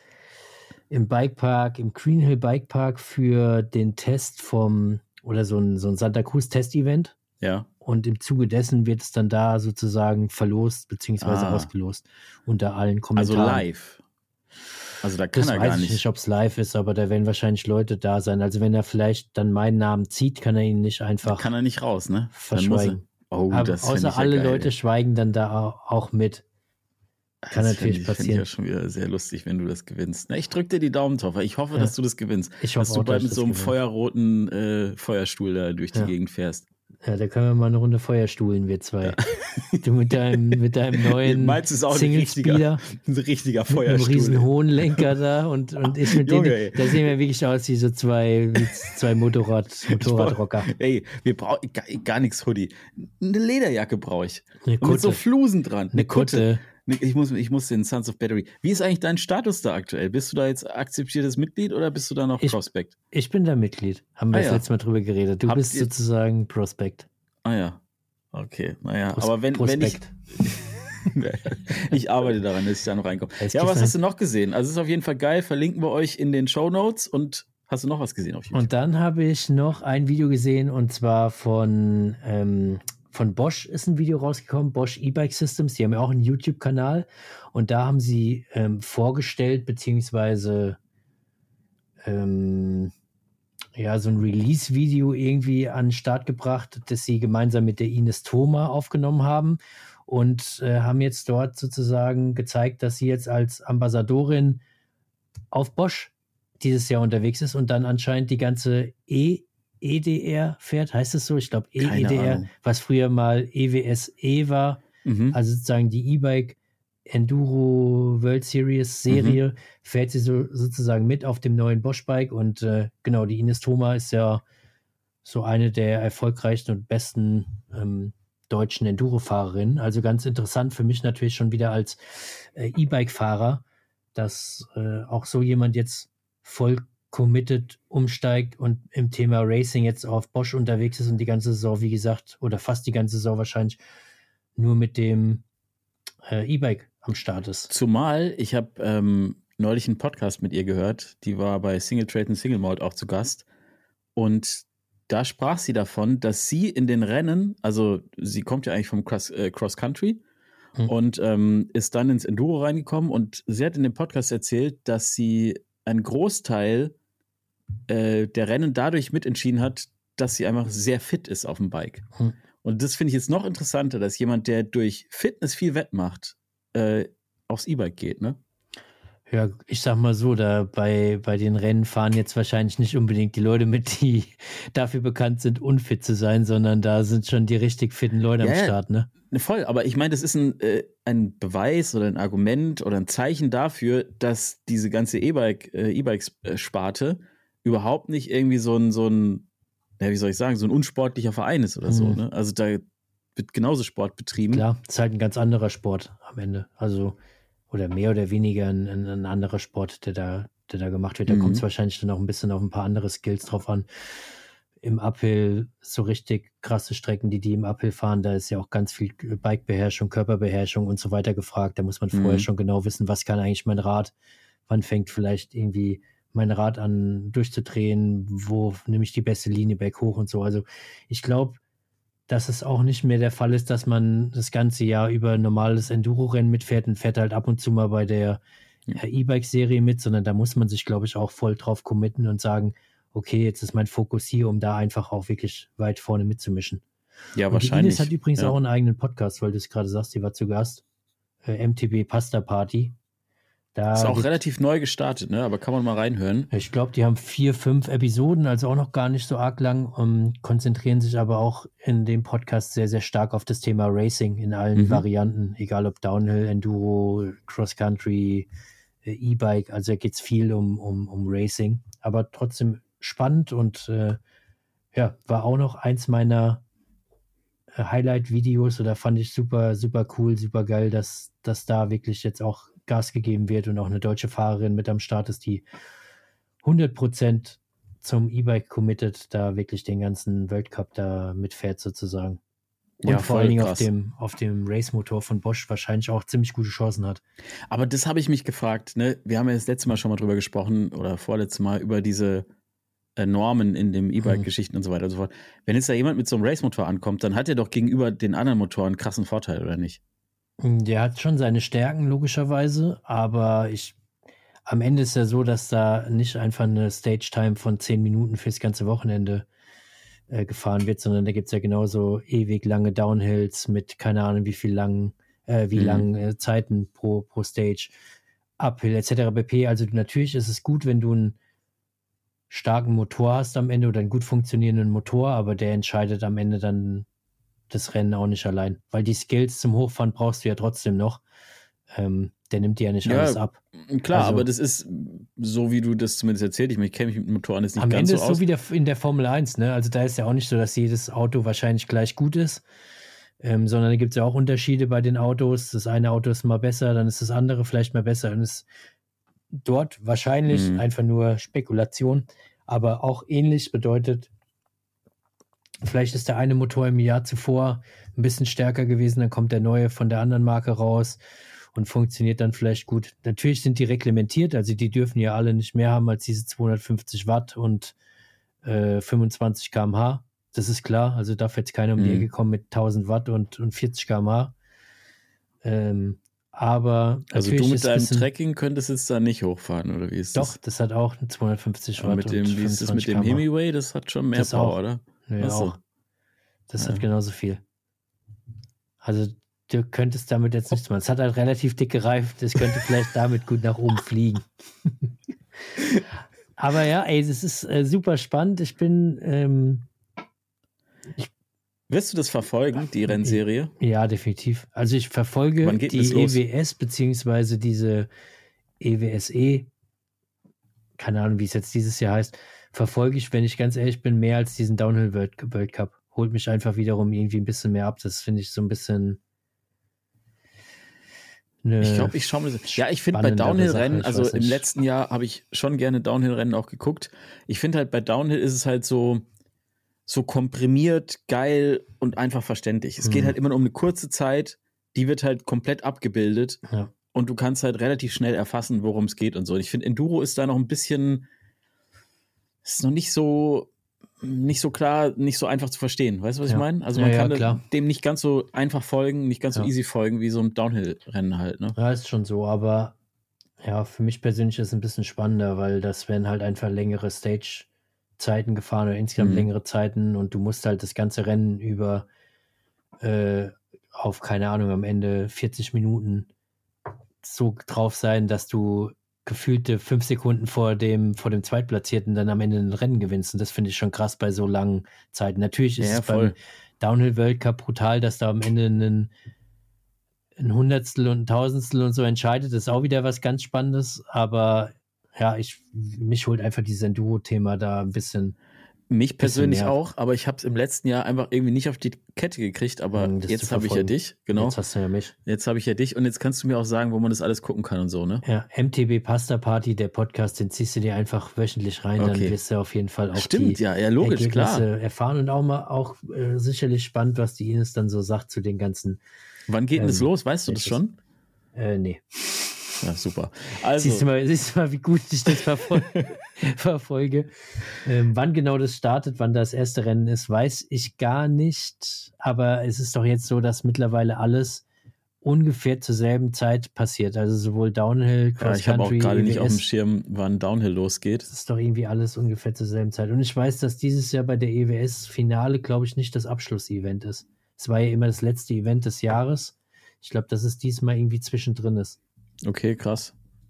Speaker 2: im Bikepark, im Green Hill Bikepark für den Test vom, oder so ein, so ein Santa Cruz Test-Event.
Speaker 1: Ja.
Speaker 2: Und im Zuge dessen wird es dann da sozusagen verlost, beziehungsweise ah. ausgelost unter allen Kommentaren.
Speaker 1: Also live? Also da kann
Speaker 2: das
Speaker 1: er
Speaker 2: weiß
Speaker 1: gar
Speaker 2: ich
Speaker 1: nicht.
Speaker 2: nicht, ob es live ist, aber da werden wahrscheinlich Leute da sein. Also wenn er vielleicht dann meinen Namen zieht, kann er ihn nicht einfach
Speaker 1: da kann er nicht raus, ne?
Speaker 2: verschweigen.
Speaker 1: Oh,
Speaker 2: aber
Speaker 1: das
Speaker 2: außer
Speaker 1: ich
Speaker 2: alle
Speaker 1: ja geil.
Speaker 2: Leute schweigen dann da auch mit. Kann
Speaker 1: das
Speaker 2: natürlich
Speaker 1: ich,
Speaker 2: passieren.
Speaker 1: Finde ich ja schon wieder sehr lustig, wenn du das gewinnst. Na, ich drück dir die Daumen, Toffer. Ich hoffe, ja. dass du das gewinnst.
Speaker 2: Ich hoffe
Speaker 1: dass du
Speaker 2: auch,
Speaker 1: bald
Speaker 2: dass
Speaker 1: mit so einem
Speaker 2: gewinnt.
Speaker 1: feuerroten äh, Feuerstuhl da durch die
Speaker 2: ja.
Speaker 1: Gegend fährst.
Speaker 2: Ja, da können wir mal eine Runde Feuerstuhlen, wir zwei. Du mit deinem, mit deinem neuen
Speaker 1: Single-Speeder. Ein richtiger Feuerstuhl.
Speaker 2: Mit einem riesen Hohenlenker da und, und ich mit
Speaker 1: Junge,
Speaker 2: denen, da sehen wir wirklich aus wie so zwei, wie zwei Motorrad, Motorradrocker.
Speaker 1: Ey, wir brauchen gar, gar nichts Hoodie. Eine Lederjacke brauche ich.
Speaker 2: Eine
Speaker 1: und mit so Flusen dran. Eine,
Speaker 2: eine Kutte.
Speaker 1: Kutte. Ich muss, ich muss den Sons of Battery. Wie ist eigentlich dein Status da aktuell? Bist du da jetzt akzeptiertes Mitglied oder bist du da noch
Speaker 2: ich,
Speaker 1: Prospect?
Speaker 2: Ich bin da Mitglied. Haben wir ah, das ja. letzte Mal drüber geredet. Du Habt bist sozusagen Prospect.
Speaker 1: Ah ja. Okay, naja. Pros- aber wenn, wenn ich. Ich arbeite daran, dass ich da noch reinkomme. Ja, was hast du noch gesehen? Also, es ist auf jeden Fall geil. Verlinken wir euch in den Shownotes. Und hast du noch was gesehen auf YouTube?
Speaker 2: Und dann habe ich noch ein Video gesehen und zwar von. Ähm, Von Bosch ist ein Video rausgekommen, Bosch E-Bike Systems, die haben ja auch einen YouTube-Kanal und da haben sie ähm, vorgestellt, beziehungsweise ähm, ja, so ein Release-Video irgendwie an den Start gebracht, das sie gemeinsam mit der Ines Thoma aufgenommen haben und äh, haben jetzt dort sozusagen gezeigt, dass sie jetzt als Ambassadorin auf Bosch dieses Jahr unterwegs ist und dann anscheinend die ganze E- E D R fährt, heißt es so? Ich glaube E E D R, was früher mal E W S E war, mhm. also sozusagen die E-Bike Enduro World Series Serie, mhm. fährt sie so, sozusagen mit auf dem neuen Bosch-Bike und äh, genau, die Ines Thoma ist ja so eine der erfolgreichsten und besten ähm, deutschen Enduro-Fahrerinnen, also ganz interessant für mich natürlich schon wieder als äh, E-Bike-Fahrer, dass äh, auch so jemand jetzt voll committed umsteigt und im Thema Racing jetzt auf Bosch unterwegs ist und die ganze Saison, wie gesagt, oder fast die ganze Saison wahrscheinlich nur mit dem äh, E-Bike am Start ist.
Speaker 1: Zumal, ich habe ähm, neulich einen Podcast mit ihr gehört, die war bei Single Trade und Single Malt auch zu Gast und da sprach sie davon, dass sie in den Rennen, also sie kommt ja eigentlich vom Cross, äh, Cross Country hm. und ähm, ist dann ins Enduro reingekommen und sie hat in dem Podcast erzählt, dass sie einen Großteil äh, der Rennen dadurch mitentschieden hat, dass sie einfach sehr fit ist auf dem Bike. Hm. Und das finde ich jetzt noch interessanter, dass jemand, der durch Fitness viel wettmacht, äh, aufs E-Bike geht, ne?
Speaker 2: Ja, ich sag mal so, da bei, bei den Rennen fahren jetzt wahrscheinlich nicht unbedingt die Leute mit, die dafür bekannt sind, unfit zu sein, sondern da sind schon die richtig fitten Leute ja, am Start, ne?
Speaker 1: Voll, aber ich meine, das ist ein, äh, ein Beweis oder ein Argument oder ein Zeichen dafür, dass diese ganze E-Bike, äh, E-Bike-Sparte überhaupt nicht irgendwie so ein, so ein, ja, wie soll ich sagen, so ein unsportlicher Verein ist oder mhm. so, ne? Also da wird genauso Sport betrieben.
Speaker 2: Klar, ist halt ein ganz anderer Sport am Ende. Also, oder mehr oder weniger ein, ein, ein anderer Sport, der da, der da gemacht wird. Da mhm. kommt es wahrscheinlich dann auch ein bisschen auf ein paar andere Skills drauf an. Im Uphill so richtig krasse Strecken, die die im Uphill fahren, da ist ja auch ganz viel Bikebeherrschung, Körperbeherrschung und so weiter gefragt. Da muss man mhm. vorher schon genau wissen, was kann eigentlich mein Rad, wann fängt vielleicht irgendwie mein Rad an durchzudrehen, wo nehme ich die beste Linie berghoch und so. Also ich glaube, dass es auch nicht mehr der Fall ist, dass man das ganze Jahr über ein normales Enduro-Rennen mitfährt und fährt halt ab und zu mal bei der ja. E-Bike-Serie mit, sondern da muss man sich, glaube ich, auch voll drauf committen und sagen, okay, jetzt ist mein Fokus hier, um da einfach auch wirklich weit vorne mitzumischen.
Speaker 1: Ja,
Speaker 2: und
Speaker 1: wahrscheinlich.
Speaker 2: Die Ines hat übrigens ja. auch einen eigenen Podcast, weil du es gerade sagst, die war zu Gast. Äh, M T B Pasta Party. Da
Speaker 1: ist auch relativ neu gestartet, ne? Aber kann man mal reinhören.
Speaker 2: Ich glaube, die haben vier, fünf Episoden, also auch noch gar nicht so arg lang, um, konzentrieren sich aber auch in dem Podcast sehr, sehr stark auf das Thema Racing in allen mhm. Varianten, egal ob Downhill, Enduro, Cross-Country, äh, E-Bike, also da geht es viel um, um, um Racing, aber trotzdem spannend und äh, ja, war auch noch eins meiner äh, Highlight-Videos oder fand ich super, super cool, super geil, dass, dass da wirklich jetzt auch Gas gegeben wird und auch eine deutsche Fahrerin mit am Start ist, die hundert Prozent zum E-Bike committed, da wirklich den ganzen Weltcup da mitfährt sozusagen. Und ja, vor allen Dingen auf dem, auf dem Race-Motor von Bosch wahrscheinlich auch ziemlich gute Chancen hat.
Speaker 1: Aber das habe ich mich gefragt, ne? Wir haben ja das letzte Mal schon mal drüber gesprochen oder vorletztes Mal über diese äh, Normen in dem E-Bike-Geschichten hm. und so weiter und so fort. Wenn jetzt da jemand mit so einem Race-Motor ankommt, dann hat er doch gegenüber den anderen Motoren einen krassen Vorteil, oder nicht?
Speaker 2: Der hat schon seine Stärken, logischerweise, aber ich, am Ende ist ja so, dass da nicht einfach eine Stage-Time von zehn Minuten fürs ganze Wochenende äh, gefahren wird, sondern da gibt es ja genauso ewig lange Downhills mit keine Ahnung wie viel langen, äh, wie mhm. langen äh, Zeiten pro, pro Stage, Uphill et cetera pp. Also natürlich ist es gut, wenn du ein starken Motor hast am Ende oder einen gut funktionierenden Motor, aber der entscheidet am Ende dann das Rennen auch nicht allein. Weil die Skills zum Hochfahren brauchst du ja trotzdem noch. Ähm, der nimmt dir ja nicht
Speaker 1: Ja,
Speaker 2: alles ab.
Speaker 1: klar,
Speaker 2: Also-
Speaker 1: aber das ist so, wie du das zumindest erzählt. Ich, meine, ich kenne mich mit Motoren jetzt nicht
Speaker 2: Am
Speaker 1: ganz
Speaker 2: Ende
Speaker 1: so
Speaker 2: ist
Speaker 1: aus.
Speaker 2: so wie der, in der Formel eins, ne? Also da ist ja auch nicht so, dass jedes Auto wahrscheinlich gleich gut ist, ähm, sondern da gibt es ja auch Unterschiede bei den Autos. Das eine Auto ist mal besser, dann ist das andere vielleicht mal besser und ist dort wahrscheinlich
Speaker 1: Mhm.
Speaker 2: einfach nur Spekulation, aber auch ähnlich bedeutet, vielleicht ist der eine Motor im Jahr zuvor ein bisschen stärker gewesen, dann kommt der neue von der anderen Marke raus und funktioniert dann vielleicht gut. Natürlich sind die reglementiert, also die dürfen ja alle nicht mehr haben als diese zweihundertfünfzig Watt und äh, fünfundzwanzig Kilometer pro Stunde. Das ist klar, also darf jetzt keiner um die
Speaker 1: Mhm.
Speaker 2: Ecke kommen mit tausend Watt und, und vierzig Kilometer pro Stunde. Ähm, aber
Speaker 1: Also
Speaker 2: natürlich
Speaker 1: du mit
Speaker 2: ist
Speaker 1: deinem
Speaker 2: bisschen,
Speaker 1: Tracking könntest jetzt da nicht hochfahren, oder wie ist
Speaker 2: Doch,
Speaker 1: das?
Speaker 2: das hat auch zweihundertfünfzig
Speaker 1: Aber
Speaker 2: Watt
Speaker 1: mit dem,
Speaker 2: und
Speaker 1: wie ist das mit
Speaker 2: fünfundzwanzig
Speaker 1: dem
Speaker 2: Kilometer pro Stunde.
Speaker 1: Hemiway? Das hat schon mehr
Speaker 2: Das
Speaker 1: Power,
Speaker 2: auch.
Speaker 1: oder?
Speaker 2: Ja,
Speaker 1: Ach so.
Speaker 2: auch. Das
Speaker 1: Ja.
Speaker 2: hat genauso viel. Also du könntest damit jetzt nichts machen. Es hat halt relativ dicke Reifen, das könnte vielleicht damit gut nach oben fliegen. Aber ja, ey, das ist äh, super spannend. Ich bin, ähm,
Speaker 1: Wirst du das verfolgen, die Rennserie?
Speaker 2: ja, definitiv. Also ich verfolge
Speaker 1: Wann geht denn
Speaker 2: die
Speaker 1: das los?
Speaker 2: E W S beziehungsweise diese E W S E, keine Ahnung, wie es jetzt dieses Jahr heißt, verfolge ich, wenn ich ganz ehrlich bin, mehr als diesen Downhill World, World Cup. Holt mich einfach wiederum irgendwie ein bisschen mehr ab. Das finde ich so ein bisschen eine
Speaker 1: Ich glaube, ich schaue mir das. Ja, ich finde bei
Speaker 2: spannendere
Speaker 1: Downhill-Rennen,
Speaker 2: Sache, ich
Speaker 1: also
Speaker 2: weiß
Speaker 1: im
Speaker 2: nicht.
Speaker 1: letzten Jahr habe ich schon gerne Downhill-Rennen auch geguckt. Ich finde halt bei Downhill ist es halt so, so komprimiert, geil und einfach verständlich. Es geht
Speaker 2: Mhm.
Speaker 1: halt immer nur um eine kurze Zeit, die wird halt komplett abgebildet
Speaker 2: Ja.
Speaker 1: und du kannst halt relativ schnell erfassen, worum es geht und so. Und ich finde, Enduro ist da noch ein bisschen, ist noch nicht so, nicht so klar, nicht so einfach zu verstehen. Weißt du, was
Speaker 2: Ja.
Speaker 1: ich meine? Also
Speaker 2: Ja,
Speaker 1: man
Speaker 2: ja,
Speaker 1: kann
Speaker 2: klar.
Speaker 1: dem nicht ganz so einfach folgen, nicht ganz so
Speaker 2: Ja.
Speaker 1: easy folgen, wie so ein Downhill-Rennen halt, ne?
Speaker 2: Ja, ist schon so, aber ja, für mich persönlich ist es ein bisschen spannender, weil das werden halt einfach längere Stage-Zeiten gefahren oder insgesamt
Speaker 1: Mhm.
Speaker 2: längere Zeiten und du musst halt das ganze Rennen über äh, auf, keine Ahnung, am Ende vierzig Minuten so drauf sein, dass du gefühlte fünf Sekunden vor dem, vor dem Zweitplatzierten dann am Ende ein Rennen gewinnst. Und das finde ich schon krass bei so langen Zeiten. Natürlich ist
Speaker 1: Ja,
Speaker 2: es
Speaker 1: voll.
Speaker 2: beim Downhill World Cup brutal, dass da am Ende ein, ein Hundertstel und ein Tausendstel und so entscheidet. Das ist auch wieder was ganz Spannendes. Aber ja, ich, mich holt einfach dieses Enduro-Thema da ein bisschen.
Speaker 1: Mich persönlich
Speaker 2: mehr.
Speaker 1: auch, aber ich habe es im letzten Jahr einfach irgendwie nicht auf die Kette gekriegt, aber
Speaker 2: Mm, das
Speaker 1: jetzt
Speaker 2: zu
Speaker 1: habe ich ja
Speaker 2: verfolgen.
Speaker 1: dich, genau.
Speaker 2: Jetzt hast du ja mich.
Speaker 1: Jetzt habe ich ja dich und jetzt kannst du mir auch sagen, wo man das alles gucken kann und so, ne?
Speaker 2: Ja, M T B Pasta Party, der Podcast, den ziehst du dir einfach wöchentlich rein, dann
Speaker 1: Okay.
Speaker 2: wirst du auf jeden Fall auch
Speaker 1: Stimmt,
Speaker 2: die
Speaker 1: ja, ja, logisch,
Speaker 2: Ergebnisse
Speaker 1: klar.
Speaker 2: erfahren und auch mal auch äh, sicherlich spannend, was die Ines dann so sagt zu den ganzen.
Speaker 1: Wann geht denn das
Speaker 2: Ähm,
Speaker 1: los? Weißt du das
Speaker 2: Matches.
Speaker 1: schon?
Speaker 2: Äh, nee.
Speaker 1: Ja, super.
Speaker 2: Siehst, du
Speaker 1: Also,
Speaker 2: mal, siehst du mal, wie gut ich das verfol verfolge. Ähm, wann genau das startet, wann das erste Rennen ist, weiß ich gar nicht. Aber es ist doch jetzt so, dass mittlerweile alles ungefähr zur selben Zeit passiert. Also sowohl Downhill,
Speaker 1: ja, ich habe auch
Speaker 2: Cross-Country,
Speaker 1: gerade
Speaker 2: E
Speaker 1: nicht
Speaker 2: W
Speaker 1: auf dem
Speaker 2: S.
Speaker 1: Schirm, wann Downhill losgeht.
Speaker 2: Das ist doch irgendwie alles ungefähr zur selben Zeit. Und ich weiß, dass dieses Jahr bei der E W S-Finale, glaube ich, nicht das Abschlussevent ist. Es war ja immer das letzte Event des Jahres. Ich glaube, dass es diesmal irgendwie zwischendrin ist.
Speaker 1: Okay, krass.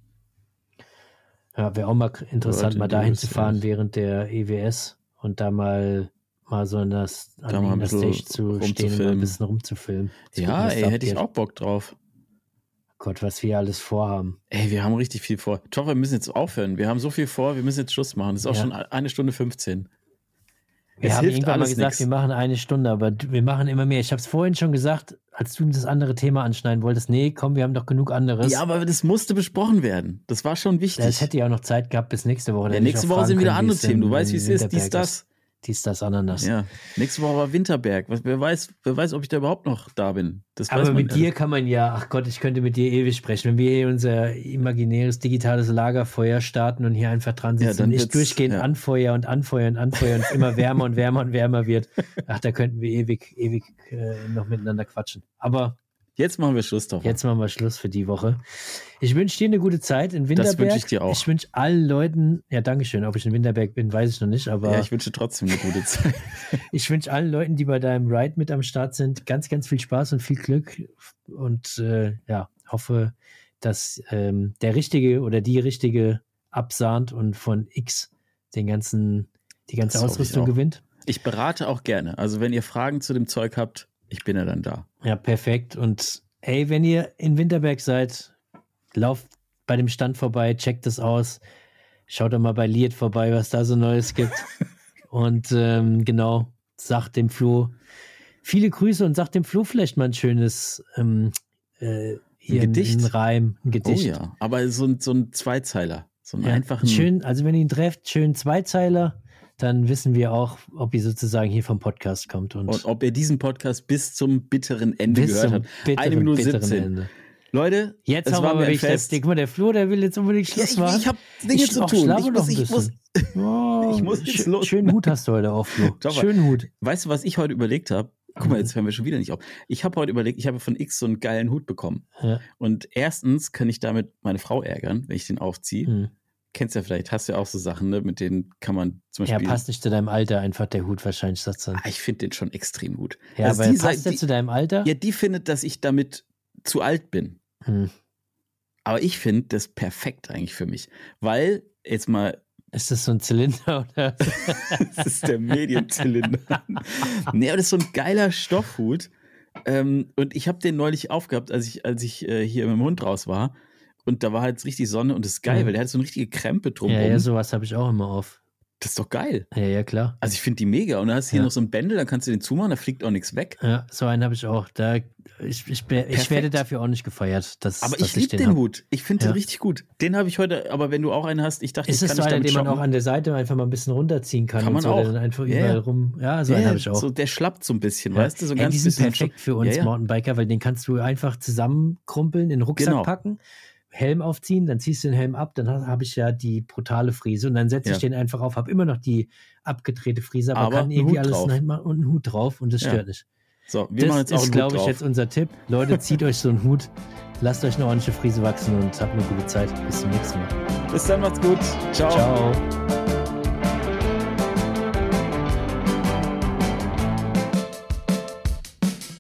Speaker 2: Ja, wäre auch mal interessant,
Speaker 1: World
Speaker 2: mal dahin
Speaker 1: Enduro
Speaker 2: zu fahren
Speaker 1: Series.
Speaker 2: während der E W S und da mal, mal so in das,
Speaker 1: Da
Speaker 2: an
Speaker 1: mal ein
Speaker 2: der
Speaker 1: bisschen
Speaker 2: Stage zu stehen und mal ein
Speaker 1: rumzufilmen.
Speaker 2: bisschen rumzufilmen. Zu
Speaker 1: Ja,
Speaker 2: gucken, was
Speaker 1: ey,
Speaker 2: da
Speaker 1: hätte ich
Speaker 2: abgeht.
Speaker 1: auch Bock drauf.
Speaker 2: Gott, was wir alles vorhaben.
Speaker 1: Ey, wir haben richtig viel vor. Doch, wir müssen jetzt aufhören. Wir haben so viel vor, wir müssen jetzt Schluss machen. Es ist auch
Speaker 2: Ja.
Speaker 1: schon eine Stunde fünfzehn.
Speaker 2: Wir
Speaker 1: Es
Speaker 2: haben
Speaker 1: hilft
Speaker 2: irgendwann mal
Speaker 1: alles
Speaker 2: gesagt,
Speaker 1: nix.
Speaker 2: wir machen eine Stunde, aber d- wir machen immer mehr. Ich habe es vorhin schon gesagt, als du das andere Thema anschneiden wolltest. Nee, komm, wir haben doch genug anderes.
Speaker 1: Ja, aber das musste besprochen werden. Das war schon wichtig.
Speaker 2: Es hätte ja auch noch Zeit gehabt bis nächste Woche.
Speaker 1: Ja,
Speaker 2: Dann hätte ich
Speaker 1: nächste
Speaker 2: auch
Speaker 1: Woche
Speaker 2: fragen
Speaker 1: sind wieder
Speaker 2: können,
Speaker 1: andere
Speaker 2: wie es
Speaker 1: Themen. Du
Speaker 2: in-
Speaker 1: weißt, wie
Speaker 2: in
Speaker 1: es ist. Dies,
Speaker 2: Winterberg
Speaker 1: das.
Speaker 2: Dies, das, Ananas.
Speaker 1: Ja, nächste Woche war Winterberg. Was, wer, weiß, wer weiß, ob ich da überhaupt noch da bin. Das weiß
Speaker 2: Aber
Speaker 1: man
Speaker 2: mit dir kann man ja, ach Gott, ich könnte mit dir ewig sprechen. Wenn wir hier unser imaginäres digitales Lagerfeuer starten und hier einfach dran
Speaker 1: Ja,
Speaker 2: sitzen
Speaker 1: dann
Speaker 2: und ich
Speaker 1: wird's-
Speaker 2: durchgehend
Speaker 1: ja.
Speaker 2: anfeuer und anfeuern und anfeuern und es immer wärmer und wärmer und wärmer wird, ach, da könnten wir ewig, ewig äh, noch miteinander quatschen. Aber
Speaker 1: Jetzt machen wir Schluss doch.
Speaker 2: jetzt machen wir Schluss für die Woche. Ich wünsche dir eine gute Zeit in Winterberg.
Speaker 1: wünsche ich dir auch.
Speaker 2: Ich wünsche allen Leuten, ja, Dankeschön. Ob ich in Winterberg bin, weiß ich noch nicht, aber
Speaker 1: Ja, ich wünsche trotzdem eine gute Zeit.
Speaker 2: ich wünsche allen Leuten, die bei deinem Ride mit am Start sind, ganz, ganz viel Spaß und viel Glück und äh, ja, hoffe, dass ähm, der Richtige oder die Richtige absahnt und von X den ganzen, die ganze
Speaker 1: Das hoffe ich
Speaker 2: Ausrüstung
Speaker 1: auch.
Speaker 2: gewinnt.
Speaker 1: Ich berate auch gerne. Also wenn ihr Fragen zu dem Zeug habt, ich bin ja dann da.
Speaker 2: Ja, perfekt. Und ey, wenn ihr in Winterberg seid, lauft bei dem Stand vorbei, checkt es aus. Schaut doch mal bei Liet vorbei, was da so Neues gibt. Und ähm, genau, sagt dem Flo viele Grüße und sagt dem Flo vielleicht mal ein schönes ähm, äh, hier
Speaker 1: Ein Gedicht?
Speaker 2: Ein Reim, ein Gedicht.
Speaker 1: Oh ja, aber so ein, so ein Zweizeiler. So einen
Speaker 2: Ja,
Speaker 1: einfachen.
Speaker 2: schön, also wenn ihr ihn trefft, schön Zweizeiler, dann wissen wir auch, ob ihr sozusagen hier vom Podcast kommt. Und,
Speaker 1: Und ob ihr diesen Podcast bis zum bitteren Ende
Speaker 2: bis
Speaker 1: gehört
Speaker 2: zum
Speaker 1: habt.
Speaker 2: bitteren,
Speaker 1: Eine Minute
Speaker 2: bitteren
Speaker 1: siebzehn.
Speaker 2: Ende.
Speaker 1: Leute,
Speaker 2: Jetzt
Speaker 1: es
Speaker 2: haben wir
Speaker 1: war
Speaker 2: aber
Speaker 1: mir ein
Speaker 2: richtig
Speaker 1: Fest.
Speaker 2: Guck mal, der Flo, der will jetzt unbedingt
Speaker 1: Ja,
Speaker 2: Schluss
Speaker 1: ich
Speaker 2: machen.
Speaker 1: ich habe Dinge
Speaker 2: Ich-
Speaker 1: zu
Speaker 2: ach,
Speaker 1: tun.
Speaker 2: schlafe
Speaker 1: Ich
Speaker 2: doch
Speaker 1: muss,
Speaker 2: ein
Speaker 1: ich muss,
Speaker 2: Oh,
Speaker 1: Ich muss jetzt
Speaker 2: schön,
Speaker 1: los.
Speaker 2: Schönen Hut hast du heute auf, Flo.
Speaker 1: Schau mal.
Speaker 2: Schönen Hut.
Speaker 1: Weißt du, was ich heute überlegt habe? Guck mal, jetzt hören wir schon wieder nicht auf. Ich habe heute überlegt, ich habe von X so einen geilen Hut bekommen.
Speaker 2: Ja.
Speaker 1: Und erstens kann ich damit meine Frau ärgern, wenn ich den aufziehe.
Speaker 2: Hm.
Speaker 1: Kennst ja vielleicht, hast ja auch so Sachen, ne, mit denen kann man zum
Speaker 2: Ja,
Speaker 1: Beispiel.
Speaker 2: passt nicht zu deinem Alter, einfach der Hut wahrscheinlich, sagst du.
Speaker 1: Ah, ich finde den schon extrem gut.
Speaker 2: Ja,
Speaker 1: Also
Speaker 2: aber
Speaker 1: die
Speaker 2: passt
Speaker 1: Seite-
Speaker 2: der zu deinem Alter?
Speaker 1: Ja, die findet, dass ich damit zu alt bin.
Speaker 2: Hm.
Speaker 1: Aber ich finde das perfekt eigentlich für mich. Weil, jetzt mal,
Speaker 2: Ist das so ein Zylinder oder?
Speaker 1: das ist der Medienzylinder. Nee, aber das ist so ein geiler Stoffhut. Ähm, und ich habe den neulich aufgehabt, als ich, als ich äh, hier mit dem Hund raus war. Und da war halt richtig Sonne und das ist geil,
Speaker 2: Mhm.
Speaker 1: weil der hat so eine richtige Krempe drumherum.
Speaker 2: Ja, ja, sowas habe ich auch immer auf.
Speaker 1: Das ist doch geil.
Speaker 2: Ja, ja, klar.
Speaker 1: Also ich finde die mega. Und dann hast du hier
Speaker 2: Ja.
Speaker 1: noch so ein Bändel, dann kannst du den zumachen, da fliegt auch nichts weg.
Speaker 2: Ja, so einen habe ich auch. Da, ich, ich, be- ich
Speaker 1: Perfekt.
Speaker 2: werde dafür auch nicht gefeiert. Dass,
Speaker 1: Aber
Speaker 2: dass
Speaker 1: ich liebe den
Speaker 2: hab.
Speaker 1: Hut. Ich finde
Speaker 2: Ja.
Speaker 1: den richtig gut. Den habe ich heute, aber wenn du auch einen hast, ich dachte,
Speaker 2: Ist
Speaker 1: ich
Speaker 2: es
Speaker 1: kann
Speaker 2: so
Speaker 1: nicht
Speaker 2: einer,
Speaker 1: damit
Speaker 2: den man
Speaker 1: shoppen.
Speaker 2: auch an der Seite einfach mal ein bisschen runterziehen kann?
Speaker 1: Kann
Speaker 2: und
Speaker 1: man
Speaker 2: so,
Speaker 1: auch.
Speaker 2: Der dann einfach
Speaker 1: Ja,
Speaker 2: überall
Speaker 1: ja.
Speaker 2: rum. Ja, so
Speaker 1: Ja,
Speaker 2: einen habe ich auch.
Speaker 1: So, der schlappt so ein bisschen,
Speaker 2: Ja.
Speaker 1: weißt du? So ein
Speaker 2: Ey,
Speaker 1: ganz
Speaker 2: die sind
Speaker 1: bisschen
Speaker 2: perfekt für uns
Speaker 1: Ja, ja.
Speaker 2: Mountainbiker, weil den kannst du einfach zusammenkrumpeln, in den Rucksack
Speaker 1: Genau.
Speaker 2: packen, Helm aufziehen, dann ziehst du den Helm ab, dann habe hab ich ja die brutale Frise und dann setze ich
Speaker 1: Ja.
Speaker 2: den einfach auf, habe immer noch die abgedrehte Frise, aber,
Speaker 1: Aber
Speaker 2: kann
Speaker 1: einen
Speaker 2: irgendwie
Speaker 1: Hut
Speaker 2: alles
Speaker 1: drauf.
Speaker 2: hinmachen und einen Hut drauf und das
Speaker 1: Ja.
Speaker 2: stört nicht.
Speaker 1: So, wir machen
Speaker 2: Das
Speaker 1: jetzt auch
Speaker 2: ist,
Speaker 1: einen Hut
Speaker 2: glaube ich,
Speaker 1: drauf.
Speaker 2: jetzt unser Tipp. Leute, zieht euch so einen Hut, lasst euch eine ordentliche Frise wachsen und habt eine gute Zeit. Bis zum nächsten Mal.
Speaker 1: Bis dann, macht's gut. Ciao.
Speaker 2: Ciao.